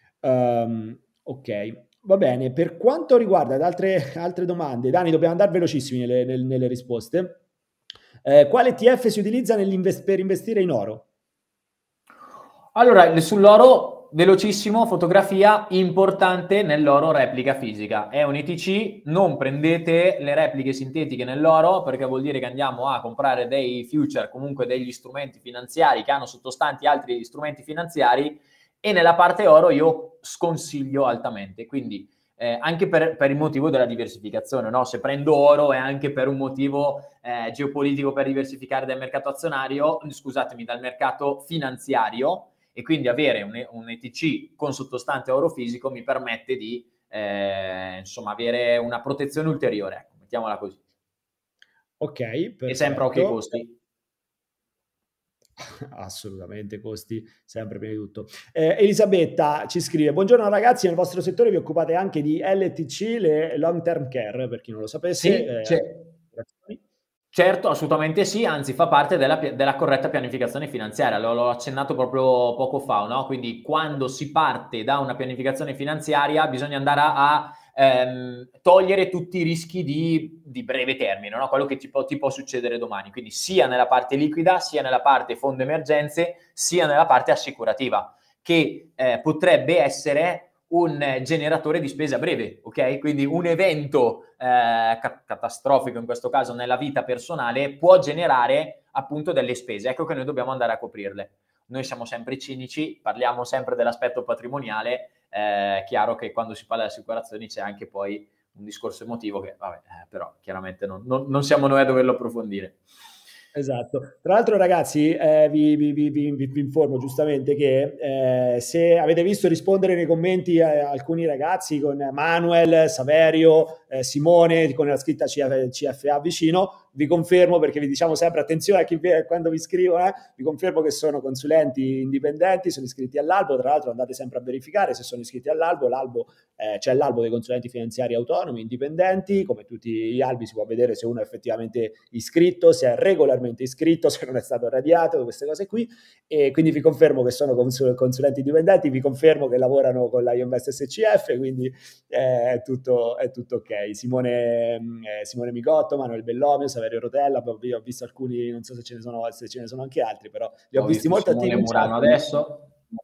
[SPEAKER 2] Um, ok, va bene. Per quanto riguarda altre, altre domande, Dani, dobbiamo andare velocissimi nelle, nelle, nelle risposte. Eh, quale E T F si utilizza per investire in oro?
[SPEAKER 3] Allora, sull'oro, velocissimo, fotografia importante nell'oro replica fisica. È un E T C, non prendete le repliche sintetiche nell'oro perché vuol dire che andiamo a comprare dei future, comunque degli strumenti finanziari che hanno sottostanti altri strumenti finanziari, e nella parte oro io sconsiglio altamente. Quindi eh, anche per, per il motivo della diversificazione, no? Se prendo oro è anche per un motivo eh, geopolitico, per diversificare dal mercato azionario, scusatemi, dal mercato finanziario. E quindi avere un, un E T C con sottostante oro fisico mi permette di eh, insomma avere una protezione ulteriore, ecco, mettiamola così.
[SPEAKER 2] Ok, perfetto.
[SPEAKER 3] E sempre occhio ai costi.
[SPEAKER 2] Assolutamente, costi sempre prima di tutto. Eh, Elisabetta ci scrive: buongiorno ragazzi, nel vostro settore vi occupate anche di L T C, le long term care, per chi non lo sapesse.
[SPEAKER 3] Sì,
[SPEAKER 2] eh,
[SPEAKER 3] c'è. Certo, assolutamente sì, anzi fa parte della, della corretta pianificazione finanziaria, l'ho, l'ho accennato proprio poco fa, no? Quindi quando si parte da una pianificazione finanziaria bisogna andare a, a ehm, togliere tutti i rischi di, di breve termine, no? Quello che ti può, ti può succedere domani, quindi sia nella parte liquida, sia nella parte fondo emergenze, sia nella parte assicurativa, che eh, potrebbe essere un generatore di spesa a breve, ok? Quindi un evento eh, ca- catastrofico in questo caso nella vita personale può generare appunto delle spese, ecco che noi dobbiamo andare a coprirle. Noi siamo sempre cinici, parliamo sempre dell'aspetto patrimoniale, è eh, chiaro che quando si parla di assicurazioni c'è anche poi un discorso emotivo che, vabbè, eh, però chiaramente non, non, non siamo noi a doverlo approfondire.
[SPEAKER 2] Esatto. Tra l'altro, ragazzi, eh, vi, vi, vi, vi, vi informo giustamente che eh, se avete visto rispondere nei commenti a, a alcuni ragazzi con Manuel, Saverio, eh, Simone, con la scritta C F, C F A vicino, vi confermo, perché vi diciamo sempre attenzione a chi vi, quando vi scrivono, eh, vi confermo che sono consulenti indipendenti, sono iscritti all'albo. Tra l'altro andate sempre a verificare se sono iscritti all'albo. L'albo eh, c'è l'albo dei consulenti finanziari autonomi indipendenti, come tutti gli albi si può vedere se uno è effettivamente iscritto, se è regolarmente iscritto, se non è stato radiato, queste cose qui. E quindi vi confermo che sono consul- consulenti indipendenti, vi confermo che lavorano con la Ioinvest S C F, quindi eh, è, tutto, è tutto ok. Simone, eh, Simone Migotto, Manuel Bellomio, Saverio Rotella, io ho visto alcuni, non so se ce ne sono, se ce ne sono anche altri, però li ho, ho visti molto
[SPEAKER 3] Simone
[SPEAKER 2] attivi.
[SPEAKER 3] Murano adesso.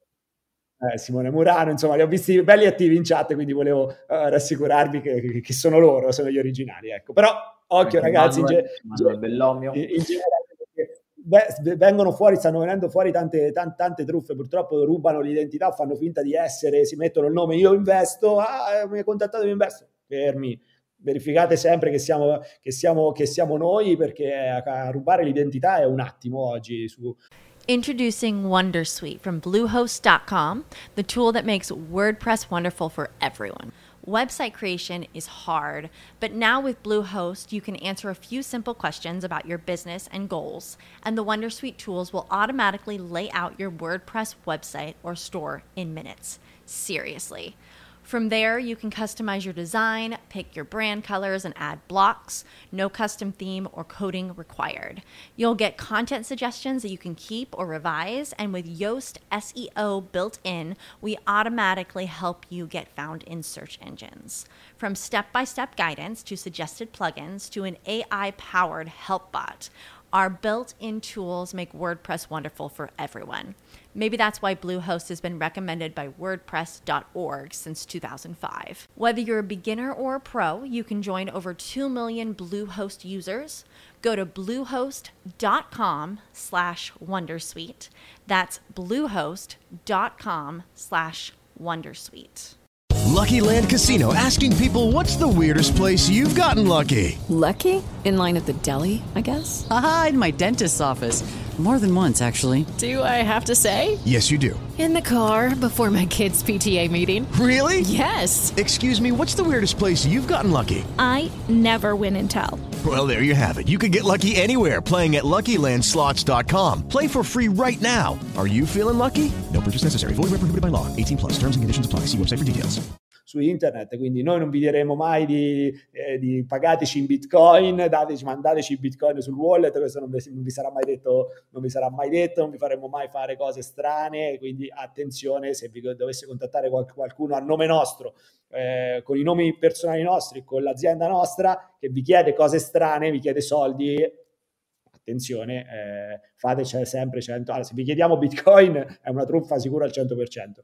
[SPEAKER 2] Eh, Simone Murano, insomma, li ho visti belli attivi in chat, quindi volevo uh, rassicurarvi che, che, che sono loro, sono gli originali, ecco. Però occhio, anche ragazzi,
[SPEAKER 3] Manuel,
[SPEAKER 2] in, ge-
[SPEAKER 3] Manuel Bellomio.
[SPEAKER 2] in, in generale, beh, vengono fuori, stanno venendo fuori tante, tante, tante truffe, purtroppo rubano l'identità, fanno finta di essere, si mettono il nome io investo, ah, mi hai contattato io investo, fermi. Verificate sempre che siamo, che siamo, che siamo noi, perché a, a rubare l'identità è un attimo oggi su...
[SPEAKER 4] Introducing Wondersuite from Bluehost dot com, the tool that makes WordPress wonderful for everyone. Website creation is hard, but now with Bluehost, you can answer a few simple questions about your business and goals, and the Wondersuite tools will automatically lay out your WordPress website or store in minutes. Seriously. From there, you can customize your design, pick your brand colors, and add blocks. No custom theme or coding required. You'll get content suggestions that you can keep or revise, and with Yoast S E O built in, we automatically help you get found in search engines. From step-by-step guidance to suggested plugins to an A I-powered help bot, our built-in tools make WordPress wonderful for everyone. Maybe that's why Bluehost has been recommended by WordPress dot org since two thousand five. Whether you're a beginner or a pro, you can join over two million Bluehost users. Go to bluehost dot com slash wondersuite. That's bluehost dot com slash wondersuite.
[SPEAKER 10] Lucky Land Casino, asking people, what's the weirdest place you've gotten lucky?
[SPEAKER 11] Lucky? In line at the deli, I guess?
[SPEAKER 12] Aha, in my dentist's office. More than once, actually.
[SPEAKER 11] Do I have to say?
[SPEAKER 10] Yes, you do.
[SPEAKER 11] In the car before my kids' P T A meeting.
[SPEAKER 10] Really?
[SPEAKER 11] Yes.
[SPEAKER 10] Excuse me, what's the weirdest place you've gotten lucky?
[SPEAKER 13] I never win and tell.
[SPEAKER 10] Well, there you have it. You can get lucky anywhere, playing at Lucky Land Slots dot com. Play for free right now. Are you feeling lucky? No purchase necessary. Void where prohibited by law. eighteen plus. Terms and conditions apply. See website for details.
[SPEAKER 2] Su internet, quindi noi non vi diremo mai di, eh, di pagateci in bitcoin, dateci, mandateci i bitcoin sul wallet, questo non vi, non vi sarà mai detto, non vi sarà mai detto, non vi faremo mai fare cose strane, quindi attenzione, se vi dovesse contattare qual- qualcuno a nome nostro, eh, con i nomi personali nostri, con l'azienda nostra, che vi chiede cose strane, vi chiede soldi, attenzione, eh, fateci sempre cento, allora, se vi chiediamo bitcoin è una truffa sicura al cento per cento,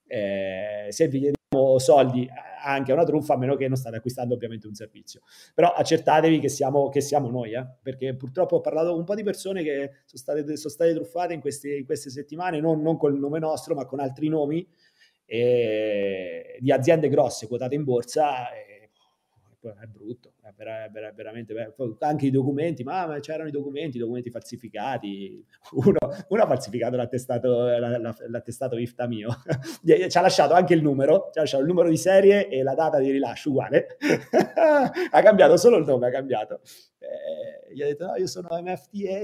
[SPEAKER 2] eh, se vi chiediamo soldi anche a una truffa, a meno che non state acquistando ovviamente un servizio, però accertatevi che siamo, che siamo noi, eh? Perché purtroppo ho parlato con un po' di persone che sono state, sono state truffate in queste, in queste settimane, non, non col nome nostro ma con altri nomi, eh, di aziende grosse quotate in borsa, e è brutto, è, vera, è, vera, è veramente bello. Anche i documenti, ma, ma c'erano i documenti, i documenti falsificati, uno, uno ha falsificato l'attestato, l'attestato I F T A mio, ci ha lasciato anche il numero, ci ha lasciato il numero di serie e la data di rilascio uguale, ha cambiato solo il nome, ha cambiato, eh, gli ha detto no, io sono M F T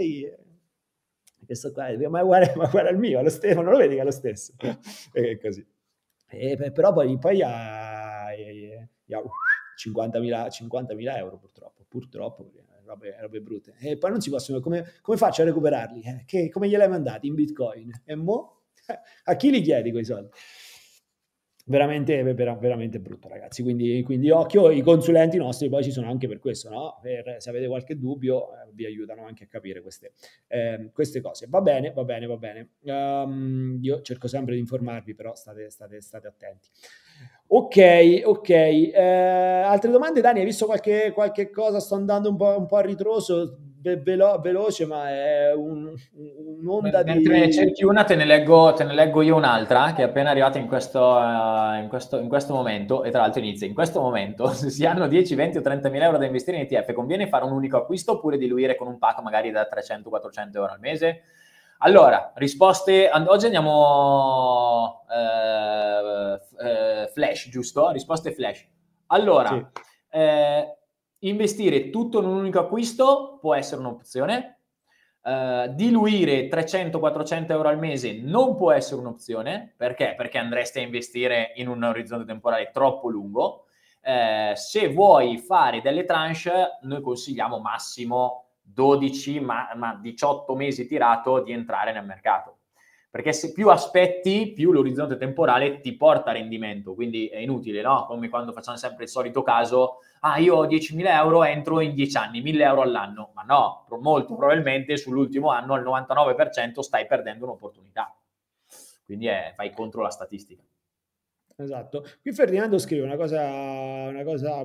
[SPEAKER 2] A, questo qua, ma guarda, ma guarda il mio, è lo stesso, non lo vedi che è lo stesso, e così, e, però poi, poi ha, ha cinquantamila euro purtroppo, purtroppo, robe, robe brutte. E poi non si possono, come, come faccio a recuperarli? Eh, che, come gliel'hai mandati? In Bitcoin? E mo? A chi li chiedi quei soldi? Veramente, veramente brutto, ragazzi. Quindi, quindi occhio, i consulenti nostri poi ci sono anche per questo, no? Per, se avete qualche dubbio, eh, vi aiutano anche a capire queste, eh, queste cose. Va bene, va bene, va bene. Um, io cerco sempre di informarvi, però state, state, state attenti. Ok, ok. Eh, altre domande, Dani? Hai visto qualche, qualche cosa? Sto andando un po', un po' a ritroso, ve- velo- veloce, ma è un, un'onda di...
[SPEAKER 3] Mentre ne cerchi una, te ne leggo, te ne leggo io un'altra che è appena arrivata in questo, uh, in questo, in questo momento, e tra l'altro inizia in questo momento. Se si hanno dieci, venti o trenta mila euro da investire in E T F, conviene fare un unico acquisto oppure diluire con un pack magari da trecento quattrocento euro al mese? Allora, risposte, oggi andiamo eh, eh, flash, giusto? Risposte flash. Allora, sì. eh, investire tutto in un unico acquisto può essere un'opzione, eh, diluire trecento quattrocento euro al mese non può essere un'opzione, perché? Perché andreste a investire in un orizzonte temporale troppo lungo. Eh, se vuoi fare delle tranche, noi consigliamo massimo dodici, ma, ma diciotto mesi tirato di entrare nel mercato, perché se più aspetti, più l'orizzonte temporale ti porta a rendimento, quindi è inutile, no? Come quando facciamo sempre il solito caso, ah, io ho diecimila euro, entro in dieci anni, mille euro all'anno, ma no, molto probabilmente sull'ultimo anno al novantanove per cento stai perdendo un'opportunità, quindi è, vai contro la statistica.
[SPEAKER 2] Esatto. Qui Ferdinando scrive una cosa, una cosa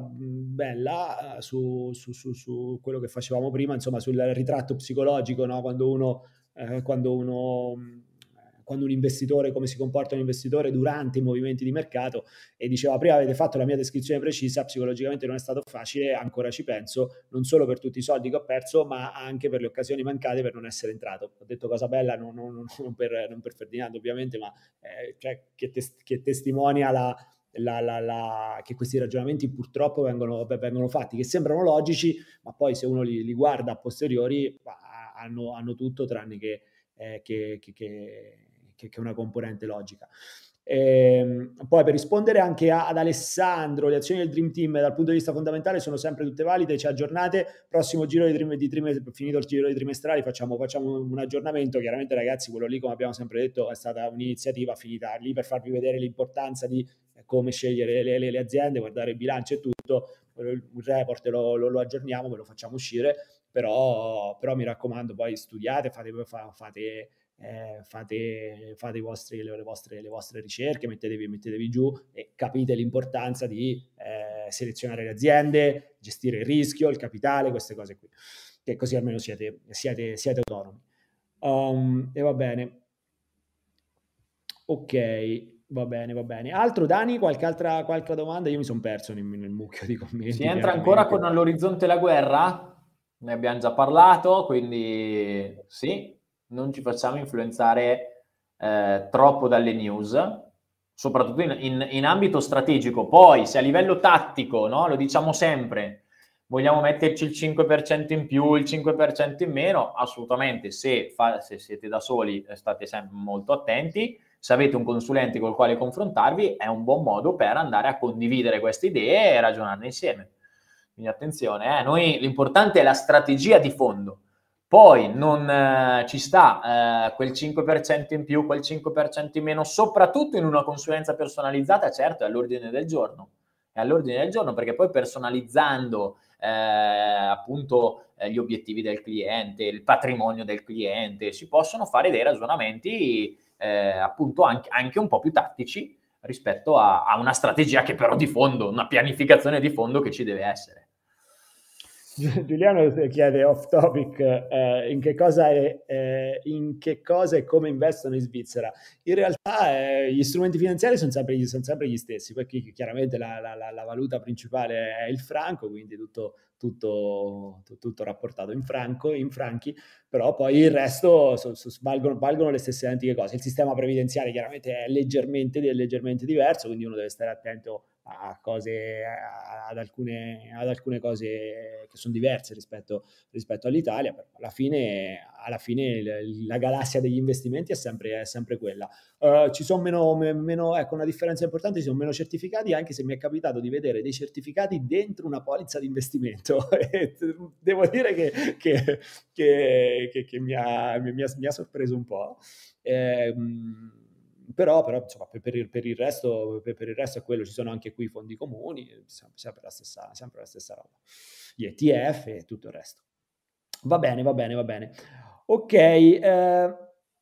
[SPEAKER 2] bella su, su, su, su quello che facevamo prima, insomma, sul ritratto psicologico, no? Quando uno, eh, quando uno, quando un investitore, come si comporta un investitore durante i movimenti di mercato, e diceva prima avete fatto la mia descrizione precisa, psicologicamente non è stato facile, ancora ci penso, non solo per tutti i soldi che ho perso, ma anche per le occasioni mancate per non essere entrato. Ho detto cosa bella, non, non, non, per, non per Ferdinando ovviamente, ma eh, cioè, che, tes- che testimonia la, la, la, la, che questi ragionamenti purtroppo vengono, vengono fatti, che sembrano logici, ma poi se uno li, li guarda a posteriori hanno, hanno tutto tranne che, eh, che, che, che che è una componente logica. E poi per rispondere anche a, ad Alessandro, le azioni del Dream Team dal punto di vista fondamentale sono sempre tutte valide, ci aggiornate, prossimo giro di, trim, di trim, finito il giro di trimestrali facciamo, facciamo un aggiornamento. Chiaramente ragazzi, quello lì, come abbiamo sempre detto, è stata un'iniziativa finita lì per farvi vedere l'importanza di come scegliere le, le, le aziende, guardare il bilancio e tutto. Il report lo, lo, lo aggiorniamo, ve lo facciamo uscire, però, però mi raccomando, poi studiate, fate, fate Eh, fate, fate i vostri, le, vostre, le vostre ricerche, mettetevi, mettetevi giù e capite l'importanza di eh, selezionare le aziende, gestire il rischio, il capitale, queste cose qui, che così almeno siete, siete, siete autonomi. Um, e va bene. Ok, va bene, va bene. Altro, Dani, qualche altra, qualche altra domanda? Io mi sono perso nel, nel mucchio di commenti.
[SPEAKER 3] Si entra ancora con l'orizzonte e la guerra? Ne abbiamo già parlato, quindi sì. Non ci facciamo influenzare eh, troppo dalle news, soprattutto in, in, in ambito strategico. Poi, se a livello tattico, no, lo diciamo sempre, vogliamo metterci il cinque per cento in più, il cinque per cento in meno, assolutamente. Se, fa, se siete da soli, state sempre molto attenti. Se avete un consulente col quale confrontarvi, è un buon modo per andare a condividere queste idee e ragionarne insieme. Quindi attenzione, eh, noi l'importante è la strategia di fondo. Poi non eh, ci sta eh, quel cinque per cento in più, quel cinque per cento in meno, soprattutto in una consulenza personalizzata, certo è all'ordine del giorno, è all'ordine del giorno perché poi personalizzando eh, appunto eh, gli obiettivi del cliente, il patrimonio del cliente, si possono fare dei ragionamenti eh, appunto anche, anche un po' più tattici rispetto a, a una strategia che però di fondo, una pianificazione di fondo che ci deve essere.
[SPEAKER 2] Giuliano chiede off topic eh, in che cosa è, eh, in che cosa e come investono in Svizzera. In realtà eh, gli strumenti finanziari sono sempre, sono sempre gli stessi, perché chiaramente la, la, la valuta principale è il franco, quindi tutto, tutto, tutto rapportato in franco, in franchi, però poi il resto so, so, valgono, valgono le stesse identiche cose. Il sistema previdenziale chiaramente è leggermente, leggermente diverso, quindi uno deve stare attento a cose, ad alcune, ad alcune cose che sono diverse rispetto, rispetto all'Italia, però alla fine, alla fine la galassia degli investimenti è sempre, è sempre quella. Uh, ci sono meno, meno, ecco, una differenza importante, ci sono meno certificati, anche se mi è capitato di vedere dei certificati dentro una polizza di investimento. E devo dire che, che, che, che, che mi, ha, mi, ha, mi ha sorpreso un po'. Eh, però, però insomma, per, il, per, il resto, per, per il resto è quello. Ci sono anche qui fondi comuni, sempre, sempre, la, stessa, sempre la stessa roba, gli E T F e tutto il resto. Va bene, va bene, va bene. Ok, eh,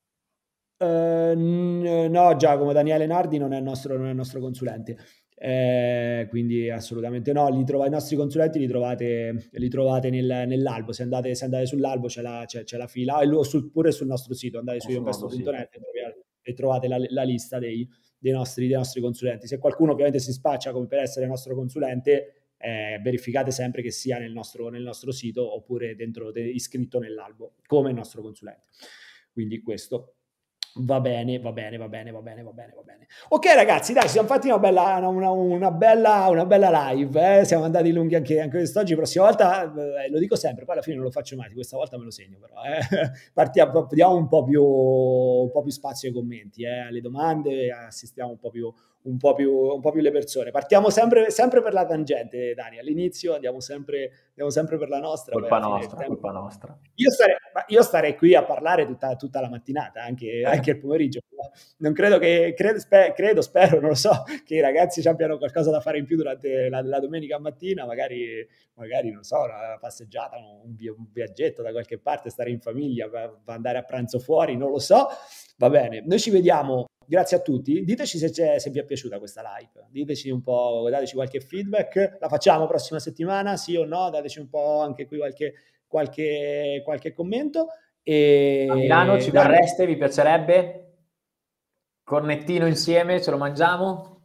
[SPEAKER 2] eh, no, Giacomo, Daniele Nardi non è il nostro, non è il nostro consulente. Eh, quindi assolutamente no, li trova, i nostri consulenti li trovate, li trovate nel, nell'albo. Se andate, se andate sull'albo c'è la, c'è, c'è la fila, e lo, sul, pure sul nostro sito, andate su ioinvesto punto net e trovate la, la lista dei, dei, nostri, dei nostri consulenti. Se qualcuno ovviamente si spaccia come per essere il nostro consulente, eh, verificate sempre che sia nel nostro, nel nostro sito oppure dentro de, iscritto nell'albo come il nostro consulente. Quindi questo va bene, va bene, va bene, va bene, va bene, va bene. Ok ragazzi, dai, ci siamo fatti una bella, una, una bella, una bella live, eh? Siamo andati lunghi anche, anche quest'oggi. Prossima volta, eh, lo dico sempre, poi alla fine non lo faccio mai, questa volta me lo segno però, eh? Partiamo, diamo un po' più, un po' più spazio ai commenti, eh? Alle domande, assistiamo un po' più, un po' più, un po' più le persone. Partiamo sempre, sempre per la tangente, Dani, all'inizio andiamo sempre, andiamo sempre per la nostra.
[SPEAKER 14] Colpa nostra, colpa nostra.
[SPEAKER 2] Io starei, io starei qui a parlare tutta, tutta la mattinata, anche, anche il pomeriggio. Non credo che, credo, sper, credo, spero, non lo so, che i ragazzi ci abbiano qualcosa da fare in più durante la, la domenica mattina, magari, magari, non so, una passeggiata, un, un viaggetto da qualche parte, stare in famiglia, andare a pranzo fuori, non lo so. Va bene, noi ci vediamo. Grazie a tutti, diteci se, c'è, se vi è piaciuta questa live, diteci un po', dateci qualche feedback, la facciamo prossima settimana, sì o no, dateci un po' anche qui qualche, qualche, qualche commento. E...
[SPEAKER 14] A Milano ci verreste, vi piacerebbe? Cornettino insieme, ce lo mangiamo?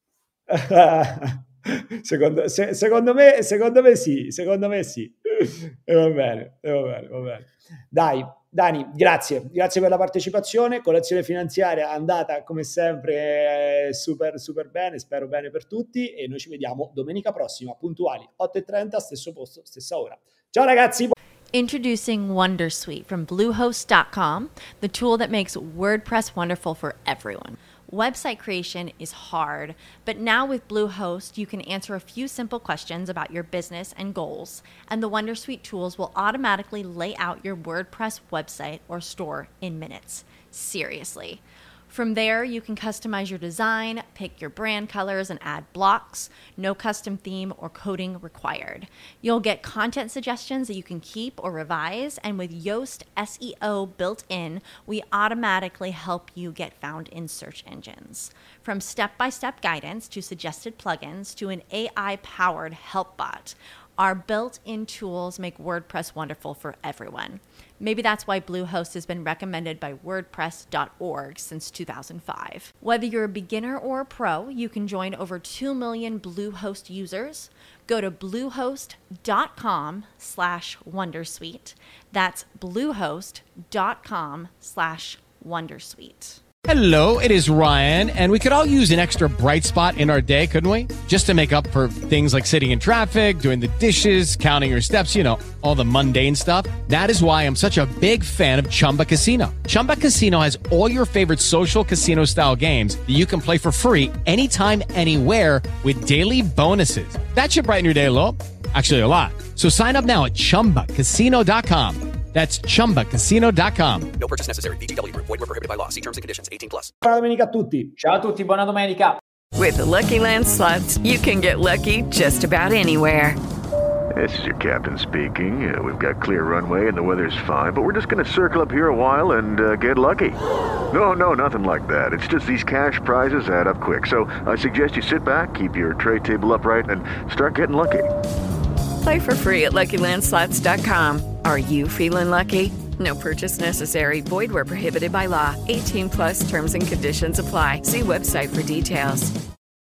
[SPEAKER 2] secondo, se, secondo me secondo me sì, secondo me sì. E va bene, e va bene, va bene. Dai, Dani, grazie, grazie per la partecipazione. Colazione finanziaria è andata come sempre super super bene, spero bene per tutti, e noi ci vediamo domenica prossima, puntuali, otto e trenta, stesso posto, stessa ora. Ciao ragazzi!
[SPEAKER 4] Introducing Wondersuite from Bluehost dot com, the tool that makes WordPress wonderful for everyone. Website creation is hard, but now with Bluehost, you can answer a few simple questions about your business and goals, and the Wondersuite tools will automatically lay out your WordPress website or store in minutes. Seriously. From there, you can customize your design, pick your brand colors, and add blocks. No custom theme or coding required. You'll get content suggestions that you can keep or revise, and with Yoast S E O built in, we automatically help you get found in search engines. From step-by-step guidance to suggested plugins to an A I-powered help bot, our built-in tools make WordPress wonderful for everyone. Maybe that's why Bluehost has been recommended by WordPress dot org since two thousand five. Whether you're a beginner or a pro, you can join over two million Bluehost users. Go to bluehost dot com slash wondersuite. That's bluehost dot com slash wondersuite.
[SPEAKER 15] Hello, it is Ryan, and we could all use an extra bright spot in our day, couldn't we? Just to make up for things like sitting in traffic, doing the dishes, counting your steps, you know, all the mundane stuff. That is why I'm such a big fan of Chumba Casino. Chumba Casino has all your favorite social casino-style games that you can play for free anytime, anywhere with daily bonuses. That should brighten your day a little. Actually, a lot. So sign up now at chumba casino dot com. That's chumba casino dot com.
[SPEAKER 16] No purchase necessary. V G W Group. Void where prohibited by law. See terms and conditions. eighteen plus.
[SPEAKER 2] Buona domenica a tutti.
[SPEAKER 14] Ciao a tutti, buona domenica.
[SPEAKER 17] With the Lucky Land Slots, you can get lucky just about anywhere.
[SPEAKER 9] This is your captain speaking. Uh, we've got clear runway and the weather's fine, but we're just going to circle up here a while and uh, get lucky. No, no, nothing like that. It's just these cash prizes add up quick. So I suggest you sit back, keep your tray table upright, and start getting lucky.
[SPEAKER 17] Play for free at Lucky Land Slots dot com. Are you feeling lucky? No purchase necessary. Void where prohibited by law. eighteen plus terms and conditions apply. See website for details.